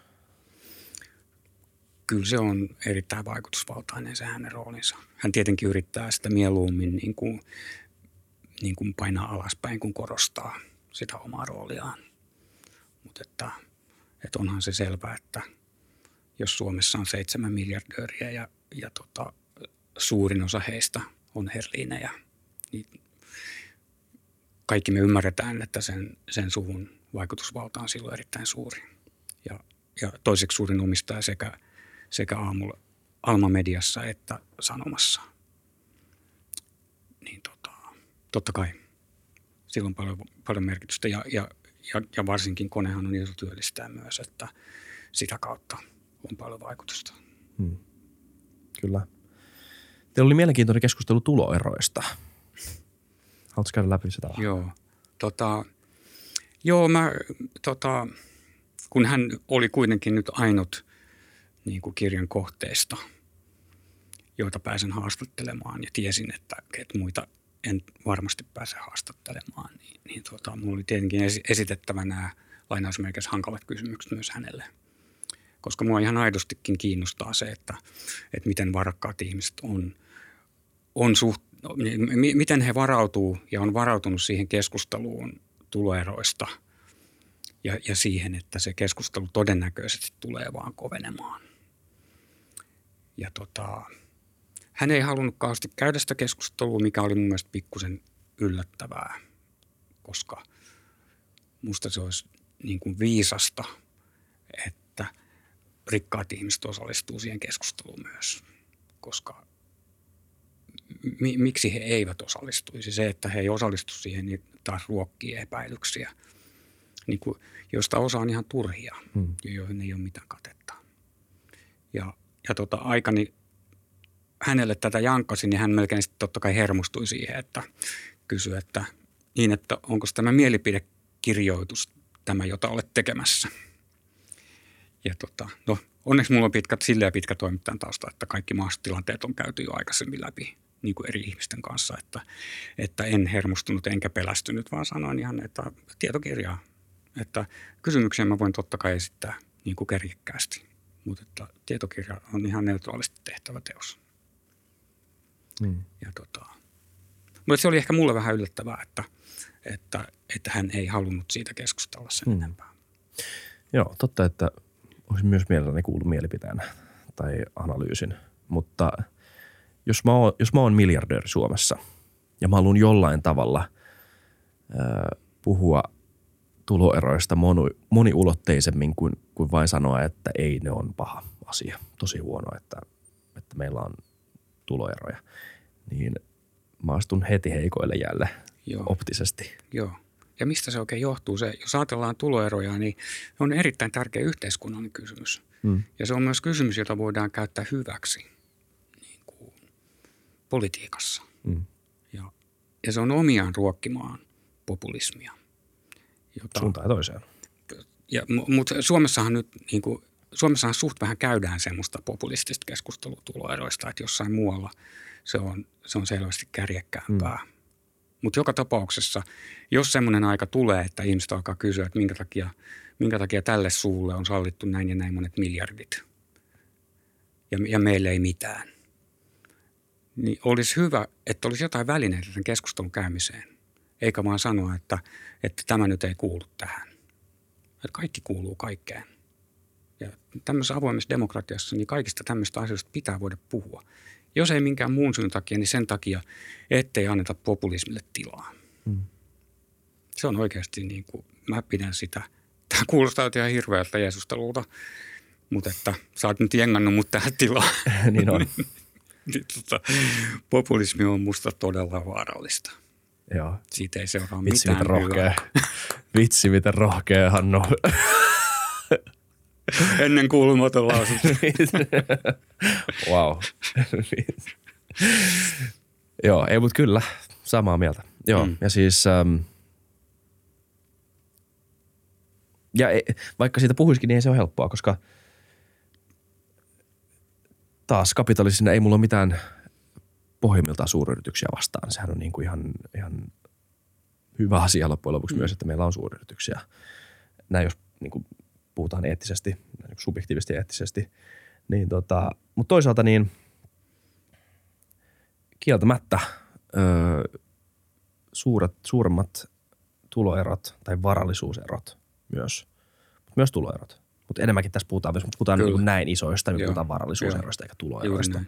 Kyllä se on erittäin vaikutusvaltainen se hänen roolinsa. Hän tietenkin yrittää sitä mieluummin niin kuin, niin kuin painaa alaspäin, kun korostaa sitä omaa rooliaan. Mutta että, että onhan se selvää, että jos Suomessa on seitsemän miljardööriä ja, ja tota, suurin osa heistä on herliinejä, niin kaikki me ymmärretään, että sen, sen suvun vaikutusvalta on silloin erittäin suuri. Ja, ja toiseksi suurin omistaja sekä sekä aamulla Alma-mediassa että Sanomassa. Niin tota, totta kai sillä on paljon, paljon merkitystä ja, ja, ja, ja varsinkin konehan on iso työllistää myös, että sitä kautta on paljon vaikutusta. Hmm. Kyllä. Teillä oli mielenkiintoinen keskustelu tuloeroista. Haluatko käydä läpi sitä? Joo. Tota, joo, mä, tota, kun hän oli kuitenkin nyt ainut niin kuin kirjan kohteista, joita pääsen haastattelemaan ja tiesin, että, että muita en varmasti pääse haastattelemaan, niin, niin tota, mulla oli tietenkin esitettävä nämä lainausmerkeissä hankalat kysymykset myös hänelle. Koska mua ihan aidostikin kiinnostaa se, että, että miten varakkaat ihmiset on, on suht, m- miten he varautuu ja on varautunut siihen keskusteluun tuloeroista ja, ja siihen, että se keskustelu todennäköisesti tulee vaan kovenemaan. Ja tota, hän ei halunnut kauheasti käydä sitä keskustelua, mikä oli mun mielestä pikkusen yllättävää, koska musta se olisi niin kuin viisasta, että rikkaat ihmiset osallistuu siihen keskusteluun myös, koska mi- miksi he eivät osallistuisi? Se, että he ei osallistu siihen, niin taas ruokkii epäilyksiä, niin kuin, joista osa on ihan turhia hmm. ja joihin ei ole mitään katetta. Ja Ja tota, aikani hänelle tätä jankkasi, niin hän melkein sitten totta kai hermostui siihen, että kysyi, että niin, että onko tämä mielipidekirjoitus tämä, jota olet tekemässä. Ja tota, no onneksi mulla on pitkät, silleen pitkä toimittajan tausta, että kaikki maastotilanteet on käyty jo aikaisemmin läpi niin kuin eri ihmisten kanssa, että, että en hermostunut enkä pelästynyt, vaan sanoin ihan, että tietokirjaa, että kysymyksiä mä voin totta kai esittää niin kuin kärjekkäästi. Mutta että tietokirja on ihan neutraalisti tehtävä teos. Mm. Ja tota, mutta se oli ehkä mulle vähän yllättävää, että, että, että hän ei halunnut siitä keskustella sen mm. enempää. Joo, totta, että olisin myös mielelläni kuullut mielipiteen tai analyysin. Mutta jos mä oon, jos mä oon miljardööri Suomessa ja mä haluan jollain tavalla äh, puhua tuloeroista moni, moniulotteisemmin kuin, kuin vain sanoa, että ei ne on paha asia. Tosi huono, että, että meillä on tuloeroja. Niin mä astun heti heikoille jälle Joo. optisesti. Joo. Ja mistä se oikein johtuu? Se, jos ajatellaan tuloeroja, niin on erittäin tärkeä yhteiskunnallinen kysymys. Hmm. Ja se on myös kysymys, jota voidaan käyttää hyväksi niin kuin politiikassa. Hmm. Ja, ja se on omiaan ruokkimaan populismia. Jota, suuntaan ja toiseen. Ja, mutta Suomessahan nyt niin kuin Suomessahan suht vähän käydään semmoista populistista keskustelua tuloeroista, että jossain muualla se on, se on selvästi kärjekkäämpää. Mm. Mutta joka tapauksessa, jos semmoinen aika tulee, että ihmiset alkaa kysyä, että minkä takia, minkä takia tälle suulle on sallittu näin ja näin monet miljardit ja, ja meille ei mitään, niin olisi hyvä, että olisi jotain välineitä tämän keskustelun käymiseen, eikä vaan sanoa, että, että tämä nyt ei kuulu tähän. Että kaikki kuuluu kaikkeen. Ja tämmöisessä avoimessa demokratiassa niin kaikista tämmöistä asioista pitää voida puhua. Jos ei minkään muun syyn takia, niin sen takia, ettei anneta populismille tilaa. Hmm. Se on oikeasti niin kuin, mä pidän sitä, tämä kuulostaa ihan hirveältä Jeesustelulta, mutta että sä oot nyt jengannut mut tähän tilaan. Niin on. niin, tota, populismi on musta todella vaarallista. Joo. Siitä ei seuraa Vitsi, mitään miten rohkea. Vitsi, miten rohkea, Hannu. Ennen kuulumaton lausunto. Wow. Joo, ei, mutta kyllä, samaa mieltä. Joo, mm. ja siis, ähm, ja ei, vaikka siitä puhuisikin, niin ei se ole helppoa, koska taas kapitalistina ei mulla ole mitään pohjimmiltaan suuryrityksiä vastaan. Sehän on niin kuin ihan, ihan hyvä asia loppujen lopuksi mm. myös, että meillä on suuryrityksiä. Näin jos niin kuin puhutaan eettisesti, subjektiivisesti eettisesti, niin tota, mutta toisaalta niin kieltämättä ö, suuret, suuremmat tuloerot tai varallisuuserot myös, myös tuloerot. Mutta enemmänkin tässä puhutaan, jos puhutaan niin näin isoista, niin puhutaan varallisuuseroista eikä tuloeroista.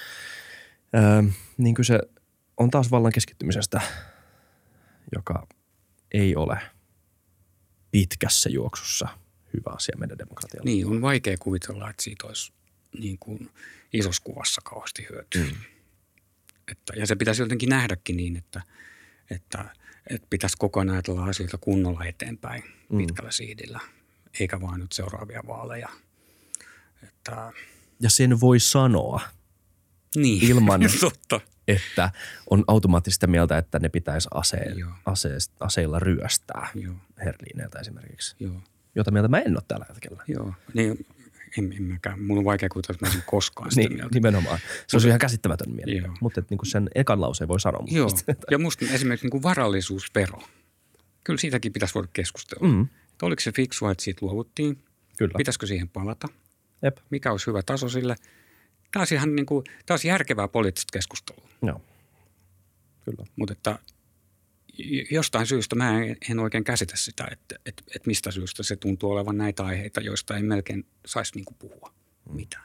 Öö, niin kyllä se on taas vallan keskittymisestä, joka ei ole pitkässä juoksussa hyvä asia meidän demokratialle. Niin, on vaikea kuvitella, että siitä olisi niin kuin isossa kuvassa kauheasti hyötyä. Mm. Että, ja se pitäisi jotenkin nähdäkin niin, että, että, että pitäisi koko ajan ajatella asioita kunnolla eteenpäin mm. pitkällä sihdillä, eikä vaan nyt seuraavia vaaleja. Että, ja sen voi sanoa niin, ilman, totta. että on automaattisesti sitä mieltä, että ne pitäisi aseen, aseist, aseilla ryöstää herliineiltä esimerkiksi. Joo. Jota mieltä mä en ole tällä hetkellä. Joo, niin en, en mäkään. Mun on vaikea kuvitella, että mä olisin koskaan sitä niin, mieltä. Nimenomaan. Se on ihan käsittämätön mieltä, mutta niinku sen ekan lauseen voi sanoa. Joo, ja musta esimerkiksi niinku varallisuusvero. Kyllä siitäkin pitäisi voida keskustella. Mm. Että oliko se fiksua, että siitä luovuttiin? Kyllä. Pitäisikö siihen palata? Jep. Mikä olisi hyvä taso sille? Tämä olisi ihan niinku, tämä olisi järkevää poliittista keskustelua. Joo, kyllä. Mutta että jostain syystä mä en, en oikein käsitä sitä, että, että, että mistä syystä se tuntuu olevan näitä aiheita, joista ei melkein saisi niinku puhua mitään.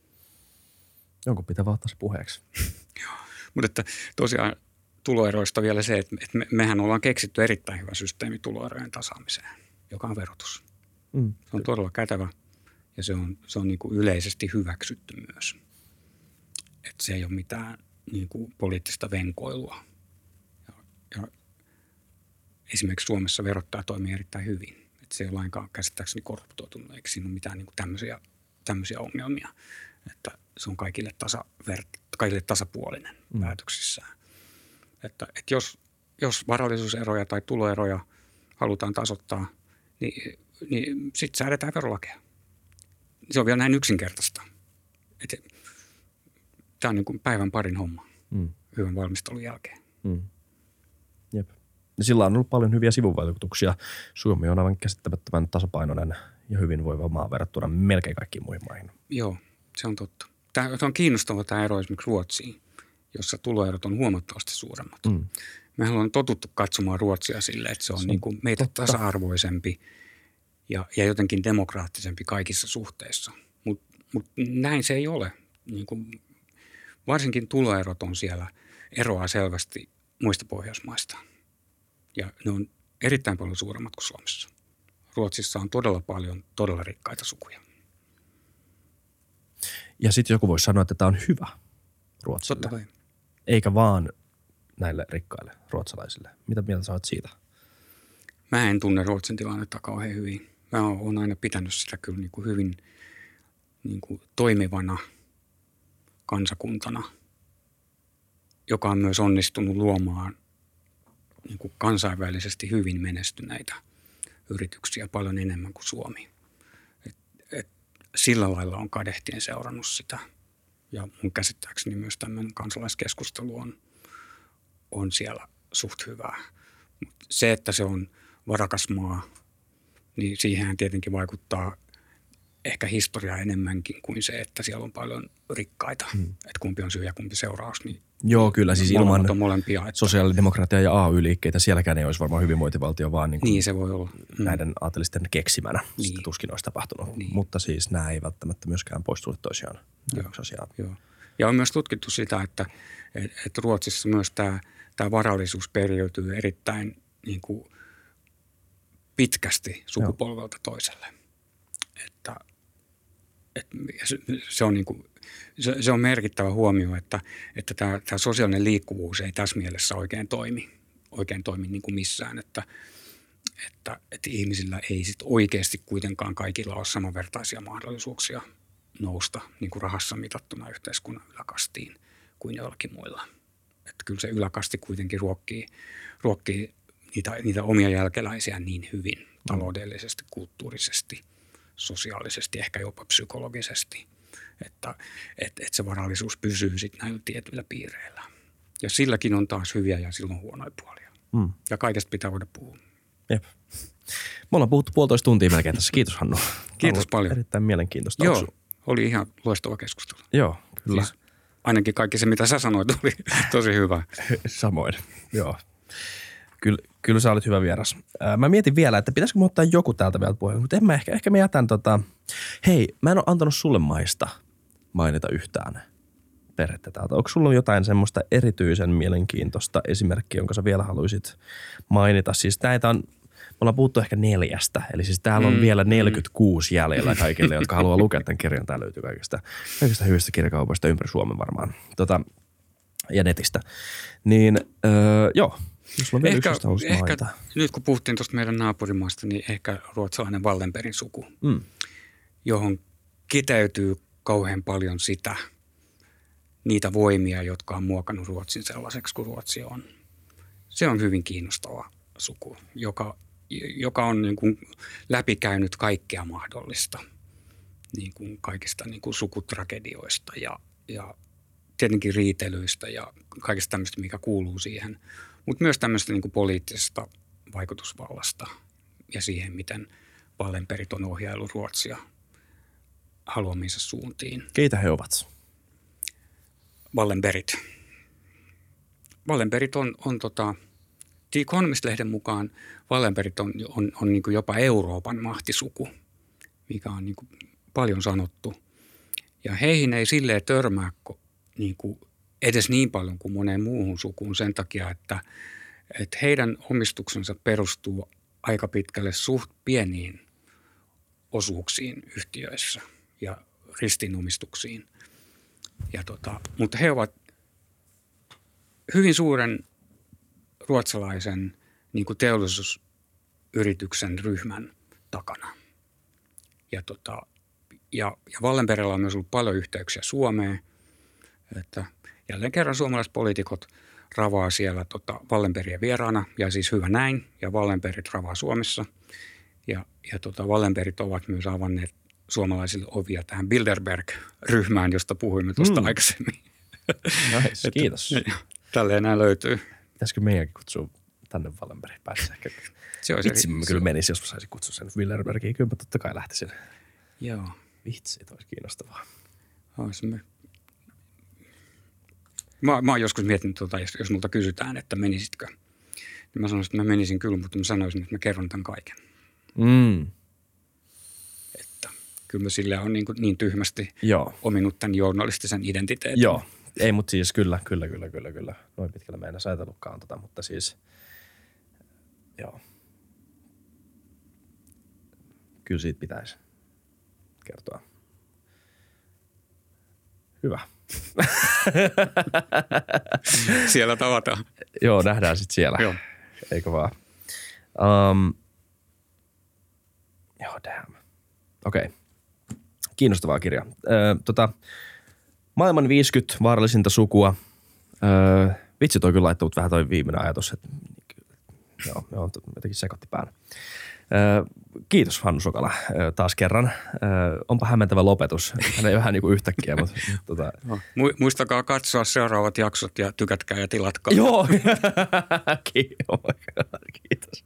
Jonkun pitää ottaa se puheeksi. Joo, mutta että tosiaan tuloeroista vielä se, että me, mehän ollaan keksitty erittäin hyvä systeemi tuloerojen tasaamiseen, joka on verotus. Mm. Se on todella kätevä ja se on, se on niinku yleisesti hyväksytty myös. Että se ei ole mitään niinku poliittista venkoilua. Ja, ja esimerkiksi Suomessa verottaja toimii erittäin hyvin. Että se ei ole lainkaan käsittääkseni korruptoitunut, eikä siinä ole mitään niin kuin tämmöisiä, tämmöisiä ongelmia. Että se on kaikille, tasavert, kaikille tasapuolinen mm. päätöksissään. Että, että jos, jos varallisuuseroja tai tuloeroja halutaan tasoittaa, niin, niin sitten säädetään verolakeja. Se on vielä näin yksinkertaista. Tämä on niin kuin päivän parin homma mm. hyvän valmistelun jälkeen. Mm. Jep. Ja sillä on ollut paljon hyviä sivuvaikutuksia. Suomi on aivan käsittämättömän tasapainoinen ja hyvinvoiva maa verrattuna melkein kaikkiin muihin maihin. Joo, se on totta. Tämä on kiinnostava tämä ero esimerkiksi Ruotsiin, jossa tuloerot on huomattavasti suuremmat. Mm. Mehän on totuttu katsomaan Ruotsia silleen, että se on, se on niin kuin meitä totta. tasa-arvoisempi ja, ja jotenkin demokraattisempi kaikissa suhteissa. Mutta mut näin se ei ole. Niin kuin varsinkin tuloerot on siellä eroaa selvästi muista Pohjoismaista. Ja ne on erittäin paljon suuremmat kuin Suomessa. Ruotsissa on todella paljon todella rikkaita sukuja. Ja sitten joku voisi sanoa, että tämä on hyvä Ruotsille. Totta kai. Eikä vaan näille rikkaille ruotsalaisille. Mitä mieltä sä oot siitä? Mä en tunne Ruotsin tilannetta kauhean hyvin. Mä oon aina pitänyt sitä kyllä niin kuin hyvin niin kuin toimivana kansakuntana, joka on myös onnistunut luomaan niin kuin kansainvälisesti hyvin menestyneitä yrityksiä paljon enemmän kuin Suomi. Et, et, sillä lailla on kadehtien seurannut sitä. Ja mun käsittääkseni myös tämmöinen kansalaiskeskustelu on, on siellä suht hyvää. Mut se, että se on varakas maa, niin siihen tietenkin vaikuttaa ehkä historia enemmänkin kuin se, että siellä on paljon rikkaita. Hmm. Että kumpi on syy ja kumpi seuraus. Niin joo, kyllä. Siis ilman molempia, että sosiaalidemokratia ja A Y-liikkeitä sielläkään ei olisi varmaan hyvinvointivaltio, vaan niin kuin niin se voi olla. näiden aatelisten keksimänä. Niin. Sitten tuskin olisi tapahtunut. Niin. Mutta siis nämä ei välttämättä myöskään poistu toisiaan. Joo, joo. Ja on myös tutkittu sitä, että, että Ruotsissa myös tämä, tämä varallisuus periytyy erittäin niin kuin pitkästi sukupolvelta joo. toiselle. Että, että se, on niin kuin, se, se on merkittävä huomio, että, että tämä, tämä sosiaalinen liikkuvuus ei tässä mielessä oikein toimi, oikein toimi niin kuin missään, että, että, että ihmisillä ei sit oikeasti kuitenkaan kaikilla ole samanvertaisia mahdollisuuksia nousta niin kuin rahassa mitattuna yhteiskunnan yläkastiin kuin joillakin muilla. Että kyllä se yläkasti kuitenkin ruokkii, ruokkii niitä, niitä omia jälkeläisiä niin hyvin taloudellisesti, kulttuurisesti, sosiaalisesti, ehkä jopa psykologisesti, että, että, että se varallisuus pysyy sitten näillä tietyillä piireillä. Ja silläkin on taas hyviä ja silloin huonoja puolia. Mm. Ja kaikesta pitää voida puhua. Jep. Me ollaan puhuttu puolitoista tuntia melkein tässä. Kiitos Hannu. Kiitos paljon. Erittäin mielenkiintoista. Joo, Onko... oli ihan loistava keskustelu. Joo, kyllä. Siis ainakin kaikki se, mitä sä sanoit, oli tosi hyvä. Samoin, joo. Kyllä, kyllä sä olit hyvä vieras. Mä mietin vielä, että pitäisikö mä ottaa joku täältä vielä puheen, mutta en mä ehkä, ehkä mä jätän tota, hei, mä en ole antanut sulle maista mainita yhtään perhettä täältä. Onko sulla jotain semmoista erityisen mielenkiintoista esimerkkiä, jonka sä vielä haluaisit mainita? Siis näitä on, me ollaan puhuttu ehkä neljästä, eli siis täällä on mm, vielä neljäkymmentäkuusi mm. jäljellä kaikille, jotka haluaa lukea tämän kirjan. Tää löytyy kaikista, kaikista hyvistä kirjakaupoista ympäri Suomen varmaan tota, ja netistä. Niin öö, joo. Ehkä, ehkä nyt kun puhuttiin tuosta meidän naapurimaasta, niin ehkä ruotsalainen Wallenbergin suku, mm. johon kiteytyy kauhean paljon sitä, niitä voimia, jotka on muokannut Ruotsin sellaiseksi kuin Ruotsi on. Se on hyvin kiinnostava suku, joka, joka on niin kuin läpikäynyt kaikkea mahdollista, niin kuin kaikista niin kuin sukutragedioista ja, ja tietenkin riitelyistä ja kaikesta tämmöistä, mikä kuuluu siihen. Mutta myös tämmöistä niin kuin poliittisesta vaikutusvallasta ja siihen, miten Wallenbergit on ohjaillut Ruotsia haluamiinsa suuntiin. Keitä he ovat? Wallenbergit. Wallenbergit on, on tota, The Economist-lehden mukaan Wallenbergit on, on, on niin kuin jopa Euroopan mahtisuku, mikä on niin kuin paljon sanottu. Ja heihin ei silleen törmää niin kuin edes niin paljon kuin moneen muuhun sukuun sen takia, että, että heidän omistuksensa perustuu aika pitkälle suht pieniin osuuksiin yhtiöissä ja ristiinomistuksiin. Ja tota, mutta he ovat hyvin suuren ruotsalaisen niin kuin teollisuusyrityksen ryhmän takana. Ja, tota, ja, ja Wallenbergilla on myös ollut paljon yhteyksiä Suomeen, että jälleen kerran suomalaiset poliitikot ravaa siellä tota Wallenbergien vieraana, ja siis hyvä näin, ja Wallenbergit ravaa Suomessa. Ja, ja tota Wallenbergit ovat myös avanneet suomalaisille ovia tähän Bilderberg-ryhmään, josta puhuimme tuosta mm. aikaisemmin. Nice, kiitos. Tälleen nämä löytyy. Pitäisikö meidänkin kutsua tänne Wallenbergin päässä ehkä? Vitsi, mä kyllä menisin, jos mä saisin kutsua sen Bilderbergiin. Kyllä mä totta kai lähtisin. Joo. Vitsi, että olisi kiinnostavaa. Olisimme. Mä, mä oon joskus miettinyt, tuota, jos, jos multa kysytään, että menisitkö. Niin mä sanoisin, että mä menisin kyllä, mutta mä sanoisin, että mä kerron tämän kaiken. Mm. Että kyllä mä sillä on niin, kuin, niin tyhmästi Joo. ominut tämän journalistisen identiteetin. Joo, ei mutta siis kyllä, kyllä, kyllä, kyllä, kyllä. Noin pitkällä mä en edes ajatellutkaan tota, mutta siis joo. Kyllä siitä pitäisi kertoa. Hyvä. Siellä tavataan. Joo, nähdään sitten siellä. Joo. Eikö vaan? Um, joo, damn. Okei. Okay. Kiinnostavaa kirja. Öö, tota, maailman viisikymmentä vaarallisinta sukua. Öö, vitsi toi kyllä laittaa vähän toi viimeinen ajatus, että joo, joo, jotenkin sekoitti päällä. Öö, kiitos Hannu Sokala taas kerran. Onpa hämmentävä lopetus. Hän ei vähän niin kuin yhtäkkiä, mutta tota. No, muistakaa katsoa seuraavat jaksot ja tykätkää ja tilatkaa. Joo, kiitos.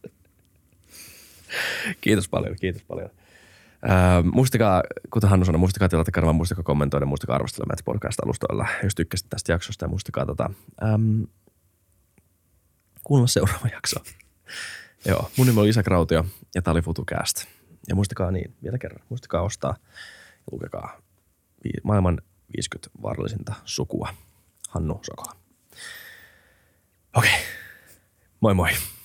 Kiitos paljon, kiitos paljon. Äh, muistakaa, kuten Hannu sanoi, muistakaa tilata kanavan, muistakaa kommentoida, muistakaa arvostella meitä podcast-alustoilla, jos tykkäsit tästä jaksosta ja muistakaa tota, ähm, kuunnella seuraava jakso. Joo, mun nimi on Isak Rautio ja tää oli FutuCast. Ja muistakaa niin, vielä kerran, muistakaa ostaa ja lukekaa maailman viisikymmentä vaarallisinta sukua, Hannu Sokala. Okei, moi moi.